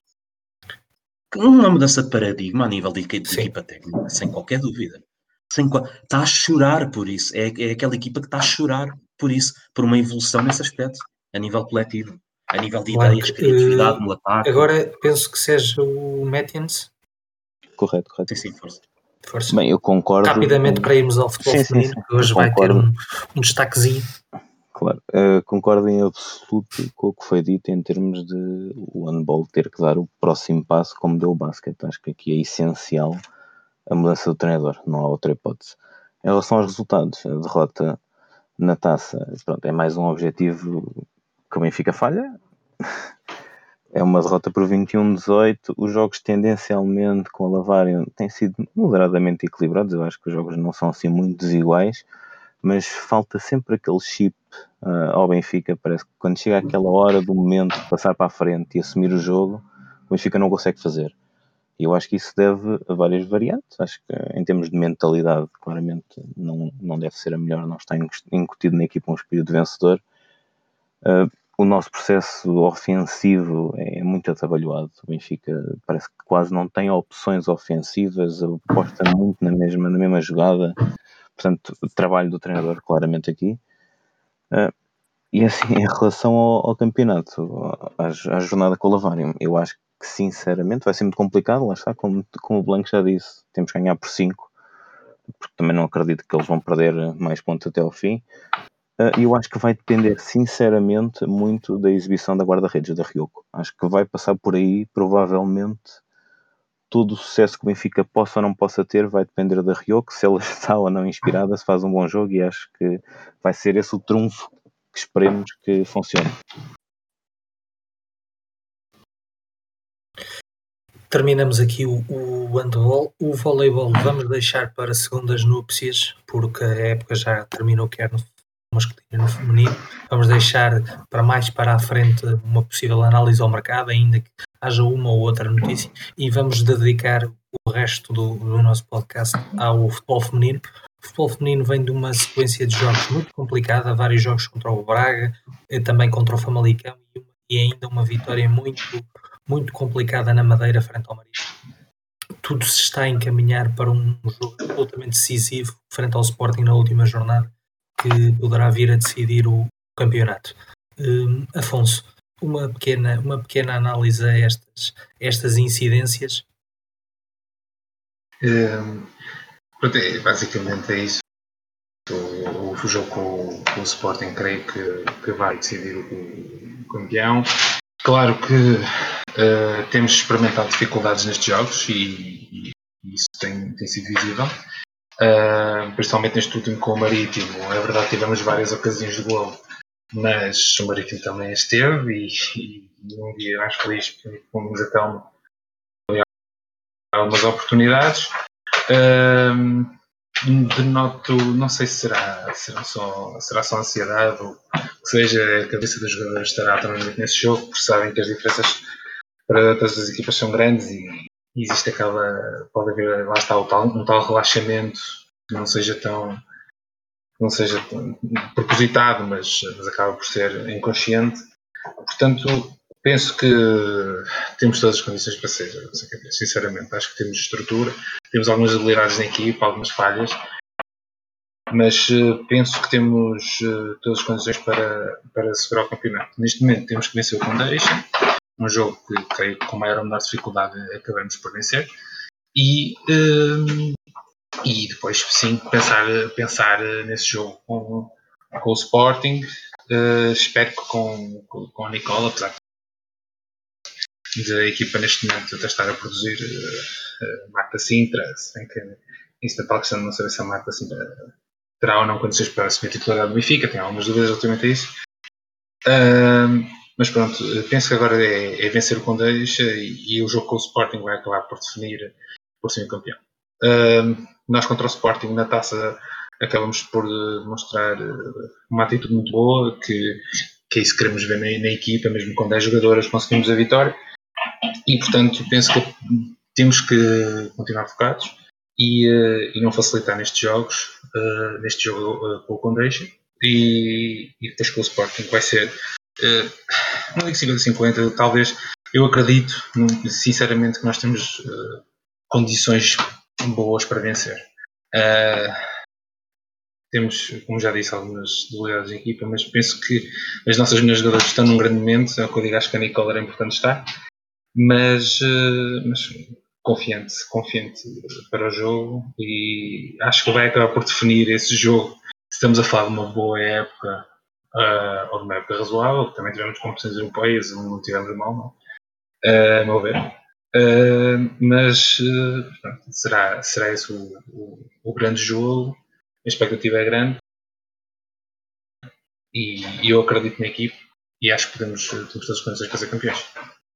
Uma mudança de paradigma a nível de, de equipa técnica, sem qualquer dúvida. Sem, está a chorar por isso. É, é aquela equipa que está a chorar por isso, por uma evolução nesse aspecto, a nível coletivo, a nível de Claro ideias, que, criatividade uh, no ataque. Agora penso que seja o Matins. Correto, correto. Sim, sim, força. Força. Bem, eu concordo. Rapidamente para irmos ao futebol sim, feminino, sim, sim. que hoje Eu vai concordo. ter um, um destaquezinho. Claro, uh, concordo em absoluto com o que foi dito em termos de o handball ter que dar o próximo passo como deu o basquete. Acho que aqui é essencial a mudança do treinador, não há outra hipótese. Em relação aos resultados, a derrota na taça, pronto, é mais um objetivo que o Benfica falha. É uma derrota por vinte e um a dezoito. Os jogos tendencialmente com a Lavarium têm sido moderadamente equilibrados. Eu acho que os jogos não são assim muito desiguais, mas falta sempre aquele chip uh, ao Benfica. Parece que quando chega aquela hora do momento de passar para a frente e assumir o jogo, o Benfica não consegue fazer. E eu acho que isso deve a várias variantes. Acho que em termos de mentalidade, claramente não, não deve ser a melhor, não está incutido na equipa um espírito vencedor. Uh, o nosso processo ofensivo é muito atabalhoado. O Benfica parece que quase não tem opções ofensivas, aposta muito na mesma, na mesma jogada. Portanto, o trabalho do treinador claramente aqui. Uh, e assim, em relação ao, ao campeonato, à, à jornada com o Lavarium, eu acho que sinceramente vai ser muito complicado. Lá está, como, como o Blanco já disse, temos que ganhar por cinco, porque também não acredito que eles vão perder mais pontos até ao fim. E uh, eu acho que vai depender sinceramente muito da exibição da guarda-redes da Ryoko. Acho que vai passar por aí, provavelmente todo o sucesso que o Benfica possa ou não possa ter vai depender da Ryoko, se ela está ou não inspirada, se faz um bom jogo, e acho que vai ser esse o trunfo que esperemos que funcione. Terminamos aqui o, o handball. O voleibol vamos deixar para segundas núpcias, porque a época já terminou, quer no masculino e no feminino. Vamos deixar para mais para a frente uma possível análise ao mercado, ainda que haja uma ou outra notícia, e vamos dedicar o resto do, do nosso podcast ao futebol feminino. O futebol feminino vem de uma sequência de jogos muito complicada, vários jogos contra o Braga, também contra o Famalicão, e ainda uma vitória muito, muito complicada na Madeira frente ao Marítimo. Tudo se está a encaminhar para um jogo absolutamente decisivo frente ao Sporting na última jornada, que poderá vir a decidir o campeonato. Um, Afonso, uma pequena, uma pequena análise a estas, estas incidências. Um, pronto, é, basicamente é isso. O, o jogo com, com o Sporting creio que, que vai decidir o, o campeão. Claro que uh, temos experimentado dificuldades nestes jogos e, e isso tem, tem sido visível. Uh, principalmente neste último com o Marítimo. É verdade que tivemos várias ocasiões de gol, mas o Marítimo também esteve e, e, e um dia mais feliz fomos até uma, algumas oportunidades. Uh, denoto, não sei se será, será, só, será só ansiedade ou que seja, a cabeça dos jogadores estará também nesse jogo, porque sabem que as diferenças para todas as equipas são grandes e existe aquela, pode haver, lá está, o tal, um tal relaxamento que não seja tão, não seja tão propositado, mas, mas acaba por ser inconsciente. Portanto, penso que temos todas as condições para ser, para ser campeões, sinceramente. Acho que temos estrutura, temos algumas habilidades na equipa, algumas falhas, mas uh, penso que temos uh, todas as condições para, para segurar o campeonato. Neste momento temos que vencer o Foundation, um jogo que, creio que com maior ou menor dificuldade acabamos por vencer, e, uh, e depois sim pensar, pensar nesse jogo com, com o Sporting. Uh, espero que com, com, com a Nicola, apesar da equipa neste momento até estar a produzir uh, uh, Marta Sintra, se bem que isso é tal questão de não saber se a Marta Sintra terá ou não condições para assumir a titularidade do Benfica, tenho algumas dúvidas relativamente a isso. Uh, mas pronto, penso que agora é, é vencer o Condeixa e, e o jogo com o Sporting vai acabar por definir, por ser o campeão. Uh, nós contra o Sporting na taça acabamos por demonstrar uma atitude muito boa, que, que é isso que queremos ver na, na equipa, mesmo com dez jogadoras conseguimos a vitória, e portanto penso que temos que continuar focados e, uh, e não facilitar nestes jogos, uh, neste jogo uh, com o Condeixa, e, e depois com o Sporting vai ser, uh, não digo cinquenta a cinquenta, talvez. Eu acredito sinceramente que nós temos uh, condições boas para vencer. Uh, Temos, como já disse, algumas debilidades de equipa, mas penso que as nossas melhores jogadoras estão num grande momento. É o que eu digo, acho que a Nicola era importante estar, mas, mas confiante, confiante para o jogo, e acho que vai acabar por definir esse jogo. Estamos a falar de uma boa época, uh, ou de uma época razoável, também tivemos competições europeias, não tivemos mal, não? Uh, a meu ver. Uh, mas uh, pronto, será, será esse o, o, o grande jogo. A expectativa é grande e, e eu acredito na equipe e acho que podemos, temos todas as condições para ser campeões.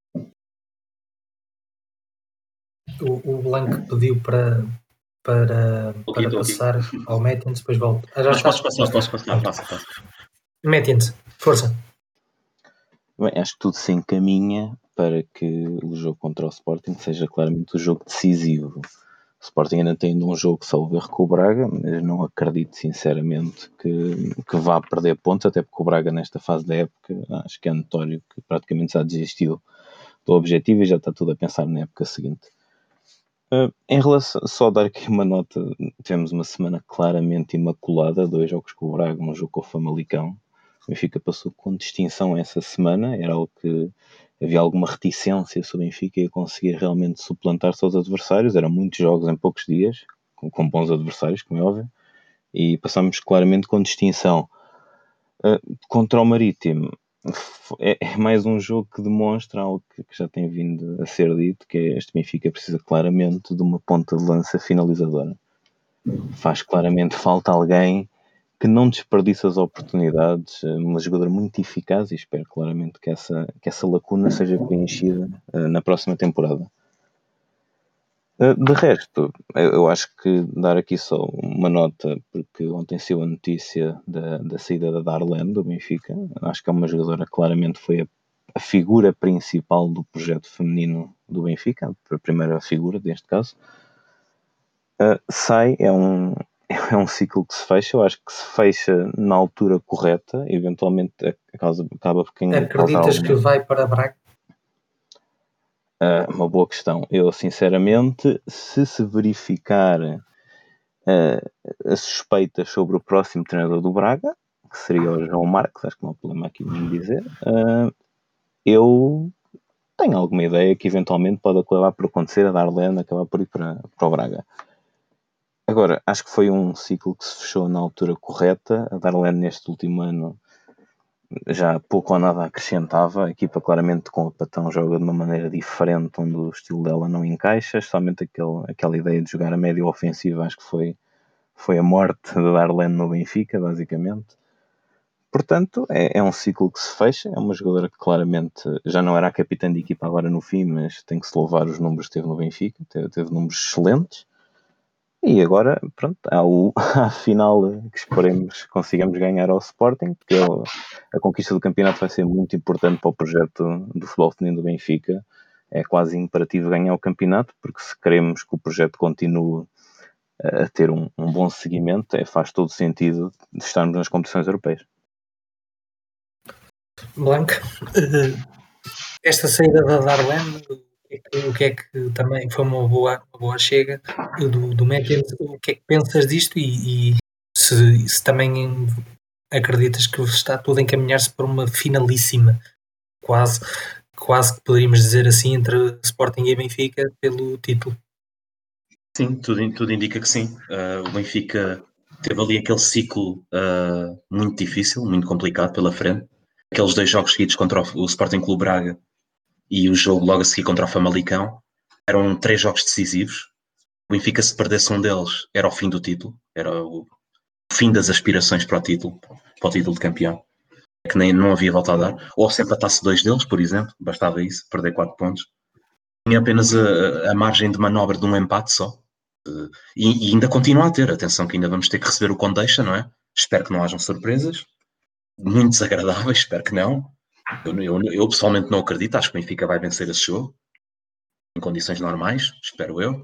O, o Blanco pediu para, para, Okay, para okay. passar ao Métins, depois volto. Ah, já Mas está? podes passar, podes passar, passa, passa. Métins, força. Bem, acho que tudo se encaminha para que o jogo contra o Sporting seja claramente o jogo decisivo. O Sporting ainda tem um jogo salvo erro com o Braga, mas não acredito sinceramente que, que vá perder pontos, até porque o Braga nesta fase da época acho que é notório que praticamente já desistiu do objetivo e já está tudo a pensar na época seguinte. Uh, em relação, só dar aqui uma nota, tivemos uma semana claramente imaculada, dois jogos com o Braga, um jogo com o Famalicão. O Benfica passou com distinção essa semana, era algo que havia alguma reticência sobre o Benfica e conseguir realmente suplantar-se aos adversários. Eram muitos jogos em poucos dias, com, com bons adversários, como é óbvio, e passámos claramente com distinção. Uh, contra o Marítimo, é, é mais um jogo que demonstra algo que, que já tem vindo a ser dito, que é este Benfica precisa claramente de uma ponta de lança finalizadora. Faz claramente falta alguém que não desperdiça as oportunidades, uma jogadora muito eficaz, e espero claramente que essa, que essa lacuna seja preenchida uh, na próxima temporada. Uh, de resto, eu, eu acho que dar aqui só uma nota, porque ontem saiu a notícia da, da saída da Darlene do Benfica. Acho que é uma jogadora que claramente foi a, a figura principal do projeto feminino do Benfica, a primeira figura neste caso. Uh, sai, é um, é um ciclo que se fecha. Eu acho que se fecha na altura correta, eventualmente a causa, acaba por quem Acreditas alguma... que vai para Braga? Uh, uma boa questão. Eu, sinceramente, se se verificar uh, as suspeitas sobre o próximo treinador do Braga, que seria o João Marques, acho que não há problema aqui em dizer, uh, eu tenho alguma ideia que eventualmente pode acabar por acontecer, a Darlene acabar por ir para, para o Braga. Agora, acho que foi um ciclo que se fechou na altura correta. A Darlene neste último ano já pouco ou nada acrescentava. A equipa claramente com o Patão joga de uma maneira diferente, onde o estilo dela não encaixa, somente aquele, aquela ideia de jogar a médio ofensiva, acho que foi, foi a morte da Darlene no Benfica, basicamente. Portanto, é, é um ciclo que se fecha. É uma jogadora que claramente já não era a capitã de equipa agora no fim, mas tem que se louvar os números que teve no Benfica, teve, teve números excelentes. E agora, pronto, há o, a final que esperemos que consigamos ganhar ao Sporting, porque ele, a conquista do campeonato vai ser muito importante para o projeto do futebol feminino do Benfica. É quase imperativo ganhar o campeonato, porque se queremos que o projeto continue a ter um, um bom seguimento, é, faz todo sentido de estarmos nas competições europeias. Blanca, esta saída da Darlene, o que é que, o que, é que também foi uma boa, uma boa chega do, do Mackens, o que é que pensas disto e, e se, se também acreditas que está tudo a encaminhar-se para uma finalíssima, quase, quase que poderíamos dizer assim, entre Sporting e Benfica pelo título? Sim, tudo, tudo indica que sim. Uh, o Benfica teve ali aquele ciclo uh, muito difícil, muito complicado pela frente. Aqueles dois jogos seguidos contra o, o Sporting Clube Braga e o jogo logo a seguir contra o Famalicão eram três jogos decisivos. O Benfica, se perdesse um deles, era o fim do título, era o fim das aspirações para o título, para o título de campeão, que nem não havia volta a dar. Ou se empatasse dois deles, por exemplo, bastava isso, perder quatro pontos. Tinha apenas a, a margem de manobra de um empate só. E, e ainda continua a ter, atenção que ainda vamos ter que receber o Condeixa, não é? Espero que não hajam surpresas, muito desagradáveis, espero que não. Eu, eu, eu pessoalmente não acredito, acho que o Benfica vai vencer esse jogo, em condições normais, espero eu.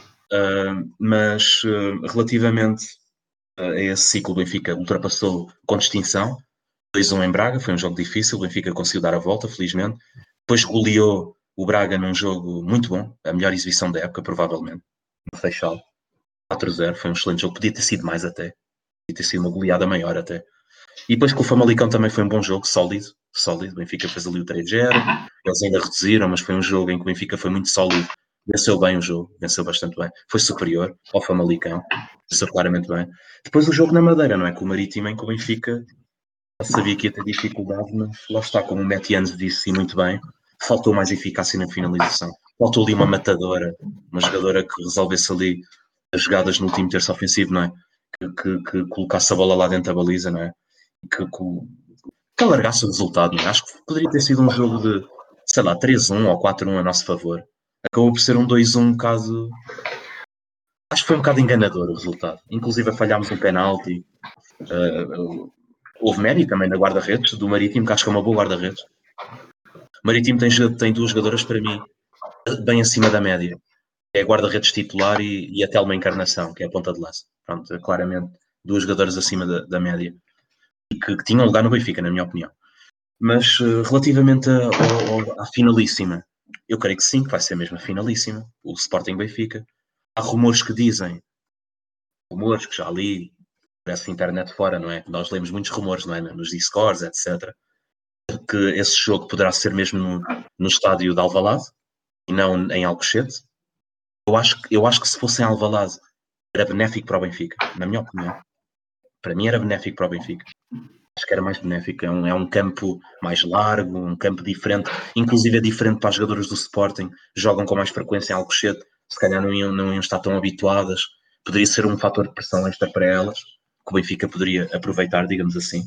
Uh, mas uh, relativamente uh, a esse ciclo, o Benfica ultrapassou com distinção, dois a um em Braga, foi um jogo difícil, o Benfica conseguiu dar a volta, felizmente. Depois goleou o Braga num jogo muito bom, a melhor exibição da época, provavelmente, no Seixal. quatro a zero, foi um excelente jogo, podia ter sido mais até, podia ter sido uma goleada maior até. E depois com o Famalicão também foi um bom jogo, sólido, sólido, o Benfica fez ali o três a zero, eles ainda reduziram, mas foi um jogo em que o Benfica foi muito sólido, venceu bem o jogo, venceu bastante bem, foi superior ao Famalicão, venceu claramente bem. Depois o jogo na Madeira, não é? Com o Marítimo, em que o Benfica sabia que ia ter dificuldade, mas lá está, como o Metianes disse e muito bem, faltou mais eficácia na finalização, faltou ali uma matadora, uma jogadora que resolvesse ali as jogadas no último terço ofensivo, não é? Que, que, que colocasse a bola lá dentro da baliza, não é? Que, que, que alargasse o resultado, não é? Acho que poderia ter sido um jogo de, sei lá, três a um ou quatro a um a nosso favor. Acabou por ser um dois a um um bocado... Acho que foi um bocado enganador o resultado. Inclusive falhámos um penalti. Uh, houve mérito também da guarda-redes, do Marítimo, que acho que é uma boa guarda-redes. O Marítimo tem, tem duas jogadoras, para mim, bem acima da média. É a guarda-redes titular e, e a Telma Encarnação, que é a ponta de lança. Pronto, é claramente duas jogadoras acima da, da média e que, que tinham lugar no Benfica, na minha opinião. Mas uh, relativamente a, a, à finalíssima, eu creio que sim, que vai ser mesmo a finalíssima, o Sporting Benfica. Há rumores que dizem, rumores que já li, parece internet fora, não é? Nós lemos muitos rumores, não é? Nos Discords, etcétera, que esse jogo poderá ser mesmo no, no estádio de Alvalade e não em Alcochete. Eu acho, eu acho que se fosse em Alvalade era benéfico para o Benfica, na minha opinião. Para mim era benéfico para o Benfica. Acho que era mais benéfico. É um, é um campo mais largo, um campo diferente. Inclusive é diferente para as jogadoras do Sporting. Jogam com mais frequência em Alcochete. Se calhar não iam, não iam estar tão habituadas. Poderia ser um fator de pressão extra para elas, que o Benfica poderia aproveitar, digamos assim.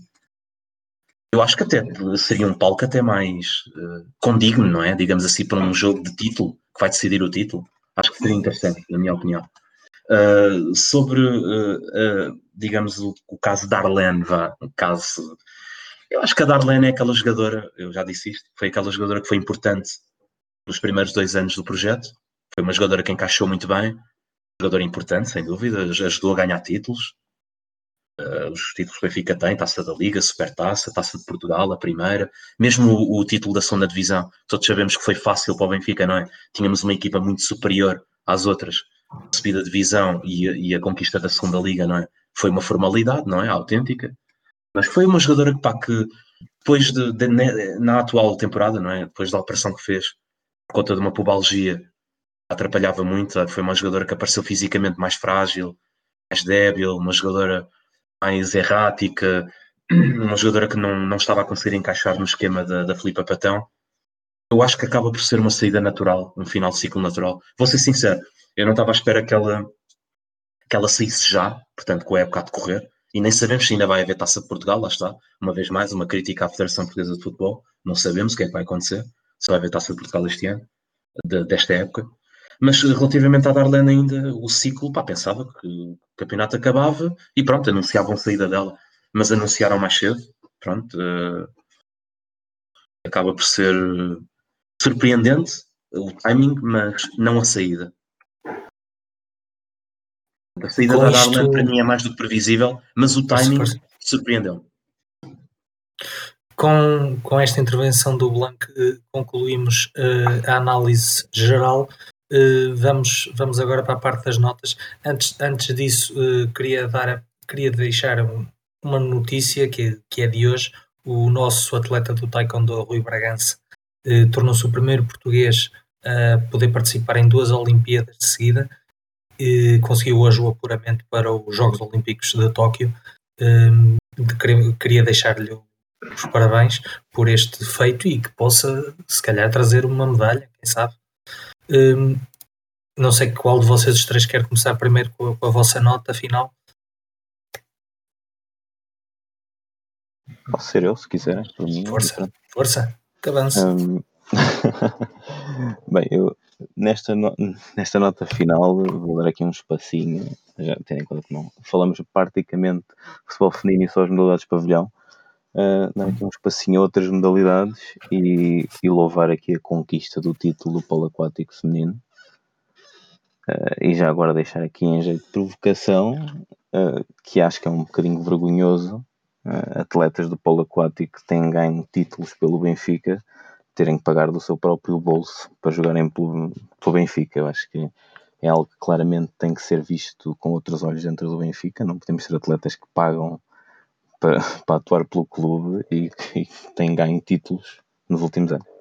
Eu acho que até seria um palco até mais uh, condigno, não é? Digamos assim, para um jogo de título, que vai decidir o título. Acho que seria interessante, na minha opinião. Uh, sobre, uh, uh, digamos, o, o caso da Darlene, vá, o caso... Eu acho que a Darlene é aquela jogadora, eu já disse isto, foi aquela jogadora que foi importante nos primeiros dois anos do projeto. Foi uma jogadora que encaixou muito bem, jogadora importante, sem dúvida, ajudou a ganhar títulos. Uh, os títulos que o Benfica tem, Taça da Liga, Supertaça, Taça de Portugal, a primeira, mesmo o, o título da segunda divisão, todos sabemos que foi fácil para o Benfica, não é? Tínhamos uma equipa muito superior às outras, a subida de divisão e, e a conquista da segunda liga, não é? Foi uma formalidade, não é? Autêntica, mas foi uma jogadora que, pá, que depois de, de, na atual temporada, não é? Depois da operação que fez, por conta de uma pubalgia, atrapalhava muito, foi uma jogadora que apareceu fisicamente mais frágil, mais débil, uma jogadora mais errática, uma jogadora que não, não estava a conseguir encaixar no esquema da, da Filipa Patão. Eu acho que acaba por ser uma saída natural, um final de ciclo natural. Vou ser sincero, eu não estava à espera que ela, que ela saísse já, portanto, com a época a decorrer, e nem sabemos se ainda vai haver Taça de Portugal, lá está, uma vez mais, uma crítica à Federação Portuguesa de Futebol, não sabemos o que é que vai acontecer, se vai haver Taça de Portugal este ano, de, desta época. Mas relativamente à Darlene ainda, o ciclo, pá, pensava que o campeonato acabava e pronto, anunciavam a saída dela. Mas anunciaram mais cedo, pronto. Uh, acaba por ser surpreendente o timing, mas não a saída. A saída Com da isto, Darlene para mim é mais do que previsível, mas o força, timing força. surpreendeu. com, com esta intervenção do Blanc concluímos uh, a análise geral. Uh, vamos, vamos agora para a parte das notas. Antes, antes disso, uh, queria, dar, queria deixar um, uma notícia que, que é de hoje. O nosso atleta do Taekwondo, Rui Bragança, uh, tornou-se o primeiro português a poder participar em duas Olimpíadas de seguida e conseguiu hoje o apuramento para os Jogos Olímpicos de Tóquio. Um, de, queria deixar-lhe os parabéns por este feito e que possa, se calhar, trazer uma medalha, quem sabe. Um, não sei qual de vocês os três quer começar primeiro com a, com a vossa nota final. Posso ser eu, se quiserem, por mim. Força, força, que avança. Um... Bem, eu nesta, no... nesta nota final vou dar aqui um espacinho, já tendo em conta que não falamos praticamente futebol feminino e só as modalidades de pavilhão. Uh, dar aqui um espacinho a outras modalidades e, e louvar aqui a conquista do título do polo aquático feminino. Uh, e já agora deixar aqui em jeito de provocação, uh, que acho que é um bocadinho vergonhoso, uh, atletas do polo aquático que têm ganho títulos pelo Benfica terem que pagar do seu próprio bolso para jogarem pelo, pelo Benfica. Eu acho que é algo que claramente tem que ser visto com outros olhos dentro do Benfica. Não podemos ser atletas que pagam Para, para atuar pelo clube e que tem ganho títulos nos últimos anos.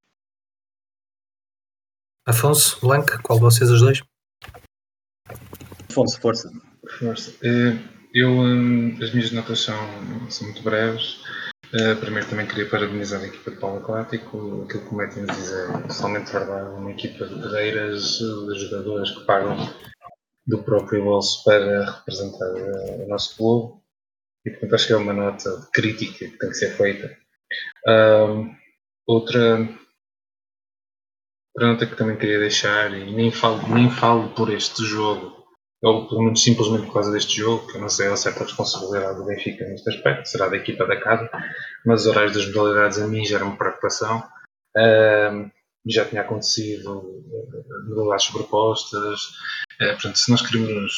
Afonso, Blanc, qual de vocês os dois? Afonso, força. Força. Eu, as minhas notas são, são muito breves. Primeiro também queria parabenizar a equipa de polo aquático. Aquilo que o Médio nos diz é totalmente verdade. Uma equipa de guerreiras, de jogadoras que pagam do próprio bolso para representar o nosso clube. E portanto acho que é uma nota de crítica que tem que ser feita. Um, outra, outra nota que também queria deixar, e nem falo, nem falo por este jogo, ou pelo menos simplesmente por causa deste jogo, que eu não sei a certa responsabilidade do Benfica neste aspecto, será da equipa da casa, mas os horários das modalidades a mim geram preocupação. Um, já tinha acontecido modalidades sobrepostas. É, portanto, se nós queremos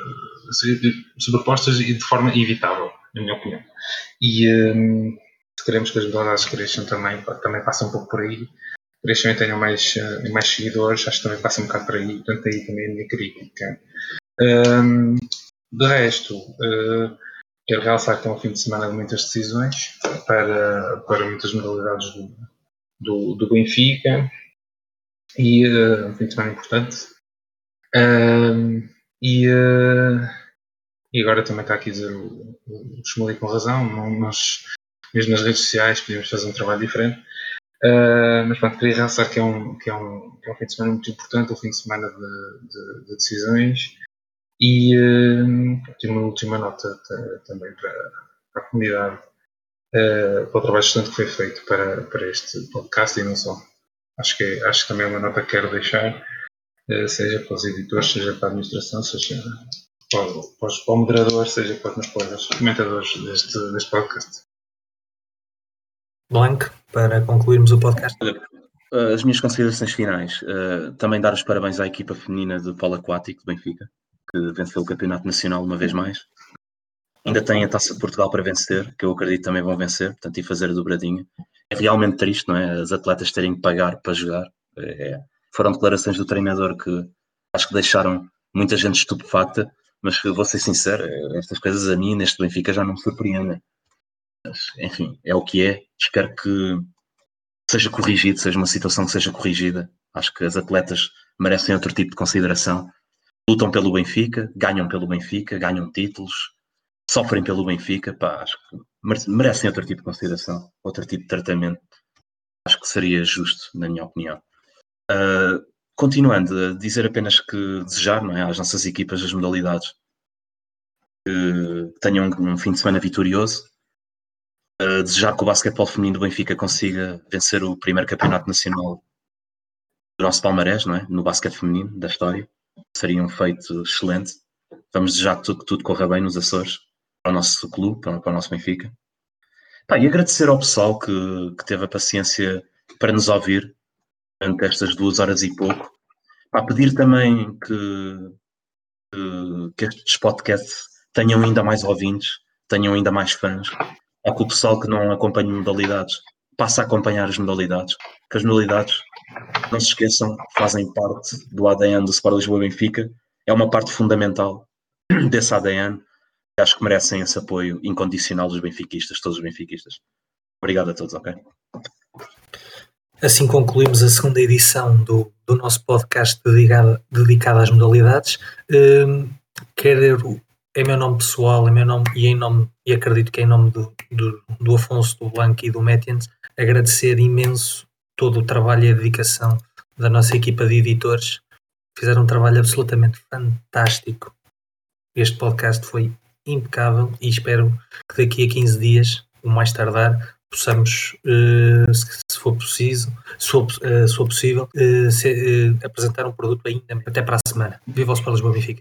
uh, sobrepostas e de forma evitável, na minha opinião. E um, se queremos que as modalidades cresçam também, também passa um pouco por aí. Cresçam e tenham mais, uh, mais seguidores, acho que também passa um bocado por aí. Portanto, aí também a minha crítica. Um, de resto, uh, quero realçar que é um fim de semana de muitas decisões para, para muitas modalidades do, do, do Benfica. E uh, um fim de semana importante. Um, e, uh, e agora também está aqui a dizer o, o Shmuley com razão, não, nós, mesmo nas redes sociais podíamos fazer um trabalho diferente, uh, mas pronto, queria realçar que é, um, que, é um, que é um fim de semana muito importante, um fim de semana de, de, de decisões. E uh, tenho uma última nota t- também para, para a comunidade, uh, para o trabalho excelente que foi feito para, para este podcast e não só. Acho que, acho que também é uma nota que quero deixar, seja para os editores, seja para a administração, seja para, para, os, para o moderador, seja para os meus colegas comentadores deste, deste podcast. Blanc, para concluirmos o podcast. As minhas considerações finais. Uh, também dar os parabéns à equipa feminina do polo aquático de Benfica, que venceu o campeonato nacional uma vez mais. Ainda tem a Taça de Portugal para vencer, que eu acredito também vão vencer, portanto, e fazer a dobradinha. É realmente triste, não é? As atletas terem que pagar para jogar. É, foram declarações do treinador que acho que deixaram muita gente estupefacta, mas vou ser sincero, estas coisas a mim, neste Benfica, já não me surpreendem. Mas, enfim, é o que é. Espero que seja corrigido, seja uma situação que seja corrigida. Acho que as atletas merecem outro tipo de consideração. Lutam pelo Benfica, ganham pelo Benfica, ganham títulos, sofrem pelo Benfica, pá, acho que merecem outro tipo de consideração, outro tipo de tratamento. Acho que seria justo, na minha opinião. Uh, continuando, a dizer apenas que desejar, não é, às nossas equipas das modalidades que tenham um, um fim de semana vitorioso. Uh, desejar que o basquetebol feminino do Benfica consiga vencer o primeiro campeonato nacional do nosso palmarés, não é, no basquete feminino da história. Seria um feito excelente. Vamos desejar que tudo, que tudo corra bem nos Açores, para o nosso clube, para, para o nosso Benfica. Pá, e agradecer ao pessoal que, que teve a paciência para nos ouvir durante estas duas horas e pouco. Pá, pedir também que, que, que estes podcasts tenham ainda mais ouvintes, tenham ainda mais fãs. Há que o pessoal que não acompanha modalidades passa a acompanhar as modalidades, que as modalidades, não se esqueçam, fazem parte do A D N do Sport Lisboa Benfica, é uma parte fundamental desse A D N, e acho que merecem esse apoio incondicional dos benfiquistas, todos os benfiquistas. Obrigado a todos, ok? Assim concluímos a segunda edição do, do nosso podcast dedicado, dedicado às modalidades. Um, quero, em meu nome pessoal, em meu nome, e, em nome, e acredito que em nome do, do, do Afonso, do Blanco e do Métiens, agradecer imenso todo o trabalho e a dedicação da nossa equipa de editores. Fizeram um trabalho absolutamente fantástico. Este podcast foi impecável e espero que daqui a quinze dias, o mais tardar, possamos, uh, se for preciso, se for, uh, se for possível, uh, se, uh, apresentar um produto ainda até para a semana. Viva o Sport Lisboa Benfica!